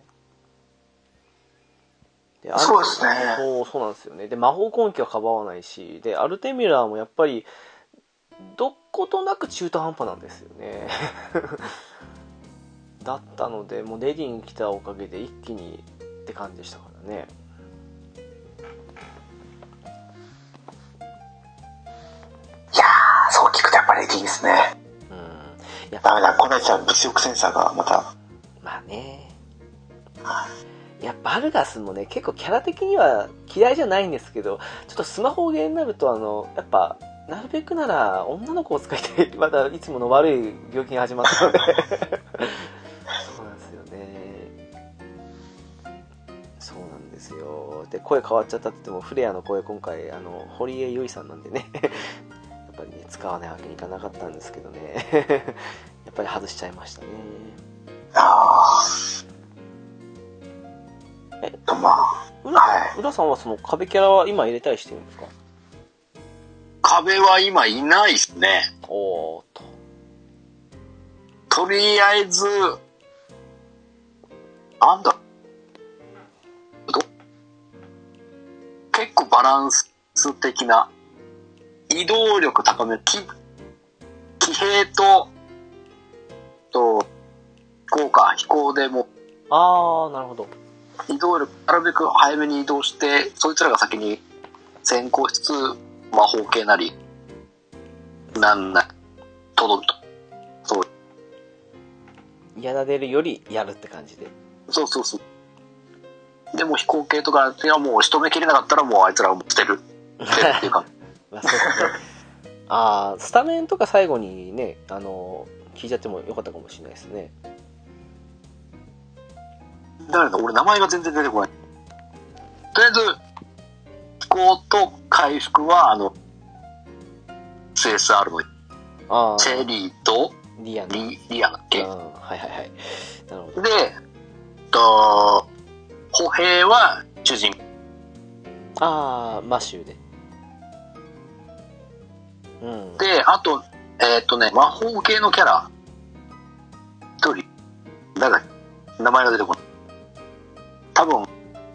S1: で
S3: そうですね。
S1: そうそうなんですよね。で魔法攻撃はかばわないし、でアルテミュラーもやっぱりどことなく中途半端なんですよね。だったので、もうレディン来たおかげで一気にって感じでしたからね。
S3: いやー、そう聞くとやっぱりレディンですね。
S1: うん。いや
S3: ダメだ、この人は物欲センサーがまた。
S1: まあね。
S3: はい。
S1: いや、バルガスもね、結構キャラ的には嫌いじゃないんですけど、ちょっとスマホゲーになると、あの、やっぱ、なるべくなら女の子を使いたい。まだいつもの悪い病気が始まったので。そうなんですよね。そうなんですよ。で、声変わっちゃったって言っても、フレアの声今回、あの、堀江由衣さんなんでね。やっぱりね、使わないわけにいかなかったんですけどね。やっぱり外しちゃいましたね。
S3: ああ。
S1: えっ
S3: と、まあ。
S1: 浦、
S3: はい、
S1: 浦さんはその壁キャラは今入れたりしてるんですか？
S2: 壁は今いないっすね。
S1: おーっと。
S2: とりあえず、なんだ結構バランス的な移動力高め、騎兵と、と、飛行か、飛行でも、
S1: あー、なるほど。
S2: 移動力、なるべく早めに移動して、そいつらが先に先行しつつ、魔法系なり、なんな、届くと。そう。
S1: やられるよりやるって感じで。
S2: そうそうそう。でも飛行系とかっていうのはもう仕留めきれなかったらもうあいつらを捨てる。捨てるっていうか。
S1: まあそうですね。ああ、スタメンとか最後にね、あの、聞いちゃってもよかったかもしれないですね。
S2: 誰だ、俺名前が全然出てこない。とりあえず、飛行と回復は、あの、エスエスアール の
S1: あ
S2: チェリーと
S1: リアナ。
S2: リリアナっけ、
S1: うん、はいはいはい。なるほど。
S2: で、と、
S1: ああ、マシューで。うん。
S2: で、あと、えー、っとね、魔法系のキャラ、一人、誰だっけ、名前が出てこない。多分、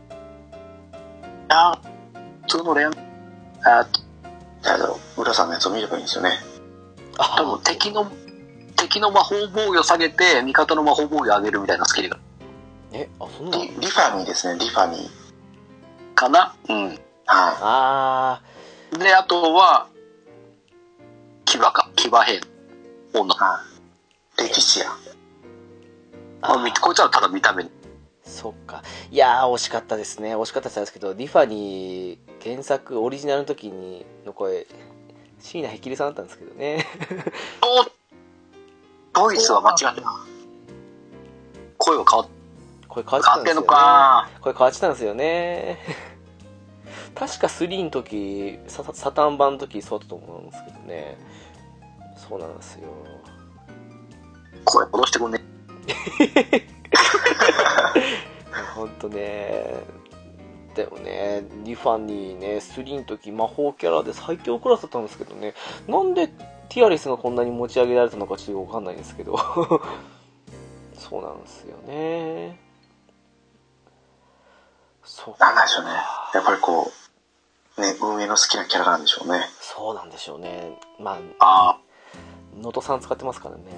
S2: あ普通の連、あ
S3: 誰だろう、浦さんのやつを見ればいいんですよね。
S2: 多分敵の、敵の魔法防御下げて、味方の魔法防御上げるみたいなスキルが。
S1: え、あ、そんなの
S3: リリファニーですね、リファニー。
S2: かな、うん。
S3: はい。
S1: あ
S2: で、あとは、騎馬か、騎馬兵の女。
S3: はい。レティシア。
S1: あ
S2: まあ、こいつはただ見た目に。
S1: そっか。いやー、惜しかったですね。惜しかったですけど、リファニー、原作、オリジナルの時にの声、椎名ヘキリさんだったんですけどね。
S2: おボイスは間違ってた。声は変わっ
S1: 声変わっちゃったんですよね。
S2: 変わってんのか
S1: 声変わっちゃったんですよね。確かスリーの時、サ, サタン版の時そうだったと思うんですけどね。そうなんですよ。
S2: 声戻してくんね。
S1: ほんとね。でもね、リファニーね、スリーの時魔法キャラで最強クラスだったんですけどね、なんでティアレスがこんなに持ち上げられたのかちょっとよくわかんないんですけど。そうなんですよね。そう
S3: なんなんでしょうね。やっぱりこう、ね、運営の好きなキャラなんでしょうね。
S1: そうなんでしょうね。ま
S2: あ
S1: あ、能登さん使ってますからね。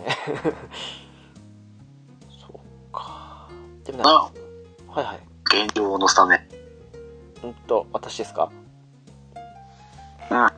S1: そうか。でもな、
S2: あ、
S1: はいはい。
S2: 現状のスタメン。
S1: うんと、私ですか？
S2: うん。
S3: は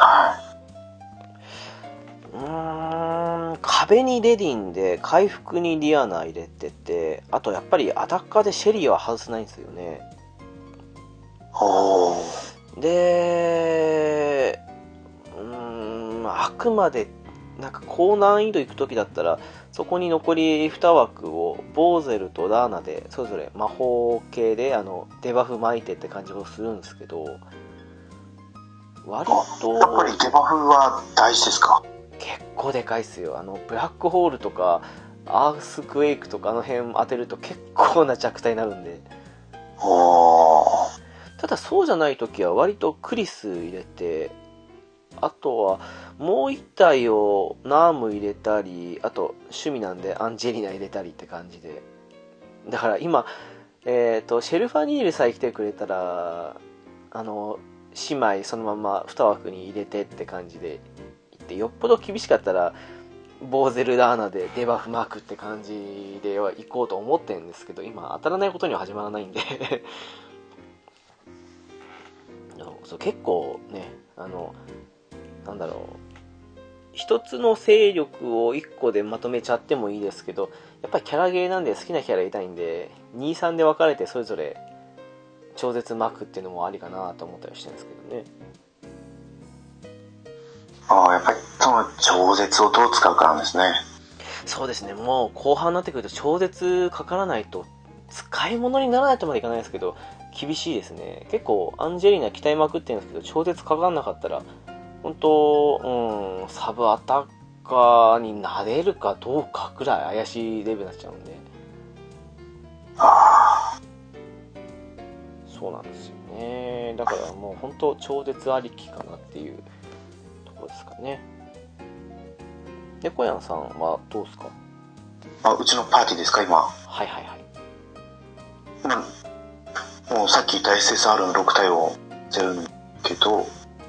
S1: うーん、壁にレディンで回復にリアナ入れてて、あとやっぱりアタッカーでシェリーは外せないんですよね。
S3: い。おー。
S1: で、うーん、あくまでなんか高難易度行く時だったらそこに残りに枠をボーゼルとラーナでそれぞれ魔法系であのデバフ巻いてって感じをするんですけど、割と
S3: やっぱりデバフは大事ですか？
S1: 結構でかいっすよ。あのブラックホールとかアースクエイクとかあの辺当てると結構な弱体になるんで。
S3: おー。
S1: ただそうじゃない時は割とクリス入れて、あとはもう一体をナーム入れたり、あと趣味なんでアンジェリナ入れたりって感じで、だから今えっとシェルファニールさえ来てくれたらあの姉妹そのままに枠に入れてって感じでいって、よっぽど厳しかったらボーゼルラーナでデバフマークって感じでは行こうと思ってるんですけど、今当たらないことには始まらないんでそう結構ね、あのなんだろう、一つの勢力を一個でまとめちゃってもいいですけど、やっぱりキャラゲーなんで好きなキャラいたいんでにさんで分かれてそれぞれ超絶巻くっていうのもありかなと思ったりしてるんですけどね。
S3: ああ、やっぱりその超絶をどう使うかなんですね。
S1: そうですね、もう後半になってくると超絶かからないと使い物にならないとまでいかないですけど厳しいですね。結構アンジェリーナ鍛えまくってるんですけど、超絶かかんなかったら本当、うん、サブアタッカーになれるかどうかくらい怪しいレベルになっちゃうんで。
S3: ああ。
S1: そうなんですよね。だからもう本当超絶ありきかなっていうところですかね。で、小山さんはどうですか？
S3: あ、うちのパーティーですか、今。
S1: はいはいはい。
S3: うん、もうさっき言った エスエスアール のろく体をしてるんけど、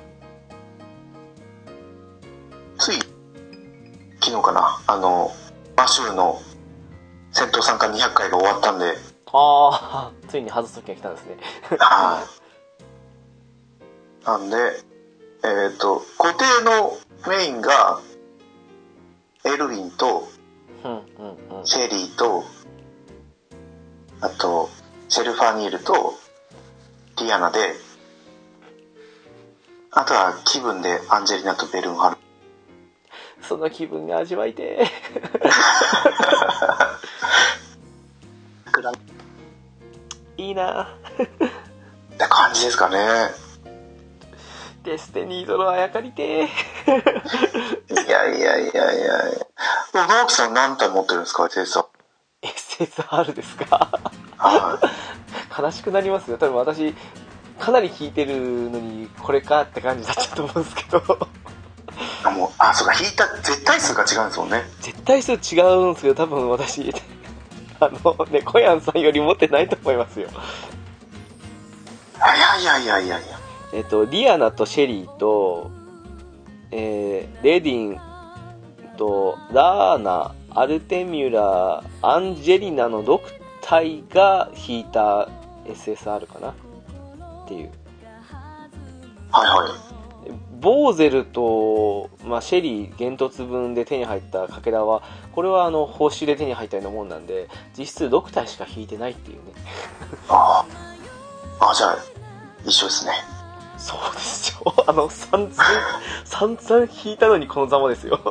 S3: つい昨日かな、あのマッシュルの戦闘参加にひゃっかいが終わったんで、
S1: ああ、ついに外す時が来たんですね。
S3: はいなんでえっ、と固定のメインがエルヴィンと
S1: うんうんうん。
S3: シェリーと、あとシェルファニールとディアナで、あとは気分でアンジェリナとベルンハル。
S1: その気分が味わいていいな
S3: って感じですかね。
S1: デスティニードのあやかりて
S3: いやいやいやいやいや。直樹さん何体持ってるんですか、エスエスアール。
S1: エスエスアール ですか？
S3: は
S1: 悲しくなりますよ。多分私かなり弾いてるのにこれかって感じだったと思うんですけど
S3: あ、もう、あ、そうか、弾いた絶対数が違うんですもんね。
S1: 絶対数違うんですけど、多分私あのね、小山さんより持ってないと思いますよ。
S3: いやいやいやいやいや。
S1: えっと、リアナとシェリーと、えー、レディンと、ラーナ、アルテミュラ、アンジェリナのろく体が弾いた エスエスアール かなっていう。
S3: はいはい。
S1: ボーゼルと、まあ、シェリー幻突分で手に入ったかけらは、これはあの報酬で手に入ったようなもんなんで、実質ろく体しか引いてないっていうね。
S3: ああ。あ、じゃあ、一緒ですね。
S1: そうですよ。あの、散々、散々引いたのにこのざまですよ。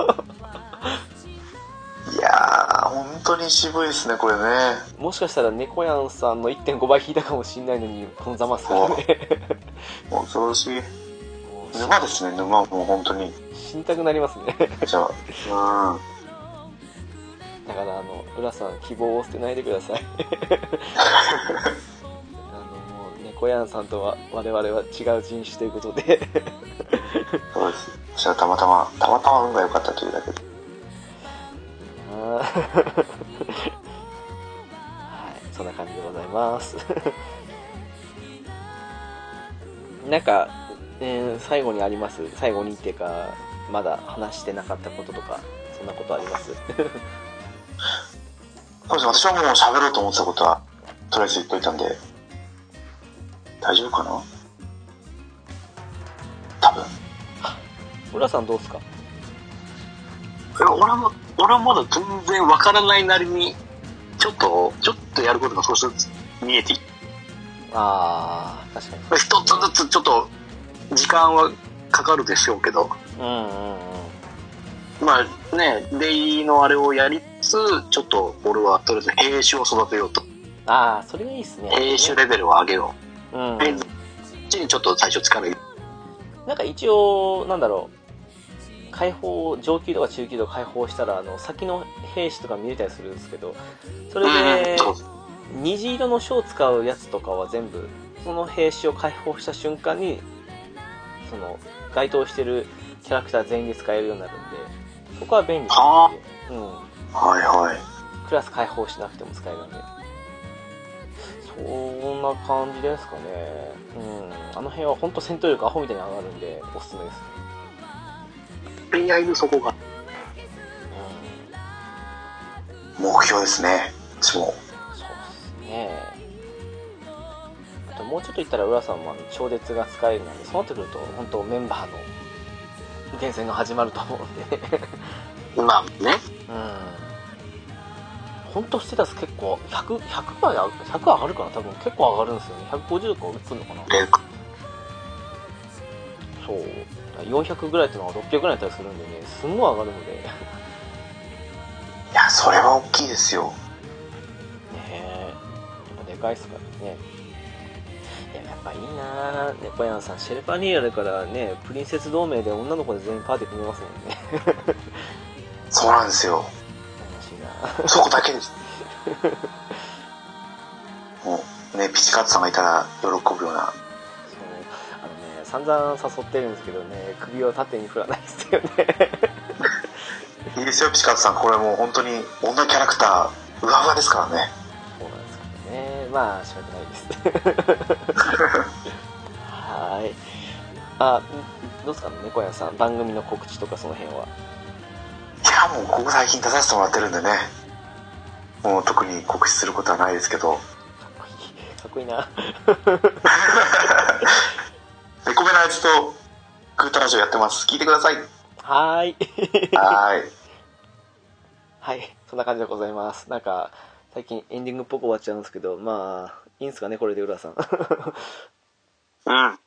S3: いやー、本当に渋いですね、これね。
S1: もしかしたら猫やんさんの いってんご 倍引いたかもしれないのに、このざまですからね。
S3: 恐ろしい。沼ですね、沼はもう本当に。
S1: 死にたくなりますね。
S3: じゃあ、うん。
S1: だからあの、浦さん希望を捨てないでください。あの、もう猫やんさんとは我々は違う人種ということで。
S3: そうです。そしたらたまたま、たまたま運が良かったというだけで。
S1: はい、そんな感じでございます。なんか、えー、最後にあります最後にっていうか、まだ話してなかったこととか、そんなことあります？
S3: そうです。私はもう喋ろうと思ってたことは、とりあえず言っといたんで、大丈夫かな？多分。
S1: 浦さんどうですか？
S2: 俺は、俺はまだ全然わからないなりに、ちょっと、ちょっとやることが少しずつ見えている。
S1: あー、確かに。
S2: 一つずつちょっと、時間はかかるでしょうけど、
S1: うんうんうん。
S2: まあね、デイのあれをやりつつ、ちょっと俺はとりあえず兵種を育てようと。
S1: あー、それがいいっすね。
S2: 兵種レベルを上げよう。
S1: うん。
S2: 兵種にちょっと最初力入れる。
S1: なんか一応、なんだろう。解放、上級とか中級とか解放したら、あの、先の兵士とか見れたりするんですけど、それで、虹色の書を使うやつとかは全部、その兵士を解放した瞬間に、その、該当してるキャラクター全員で使えるようになるんで、そこは便利ですね。うん。
S3: はいはい。
S1: クラス解放しなくても使えるんで。そんな感じですかね。うん。あの辺は本当戦闘力アホみたいに上がるんで、おすすめですね。
S2: 恋愛のそこが。
S3: うん。目標ですね。私も。
S1: そうですね。あともうちょっと言ったら浦さんもあの超絶が使えるので、そうなってくると本当メンバーの厳選が始まると思うんで。
S2: まあね。
S1: うん。本当ステータス結構ひゃく、ひゃくまでひゃく上がるかな、多分結構上がるんですよね。ひゃくごじゅうとか打つのかな。そう。よんひゃくぐらいっていうのがろっぴゃくぐらいだったりするんでね、すんごい上がるので。
S3: いや、それは大きいですよ。
S1: ねえ。やっぱでかいっすからね。いや、やっぱいいなぁ。猫やんさん、シェルパニーあるからね、プリンセス同盟で女の子で全員パーティー組めますもんね。
S3: そうなんですよ。
S1: 楽しいな。
S3: そこだけです。もうね、ピチカートさんがいたら喜ぶような。
S1: そう、あのね、散々誘ってるんですけどね、首を縦に振らないですよね。
S3: いいですよ、ピチカートさん。これもう本当に女キャラクター、うわうわですからね。
S1: そうなんですけどね。まあ、仕方ないです。はい。あ、どうですかね、猫屋さん。番組の告知とかその辺は。
S3: いや、もうここ最近出させてもらってるんでね。もう特に告知することはないですけど。
S1: かっこいい。かっこいいな。
S3: 猫目のやつとグータラジオやってます。聞いてください。
S1: はーい。
S3: はーい。
S1: はい。そんな感じでございます。なんか、最近エンディングっぽく終わっちゃうんですけど、まあ、いいんすかね、これで浦さん。
S2: うん。